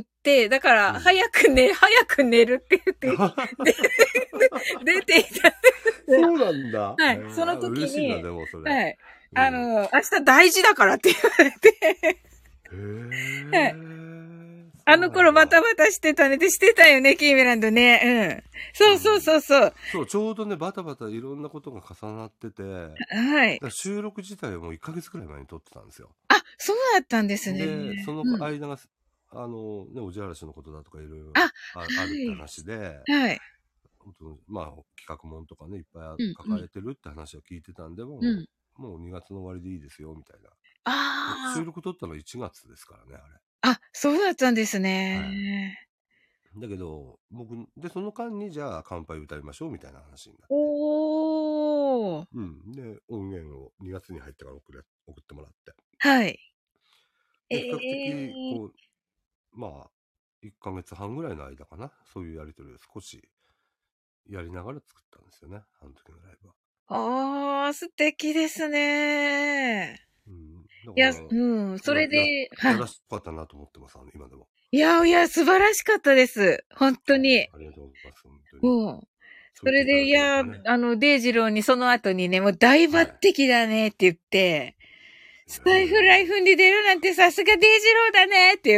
だから、 うん早く寝、早く寝るって言って、で出ていた。 そうなんだ。 はいへーその時に嬉しいな、でもそれ。 はい。 うんあの、明日大事だからって言われて、 へはいえ。 あの頃バタババタしてたね。で、してたよね、キーメランドね。うん。そうそうそうそう。 そう、ちょうどね、バタバタいろんなことが重なってて、だはい。 から収録自体はもういっかげつくらい前に撮ってたんですよ。 あ、そうだったんですね。 で、そうん、 の間が、あの、ね、おじあらしのことだとかいろいろあ、 あはあるってい。 話で、 はい。 本当まあ、企画もんとかね、いっぱいうん、 抱えてるって話を聞いてたんで、もうん。うん。 う、もうにがつの終わりでいいですよ、みたいな。 あ収録撮ったのはいちがつですからね、あれ。 あ。あ、そうだったんですはい。 ね。 だけど、僕、で、その間にじゃあ乾杯歌いましょうみたいな話になって。 おー。 うん。で、音源をにがつに入ってから送れ、送ってもらって。 はい。えで、比較的、 えー。 こう、まあ、いっかげつはんぐらいの間かな。そういうやりとりを少しやりながら作ったんですよね。あの時のライブは。 ああ、素敵ですね。 うん。だいや、 から、 うん。それや、や、 で、はい。 やらしかったなと思ってます、あの、今でも。 いやいや、素晴らしかったです。本当に。 ありがとうございます、本当に。 うん。それで、 そう言っていただいや、 けるとね。 あの、デイジローにその後にね、もう大抜擢だねって言って、スタイフライフに出るなんてさすがデイジローだねって言って、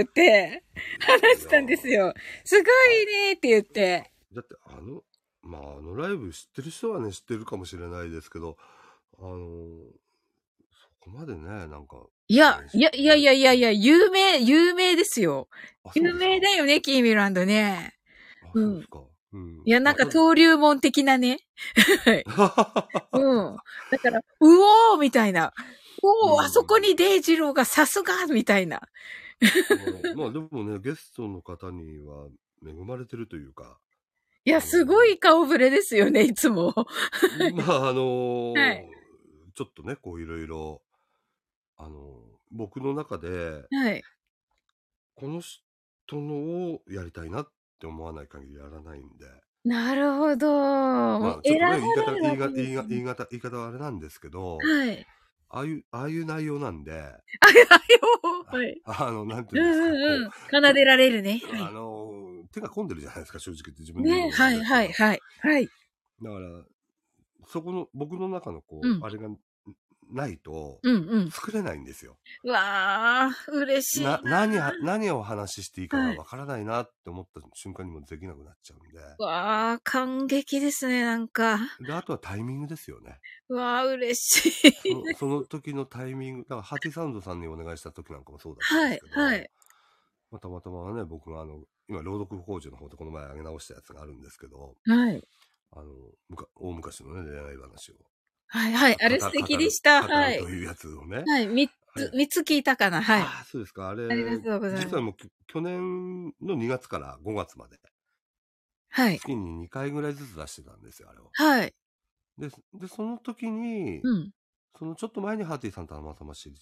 話したんですよ。すごいねって言って。 だってあの、まああのライブ知ってる人はね、知ってるかもしれないですけど、あの、そこまでね、なんか。 いや、いや、いやいやいやいや、有名、有名ですよ。有名だよね、キーミランドね。 あ、 う。 そうんですか。うん。 いや、なんか登竜門的なね。はい。うん。だから、うおーみたいな。おお、あそこにデイジローがさすがみたいな。 まあでもね、ゲストの方には恵まれてるというか。 いや、すごい顔ぶれですよね、いつも。 まあ、あのーはい、 ちょっとね、こういろいろ、あのー僕の中で、 はい。 この人のをやりたいなって思わない限りやらないんで。 なるほど。 まあ、ちょっとね、言い方、言い方、 言言い方、言い方、言い方はあれなんですけど、 はい。 ああいう、ああいう内容なんで、 あ、よはい。 あの、なんてういうんですか、 んうんうん。 こ奏でられるね。 う、 はい。 あの、手が込んでるじゃないですか、正直言って自分で言うね、 のもなはいんですけど。 はいはい。はい。 だから、そこの、僕の中のこう、 うん。 あれがないと、 うんうん。 作れないんですよ。 うわー、嬉しいな。 な、何は、何を話していいかがわからないなって思った瞬間にもできなくなっちゃうんで。 うわー、感激ですね、なんか。 で、あとはタイミングですよね。 うわー、嬉しい。 その、その時のタイミング、だからハーティーサウンドさんにお願いした時なんかもそうだったんはい、 ですけど、 はい。 まあ、たまたまね、僕があの、今、朗読工事の方でこの前上げ直したやつがあるんですけど、 はい。 あの、むか大昔のね、恋愛話を。 はい、はい。あれ素敵でした。 語はい。 るというやつをね。 はい。三つ、三つ聞いたかな。はい。 ああ、そうですか。あれ、 ありがとうございます。 実はもう去年のにがつからごがつまで、 はい。 月ににかいぐらいずつ出してたんですよ、あれを。 はい。 で、でその時に、 うん。 そのちょっと前にハーティーさんとたまたま知って、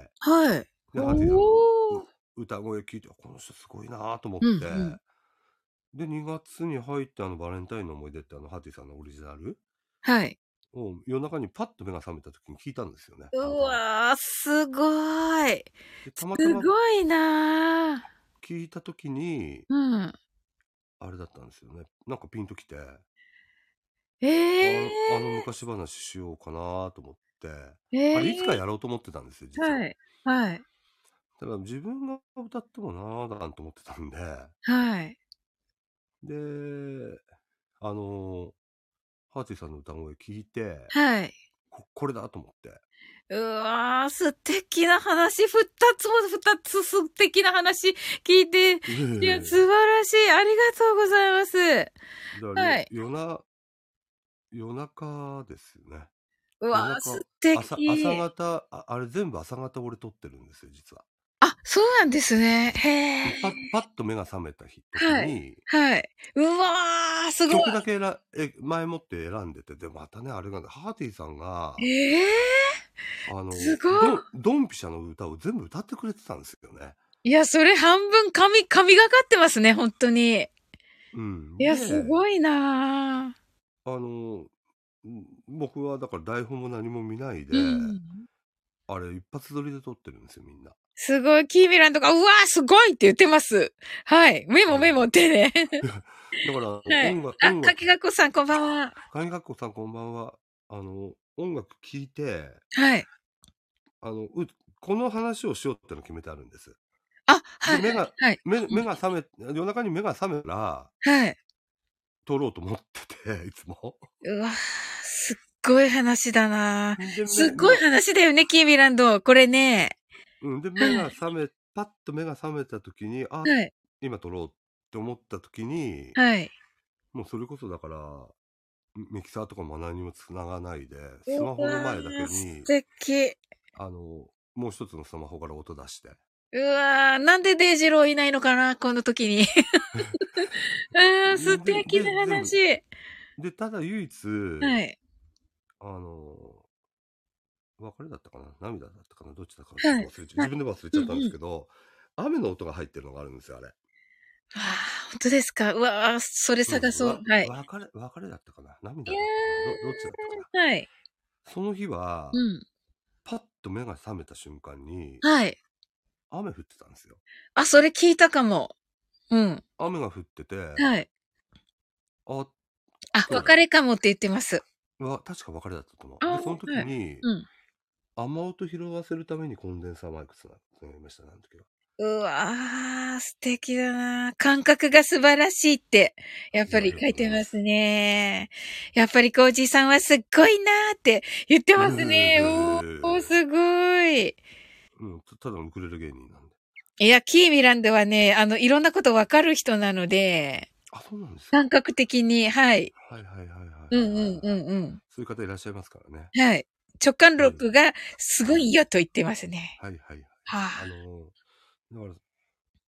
はい。 でハーティーさんの歌声聞いて、この人すごいなと思って、うんうん、で、にがつに入ってあのバレンタインの思い出ってあのハーティーさんのオリジナルはい。 を夜中にパッと目が覚めた時に聞いたんですよね。 うわー、すごい。でたまたますごいな聞いた時に、 うん。 あれだったんですよね。なんかピンときて、 えー、 あ, あの昔話しようかなと思って、 えー、 あれいつかやろうと思ってたんですよ、実は。 はい。はい。 だから自分が歌ってもなーなんて思ってたんで、 はい。 で、あの、ハーティーさんの歌声聞いて、 はい。 こ, これだと思って。 うわー、素敵な話、二つも二つ素敵な話聞いて、いや、素晴らしい。ありがとうございます。はい。 夜な、夜中ですよね。 うわー、素敵。 朝、朝方あ、あれ全部朝方俺撮ってるんですよ、実は。 あ、そうなんですね。へー。 パッ、パッと目が覚めた日時に、はい。 はい。うわー、すごい。 曲だけらえ前もって選んでて、で、またね、あれが、ハーティーさんが、 えー、 あの、 すごい。 ドン、ドンピシャの歌を全部歌ってくれてたんですよね。 いや、それ半分神、神がかってますね、本当に。うん。いや、すごいなあの、僕はだから台本も何も見ないで、うん、あれ一発撮りで撮ってるんですよ、みんな。 すごい、キーミランとか、うわーすごいって言ってます。はい。メモメモってね。 だから、 はい、音楽。あ、かきがこさんこんばんは。 かきがこさんこんばんは。あの、音楽聴いて、 はい。 あの、う、この話をしようっての決めてあるんです。 あ、はい。 目が、 はい、 目、目が覚め、夜中に目が覚めたら、 はい。 撮ろうと思ってて、いつも。 うわすっごい話だなすっごい話だよね、キーミランド。これね。 うん。で、目が覚め、はい、パッと目が覚めた時に、あ、はい、今撮ろうって思った時に、はい。もうそれこそだから、ミキサーとかも何も繋がないで、スマホの前だけに、素敵。あの、もう一つのスマホから音出して。 うわー、なんでデイジローいないのかな、この時に。あー、素敵な話で。 で、ただ唯一、はい。あの、別れだったかな涙だったかなどっちだか忘れちゃ、はい、自分でも忘れちゃったんですけど、うんうん、雨の音が入ってるのがあるんですよ、あれ。 ああ、本当ですか。うわあ、それ探そう。うん、はい。 別れ、別れだったかな涙だったかなど、どっちだったかなはい。その日は、うん、パッと目が覚めた瞬間に、はい。雨降ってたんですよ。 あ、それ聞いたかも。うん。 雨が降ってて、 はい。 あ、 あ、別れかもって言ってます。 は、確か別れだったと思う。で、その時に、はい、うん。雨音拾わせるためにコンデンサーマイクつなぎました、あの時は。うわー、素敵だな。感覚が素晴らしいって、やっぱり書いてますね。やっぱりコージーさんはすっごいなーって言ってますね。おー、すごい。 うん、ただのウクレレ芸人なんで。 いや、キーミランドはね、あの、いろんなことわかる人なので。 あ、そうなんですか。 感覚的に、はい。 はいはいはいはい。 うんうんうんうん。 そういう方いらっしゃいますからね。 はい。直感力がすごいよと言ってますね。 はいはいはい。はあ、あの、だから、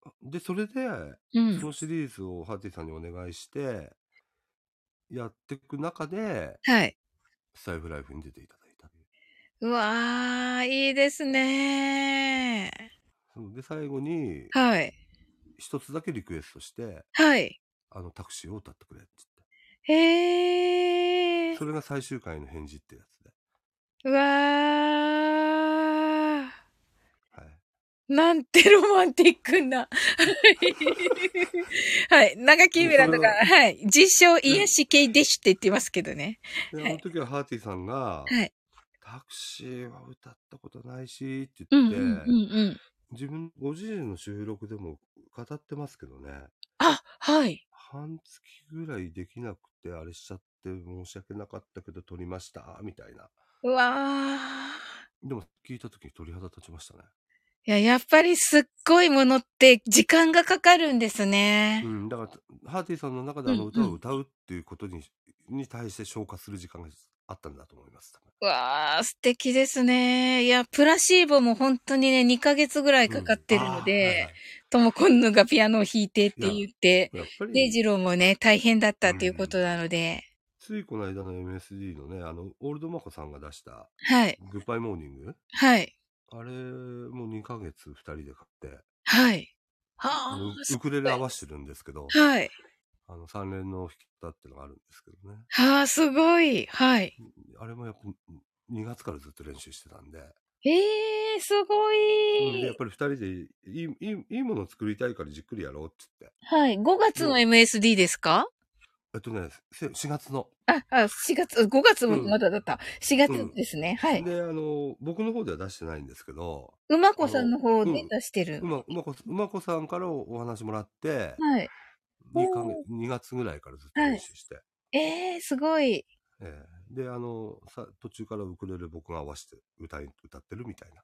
で、それで、うん、そのシリーズをハーティーさんにお願いして、やっていく中で、はい。スタイフライフに出ていただいた。 うわー、いいですねー。で、最後に、 はい。 一つだけリクエストして、 はい。あの、タクシーを歌ってくれって言って。 へー。 それが最終回の返事ってやつで。 うわー。はい。なんてロマンティックな。はい。長木村とか、はい。実証癒し系でしって言ってますけどね。 で、あの時はハーティーさんが、はい。 タクシーは歌ったことないしってうん言って、 うんうんうん。 自分、ご自身の収録でも語ってますけどね。 あ、はい。 半月ぐらいできなくて、あれしちゃって申し訳なかったけど撮りました、みたいな。 うわー。 でも聞いた時に鳥肌立ちましたね。 いや、やっぱりすっごいものって時間がかかるんですね。 うん、だから、ハーティーさんの中であの歌を歌うっていうことに、に対して消化する時間があったんだと思います。多分うわー、素敵ですね。いや、プラシーボも本当にね、にかげつぐらいかかってるのうんあーはいではい、 ともこんぬがピアノを弾いてっていや言って、 やっぱり、 デイジローもね、大変だったっていううんことなので、 ついこの間の エムエスディー のね、あの、オールドマコさんが出した、 はい。 グッバイモーニングはい。 あれもにかげつふたりで買って、 はい。はあの、 あ、すウクレレごい。 合わせてるんですけど、 はい。 あの、三連の弾き方っていうのがあるんですけどね。 はあ、すごい。はい。 あれもやっぱにがつからずっと練習してたんで。 ええー、すごうん、で、やっい。 ぱりふたりでいい、いい、いいものを作りたいからじっくりやろうって言って。 はい。ごがつの エムエスディー ですか？ えっとね、しがつの。 あ、あ、しがつ、ごがつもうんまだだった。しがつうんですね。はい。 で、あの、僕の方では出してないんですけど、 馬子さんあの、 の方でうん、 出してる。 うま、うまこ、うまこさんからお話もらって、 はい。 にかげつ、 おー。 にがつぐらいからずっとはい。 練習して。 ええー、すごい。 ええで、あの、さ、途中からウクレレ僕が合わせて歌い、歌ってるみたいな。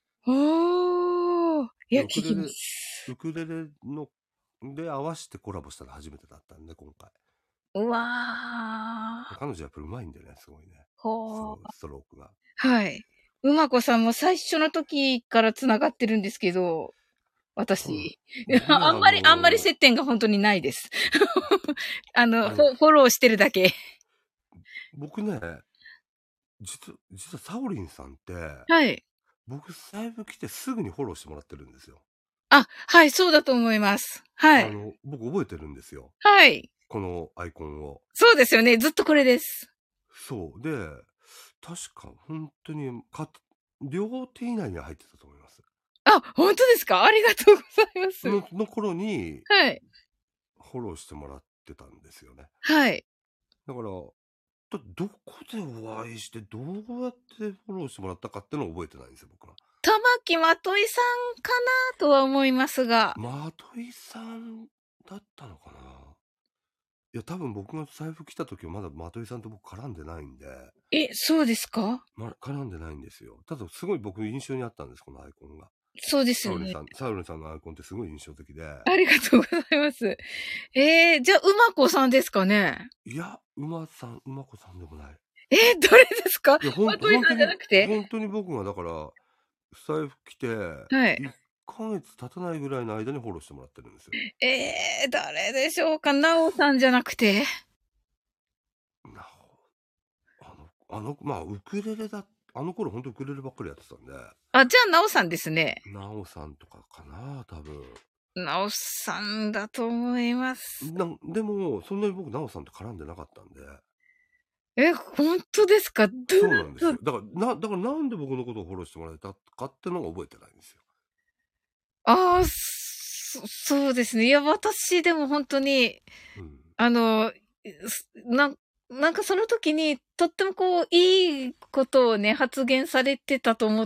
おー。いや、 でウク聞きまレレ、 す。 ウクレレの、で合わせてコラボしたの初めてだったんで、今回。 うわー。 彼女やっぱり上手いんだよね、すごいね。スほー。 ロー、ストロークが。 はい。馬子さんも最初の時から繋がってるんですけど、 うん。 私。 僕ね、ああんまり、あんまりの、 接点が本当にないです。あの、 あの、 フォフォローしてるだけ。 僕ね、実、実はサオリンさんって、 はい。 僕ライブ来てすぐにフォローしてもらってるんですよ。 あ、はい、そうだと思います。はい。 あの、僕覚えてるんですよ。 はい。 このアイコンを。 そうですよね。ずっとこれです。 そう。で、確か本当にか、両手以内には入ってたと思います。 あ、本当ですか？ありがとうございます。 の、の頃に、 はい。 フォローしてもらってたんですよね。 はい。 だから、ど、どこでお会いして、どうやってフォローしてもらったかってのを覚えてないんですよ、僕は。 玉木まといさんかなとは思いますが。 まといさんだったのかないや、多分僕が財布来た時はまだまといさんと僕絡んでないんで、 え、そうですか？ ま、絡んでないんですよ。ただすごい僕印象にあったんです、このアイコンが。 そうですよね。 サウリンさん、サウリンさんのアイコンってすごい印象的で。 ありがとうございます。えー、じゃあ、馬子さんですかね？ いや、馬さん、馬子さんでもない。 えー、どれですか？ いや、ほん、 まといさんじゃ本当に、 なくて？ 本当に僕がだから、財布来て、 はい。 いっかげつ経たないぐらいの間にフォローしてもらってるんですよ。 えー、誰でしょうか？なおさんじゃなくて？ なお、あの、あの、まあ、ウクレレだ、あの頃本当ウクレレばっかりやってたんで。 あ、じゃあ、なおさんですね。 なおさんとかかな、多分。 なおさんだと思います。 な、でも、そんなに僕、なおさんと絡んでなかったんで。 え、本当ですか？どそうなんですよ。 うだから、な、だからなんで僕のことをフォローしてもらえたかってのが覚えてないんですよ。 ああ、そ、そうですね。いや、私でも本当に、 うん。 あの、すな、なんかその時に、とってもこう、いいことをね、発言されてたと思って、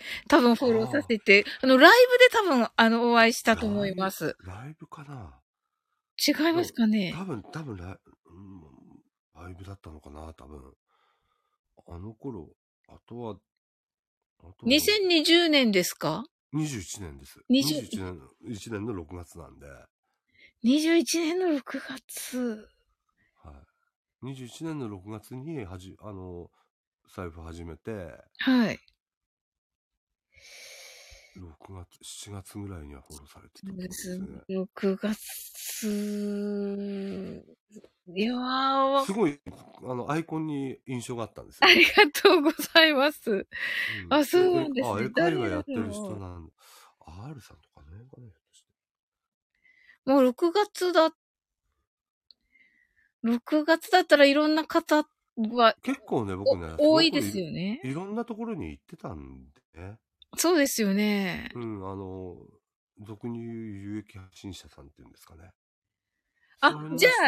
多分フォローさあせて、あの、ライブで多分、あの、お会いしあ、 たと思ライブ、 います。 ライブかな。 違いますかね？ 多分、多分ライ、うん、ライブだったのかな、多分。あの頃、あとは、あとは、 にせんにじゅうねんですか？ にじゅういちねんです。 にじゅう、 にじゅういちねん、いちねんのろくがつなんで。 にじゅういちねんのろくがつ。 はい。にじゅういちねんのろくがつに、はじ、あの、財布始めて、 はい。 ろくがつ、しちがつぐらいにはフォローされてたと思うんでですす。 ね。 ろくがつ、いやー、 すごい、あの、アイコンに印象があったんですよ。 ありがとうございます。 うん。 あ、そうなえ、え、あ、 んですね。 英会話誰だやってる人ろなんだ。R さんとかね、かな、ひょっとして。 う。もうろくがつだ、ろくがつだったらいろんな方は、 結構ね、僕ね、 お多いでその頃い、 すよね。 いろんなところに行ってたんでね。 そうですよね。 うん、あの、俗に言う有益発信者さんっていうんですかね。そあ、 んじゃあ、 な人の、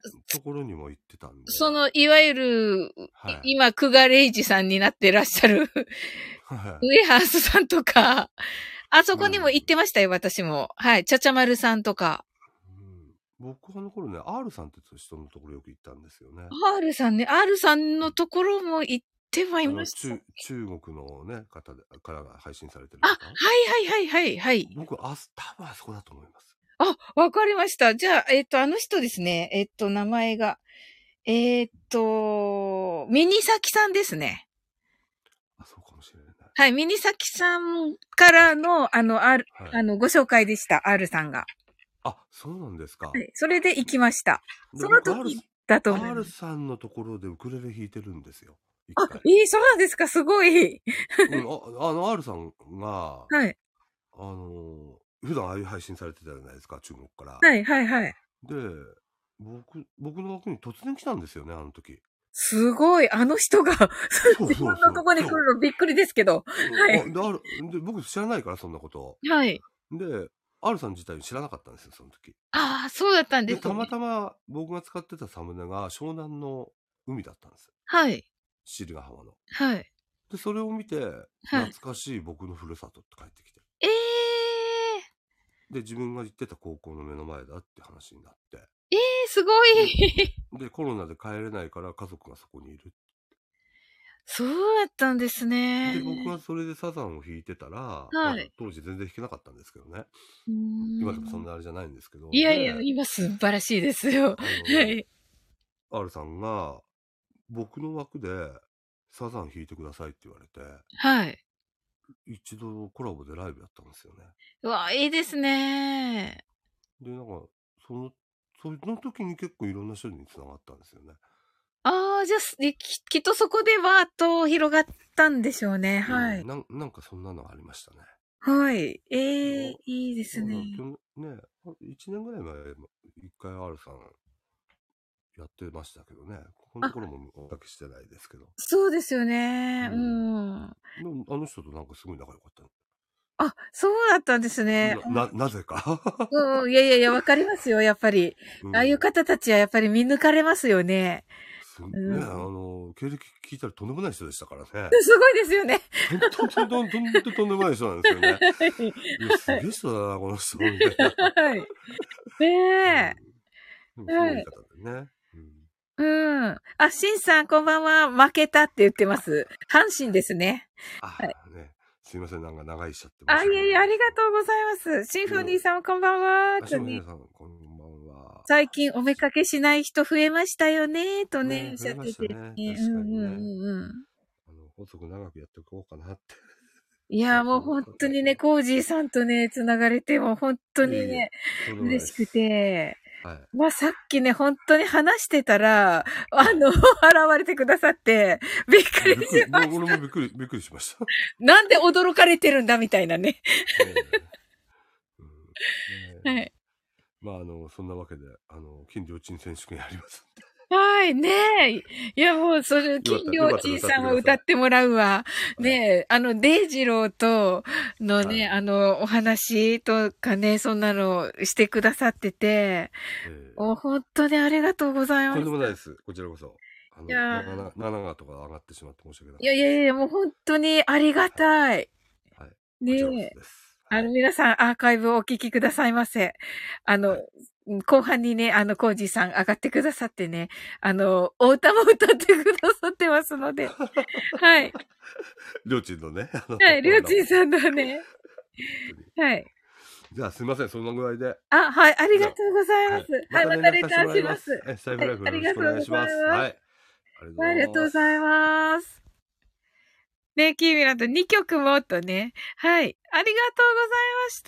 ところにも行ってたんで。 その、いわゆる、 はい、 今、久我礼二さんになってらっしゃる、 はい、 ウエハースさんとか、あそこにも行ってましたよ、私も。はい。ちゃちゃまるさんとか。 うん、僕はあの頃ね、R さんって人のところよく行ったんですよね。 R さんね、R さんのところも行ってはいました。 中、中国のね、方で、からが配信されてるあ、はいはいはいはいはい。 僕、あ、多分あそこだと思います。 あ、わかりました。じゃあ、えっと、あの人ですね。えっと、名前が。えっと、ミニサキさんですね。 あ、そうかもしれない。 はい、ミニサキさんからの、あの、R、 はい、 あの、ご紹介でした、R さんが。 あ、そうなんですか。 はい、それで行きました。その時だと思います。 R さんのところでウクレレ弾いてるんですよ。 あ、いい、そうなんですか、すごい。 うん、あ、あの、R さんが、 はい。 あの、普段ああいう配信されてたじゃないですか、中国から。 はい、はい、はい。 で、僕、僕の枠に突然来たんですよね、あの時。 すごい、あの人がそう自分そうそう。 のとこに来るのびっくりですけど。はい。 あで、あるで、僕知らないから、そんなこと。 はい。 で、R さん自体知らなかったんですよ、その時。 ああ、そうだったんでで、 すね。 たまたま僕が使ってたサムネが湘南の海だったんです。 はい。 七里ヶ浜の。 はい。 で、それを見て、 はい。 懐かしい僕のふるさとって帰ってきて。 ええで、自分が行ってた高校の目の前だって話になって。 ー、ええー、すごい。 で、コロナで帰れないから家族がそこにいる。 そうだったんですね。 で、僕はそれでサザンを弾いてたら、まだはい。 当時全然弾けなかったんですけどね。 うーん今でもそんなあれじゃないんですけど。 いやいや、 で、 今素晴らしいですよ。 あはい。 の、R さんが、僕の枠でサザン弾いてくださいって言われて、 はい。 一度コラボでライブやったんですよね。 うわ、いいですね。 で、なんか、その、その時に結構いろんな人に繋がったんですよね。 ああ、じゃあ、き、きっとそこでわーっと広がったんでしょうね。はい。 うん、なん、なんかそんなのがありましたね。 はい。ええあ、 いいですね。 だから去年ね、いちねんぐらい前、一回 R さんやってましたけどね。ここのあ、 ところもおかけしてないですけど。 そうですよね。ううん。 ん。 でもあの人となんかすごい仲良かったあ、そうだったんですね。 な、な、なぜか。 うん、いやいやいや、わかりますよ、やっぱり。 うああいうん。 方たちはやっぱり見抜かれますよね。 すね、 うん。 あの、経歴聞いたらとんでもない人でしたからね。 すごいですよね。 本当にとんとんとんとんでもない人なんですよね。いや、すげえ人だな、この人、みたいな。 はい。ねえ。 うん。でもすごいいいはい。 方でね。うん。 うん。あ、シンさん、こんばんは。負けたって言ってます。阪神ですね。はい。 ああ、ね。すいません、なんか長いしちゃって申あ、 し訳いえいえ、ありないですね。 がとうございます。シンフォニーさん、こんばんは。 あ、しとね。 もひなさん、こんばんは。 最近おめかけしない人増えましたよね。とね、 ね、 おっ増えしゃっててましたね。 ね。うんうん確かにね。 うんうん。 あの、細く長くやっていこうかなって。 いや、 最近もう思ったんです本当にね、コージーさんとね、繋がれて、もう本当けど。いえいえ、 にね、 とんでもない嬉しくです。 て、 はい。 まあ、さっきね、本当に話してたら、あはい。 の、現れてくださって、びっくりしびっくり、 まし僕俺もびっくり、びっくりしました。 た。なんで驚かれてるんだみたいなね。 ええうん、ねはい。 まあ、あの、そんなわけで、あの、金良鎮選手権やりますんで。 はい、ねえ。いや、もう、それ、金よかったら、よかったら良鎮さんは歌ってください。 歌ってもらうわ。ねはい。 え、あの、デイジローとのね、 はい。 あの、お話とかね、そんなのしてくださってて、 ええお、本当にありがとうございまとんです。 もないです。こちらこそ。あの、 いや長々、長々とか上がってしまって申し訳ないかったです。 やいやいや、もう本当にありがはい。 たい。 はい。こちらこねえ。 そです。 あの、 はい。 皆さんアーカイブをお聞きくださいませ。あの、 はい。 後半にね、あの、コージーさん上がってくださってね、あの、お歌も歌ってくださってますので、はい。 りょうちんのね、あの、 はい、りょうラボ。 ちんさんのね、 本当に。 はい。 じゃあ、すいません。そんなぐらいで。 あ、はい、ありじゃがとうございあ、 ます。 はい。まはい、 たまたレタ連絡させてもらいーします。 ます。え、スタイフはい、 ライフあよろしくお願いりがとうごします。 ざいます。 はい。ありがとうはい、ありがございます。 とうございます。ね、キーミランドにきょくもっとね。はい。ありがとうございました。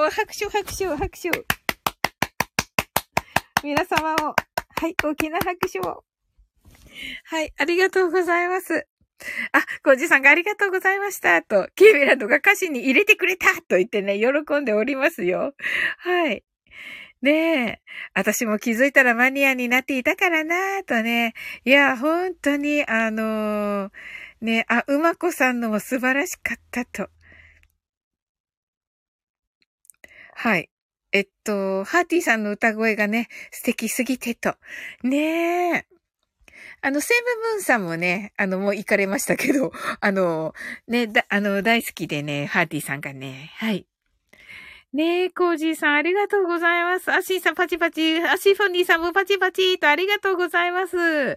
あ、拍手、拍手、拍手。皆様も、はい、大きな拍手を。はい、ありがとうございます。あ、コージさんがありがとうございました。と、キーミランドが歌詞に入れてくれたと言ってね、喜んでおりますよ。はい。ねえ。私も気づいたらマニアになっていたからなとね。いや、本当に、あのー、ね、あ、うまこさんのも素晴らしかったと。はい。 えっと、ハーティさんの歌声がね、素敵すぎてと。ねえ。あの、セブムーンさんもね、あの、もう行かれましたけど、あの、ね、だ、あの、大好きでね、ハーティさんがね、はい。ねえ、コージーさんありがとうございます。アッシーさんパチパチ、アッシーフォニーさんもパチパチとありがとうございます。はい。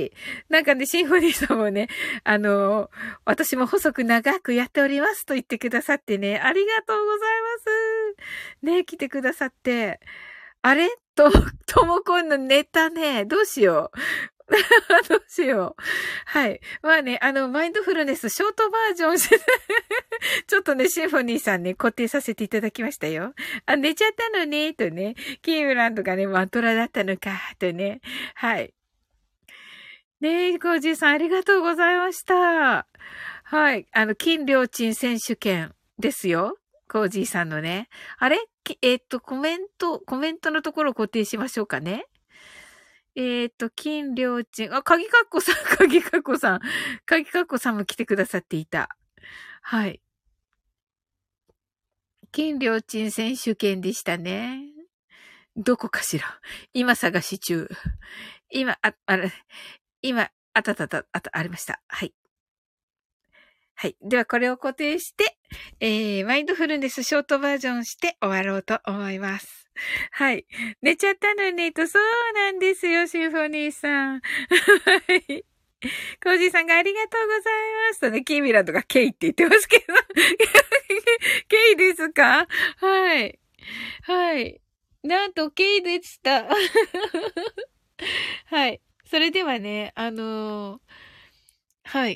なんかね、シンフォニーさんもね、あの、私も細く長くやっておりますと言ってくださってね、ありがとうございます。ねえ、来てくださって。あれと、ともこんのネタね、どうしよう。どうしよう。はい。まあね、あの、マインドフルネスショートバージョンちょっとね、シンフォニーさんね、固定させていただきましたよ。あ、寝ちゃったのね、とね。キームランドがね、マントラだったのか、とね。はい。ねえ、コージーさんありがとうございました。はい。あの、金良鎮選手権ですよ。コージーさんのね。あれえー、っと、コメント、コメントのところを固定しましょうかね。えっ、ー、と、金良鎮、あ、鍵かっこさん、鍵かっこさん、鍵かっこさんも来てくださっていた。はい。金良鎮選手権でしたね。どこかしら。今探し中。今、あ、あれ、今、あたたた、あた、ありました。はい。はい。では、これを固定して、えー、マインドフルネスショートバージョンして終わろうと思います。はい。寝ちゃったのねと、そうなんですよ、シンフォニーさん。はい。コージーさんがありがとうございますとね、キーミラとかケイって言ってますけど。ケイですか？はい。はい。なんと、ケイでした。はい。それではね、あのー、はい。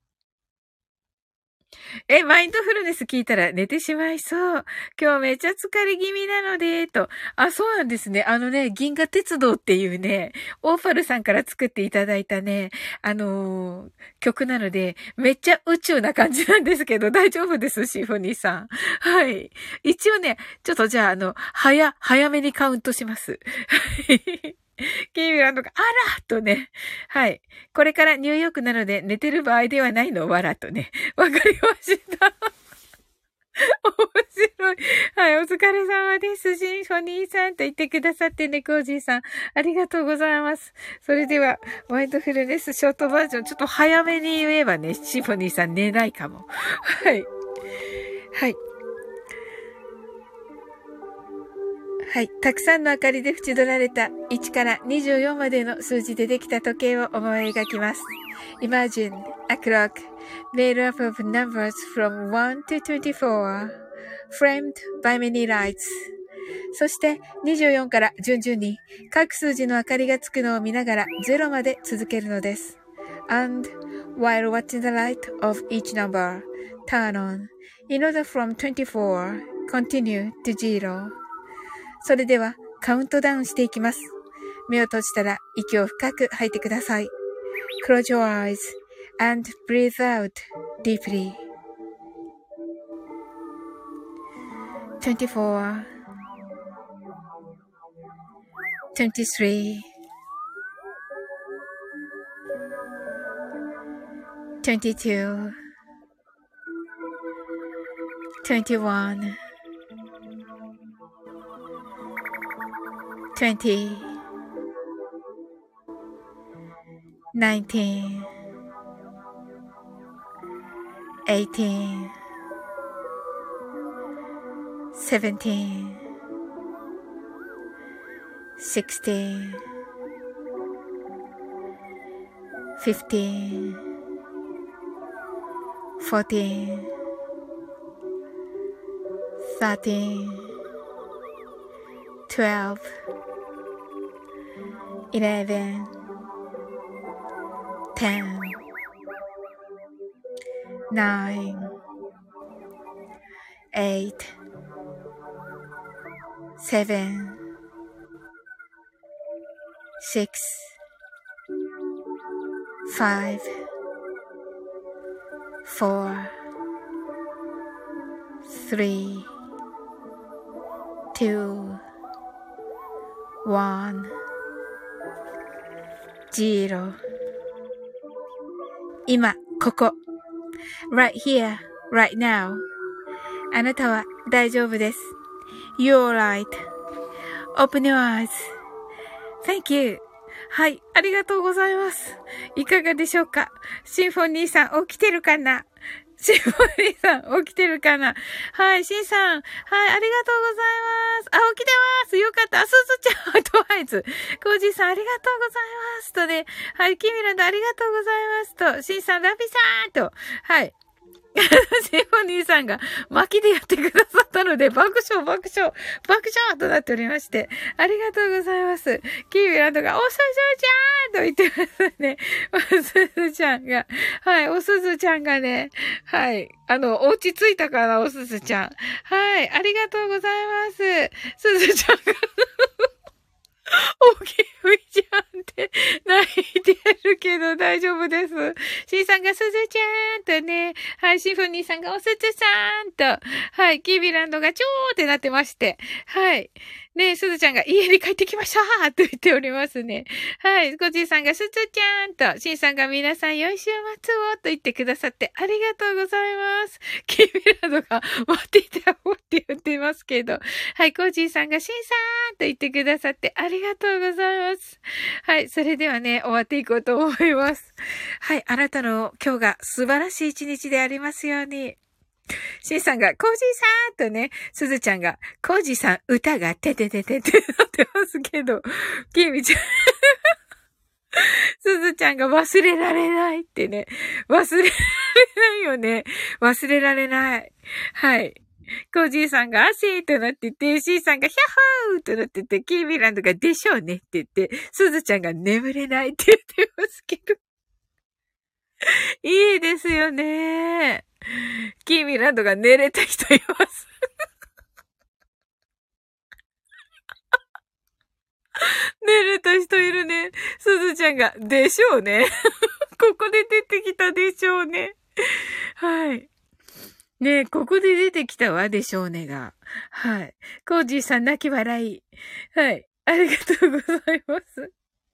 え、マインドフルネス聞いたら寝てしまいそう。今日めっちゃ疲れ気味なので、と。あ、そうなんですね。あのね、銀河鉄道っていうね、オーファルさんから作っていただいたね、あのー、曲なので、めっちゃ宇宙な感じなんですけど、大丈夫です、シンフォニーさん。はい。一応ね、ちょっとじゃあ、あの、早、早めにカウントします。はい。キーミランドが、あらとね。はい。これからニューヨークなので寝てる場合ではないの、わらとね。わかりました。面白い。はい、お疲れ様です。シンフォニーさんと言ってくださってね、コージーさん。ありがとうございます。それでは、マインドフルネスショートバージョン、ちょっと早めに言えばね、シンフォニーさん寝ないかも。はい。はい。はい。たくさんの明かりで縁取られたいちからにじゅうよんまでの数字でできた時計を思い描きます。Imagine a clock made up of numbers from one to twenty-four, framed by many lights. そしてにじゅうよんから順々に各数字の明かりがつくのを見ながらゼロまで続けるのです。And while watching the light of each number turn on, in order from twenty-four, continue to zero. それではカウントダウンしていきます。目を閉じたら息を深く吐いてください。Close your eyes and breathe out deeply. twenty-four, twenty-three, twenty-two, twenty-one.Twenty, nineteen, eighteen, seventeen, sixteen, fifteen, fourteen, thirteen, twelve.eleven, ten, nine, eight, seven, six, five, four, three, two, one.ゼロ 今、ここ right here, right now あなたは大丈夫です You're right.Open your eyes. Thank you.はい。ありがとうございます。いかがでしょうか？シンフォニーさん起きてるかな？シンフォニーさん起きてるかな？はい。シンさん。はい。ありがとうございます。あ、起きてます。よかった。すずちゃん、とりあえず。コージーさんありがとうございます。とね。はい。キミランドありがとうございます。と。シンさん、ラビさんと。はい。シンフォニーさんが巻きでやってくださったので、爆笑、爆笑、爆笑となっておりまして、ありがとうございます。キーミランドが、おすずちゃんと言ってますね。おすずちゃんが、はい、おすずちゃんがね、はい、あの、落ち着いたかな、おすずちゃん。はい、ありがとうございます。すずちゃんが、大きいちゃんって泣いてるけど大丈夫です。シンさんがすずちゃんとね、はい、シンフォニーさんがおすずさんと、はい、キービランドがチョーってなってまして、はい。ねえ、すずちゃんが家に帰ってきましたーと言っておりますね。はい。コジーさんがすずちゃんと、シンさんが皆さん良い週末をと言ってくださってありがとうございます。キービランドが待っていたよって言ってますけど。はい。コジーさんがシンさんと言ってくださってありがとうございます。はい。それではね、終わっていこうと思います。はい。あなたの今日が素晴らしい一日でありますように。シンさんが、コージーさんとね、すずちゃんが、コージーさん歌がてててててなってますけど、キミちゃん、すずちゃんが忘れられないってね、忘れられないよね。忘れられない。はい。コージーさんが汗となってて、シンさんがヒャッホーとなってて、キーミランドがでしょうねって言って、すずちゃんが眠れないって言ってますけど。いいですよね。キーミランドが寝れた人います。寝れた人いるね。すずちゃんが、でしょうね。ここで出てきたでしょうね。はい。ねえ、ここで出てきたわ、でしょうねが。はい。コージーさん泣き笑い。はい。ありがとうございます。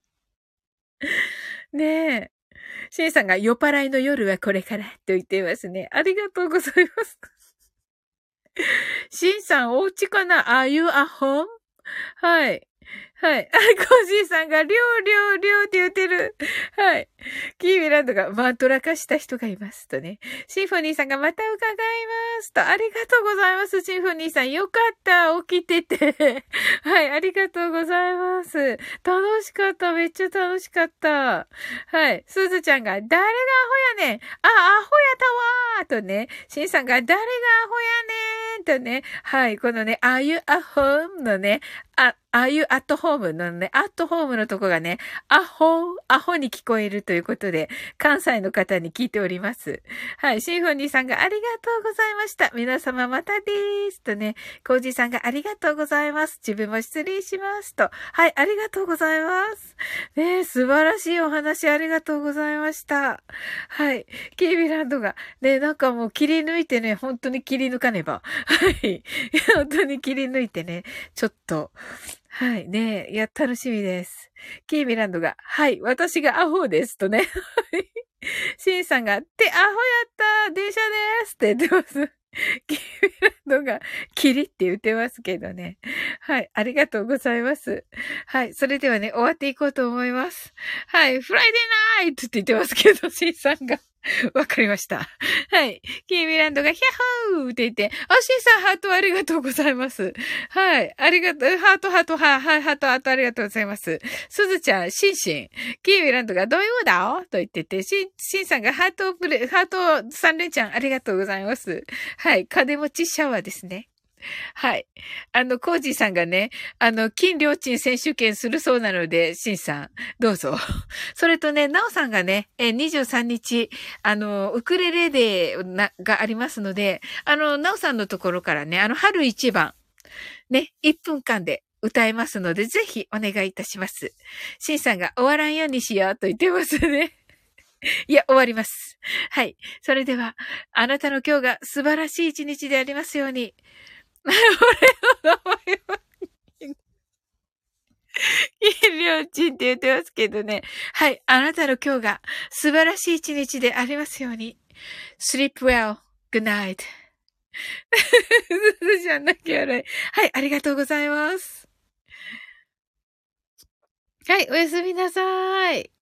ねえ。シンさんが酔っ払いの夜はこれからと言っていますね。ありがとうございます。シンさんお家かな？ Are you at home? はい。はい。あ、コージーさんが、りょうりょうりょうって言ってる。はい。キーミランドが、マントラ化した人がいます。とね。シンフォニーさんが、また伺います。と、ありがとうございます。シンフォニーさん、よかった。起きてて。はい。ありがとうございます。楽しかった。めっちゃ楽しかった。はい。すずちゃんが、誰がアホやねん。あ、アホやったわー。とね。シンさんが、誰がアホやねん。とね。はい。このね、Are you at home? のね、あ、ああいうアットホームのね、アットホームのとこがね、アホ、アホに聞こえるということで、関西の方に聞いております。はい、シンフォニーさんがありがとうございました。皆様またでーす。とね、コージーさんがありがとうございます。自分も失礼しますと。はい、ありがとうございます。ね、素晴らしいお話ありがとうございました。はい、キービランドが、ね、なんかもう切り抜いてね、本当に切り抜かねば。はい、本当に切り抜いてね、ちょっと、はい。ねえ。いや、楽しみです。キーミランドが、はい。私がアホです。とね。シンさんが、ってアホやった電車ですって言ってます。キーミランドが、キリって言ってますけどね。はい。ありがとうございます。はい。それではね、終わっていこうと思います。はい。フライデーナイトって言ってますけど、シンさんが。わかりました。はい。キーミランドがヒャッホーって言って、あ、シンさんハートありがとうございます。はい。ありがとう、ハートハート、はい、はい、ハートハートありがとうございます。すずちゃん、シンシン。キーミランドがどういうだと言ってて、シン、シンさんがハートプレ、ハートさん連ちゃんありがとうございます。はい。金持ちシャワーですね。はい。あの、コージーさんがね、あの、金良鎮選手権するそうなので、シンさん、どうぞ。それとね、ナオさんがね、え、にじゅうさんにち、あの、ウクレレデーながありますので、あの、ナオさんのところからね、あの、春一番、ね、いっぷんかんで歌えますので、ぜひお願いいたします。シンさんが終わらんようにしようと言ってますね。いや、終わります。はい。それでは、あなたの今日が素晴らしい一日でありますように。俺の名前は、金良鎮って言ってますけどね。はい。あなたの今日が素晴らしい一日でありますように。sleep well. Good night. すずちゃん泣き笑い。はい、ありがとうございます。はい、おやすみなさい。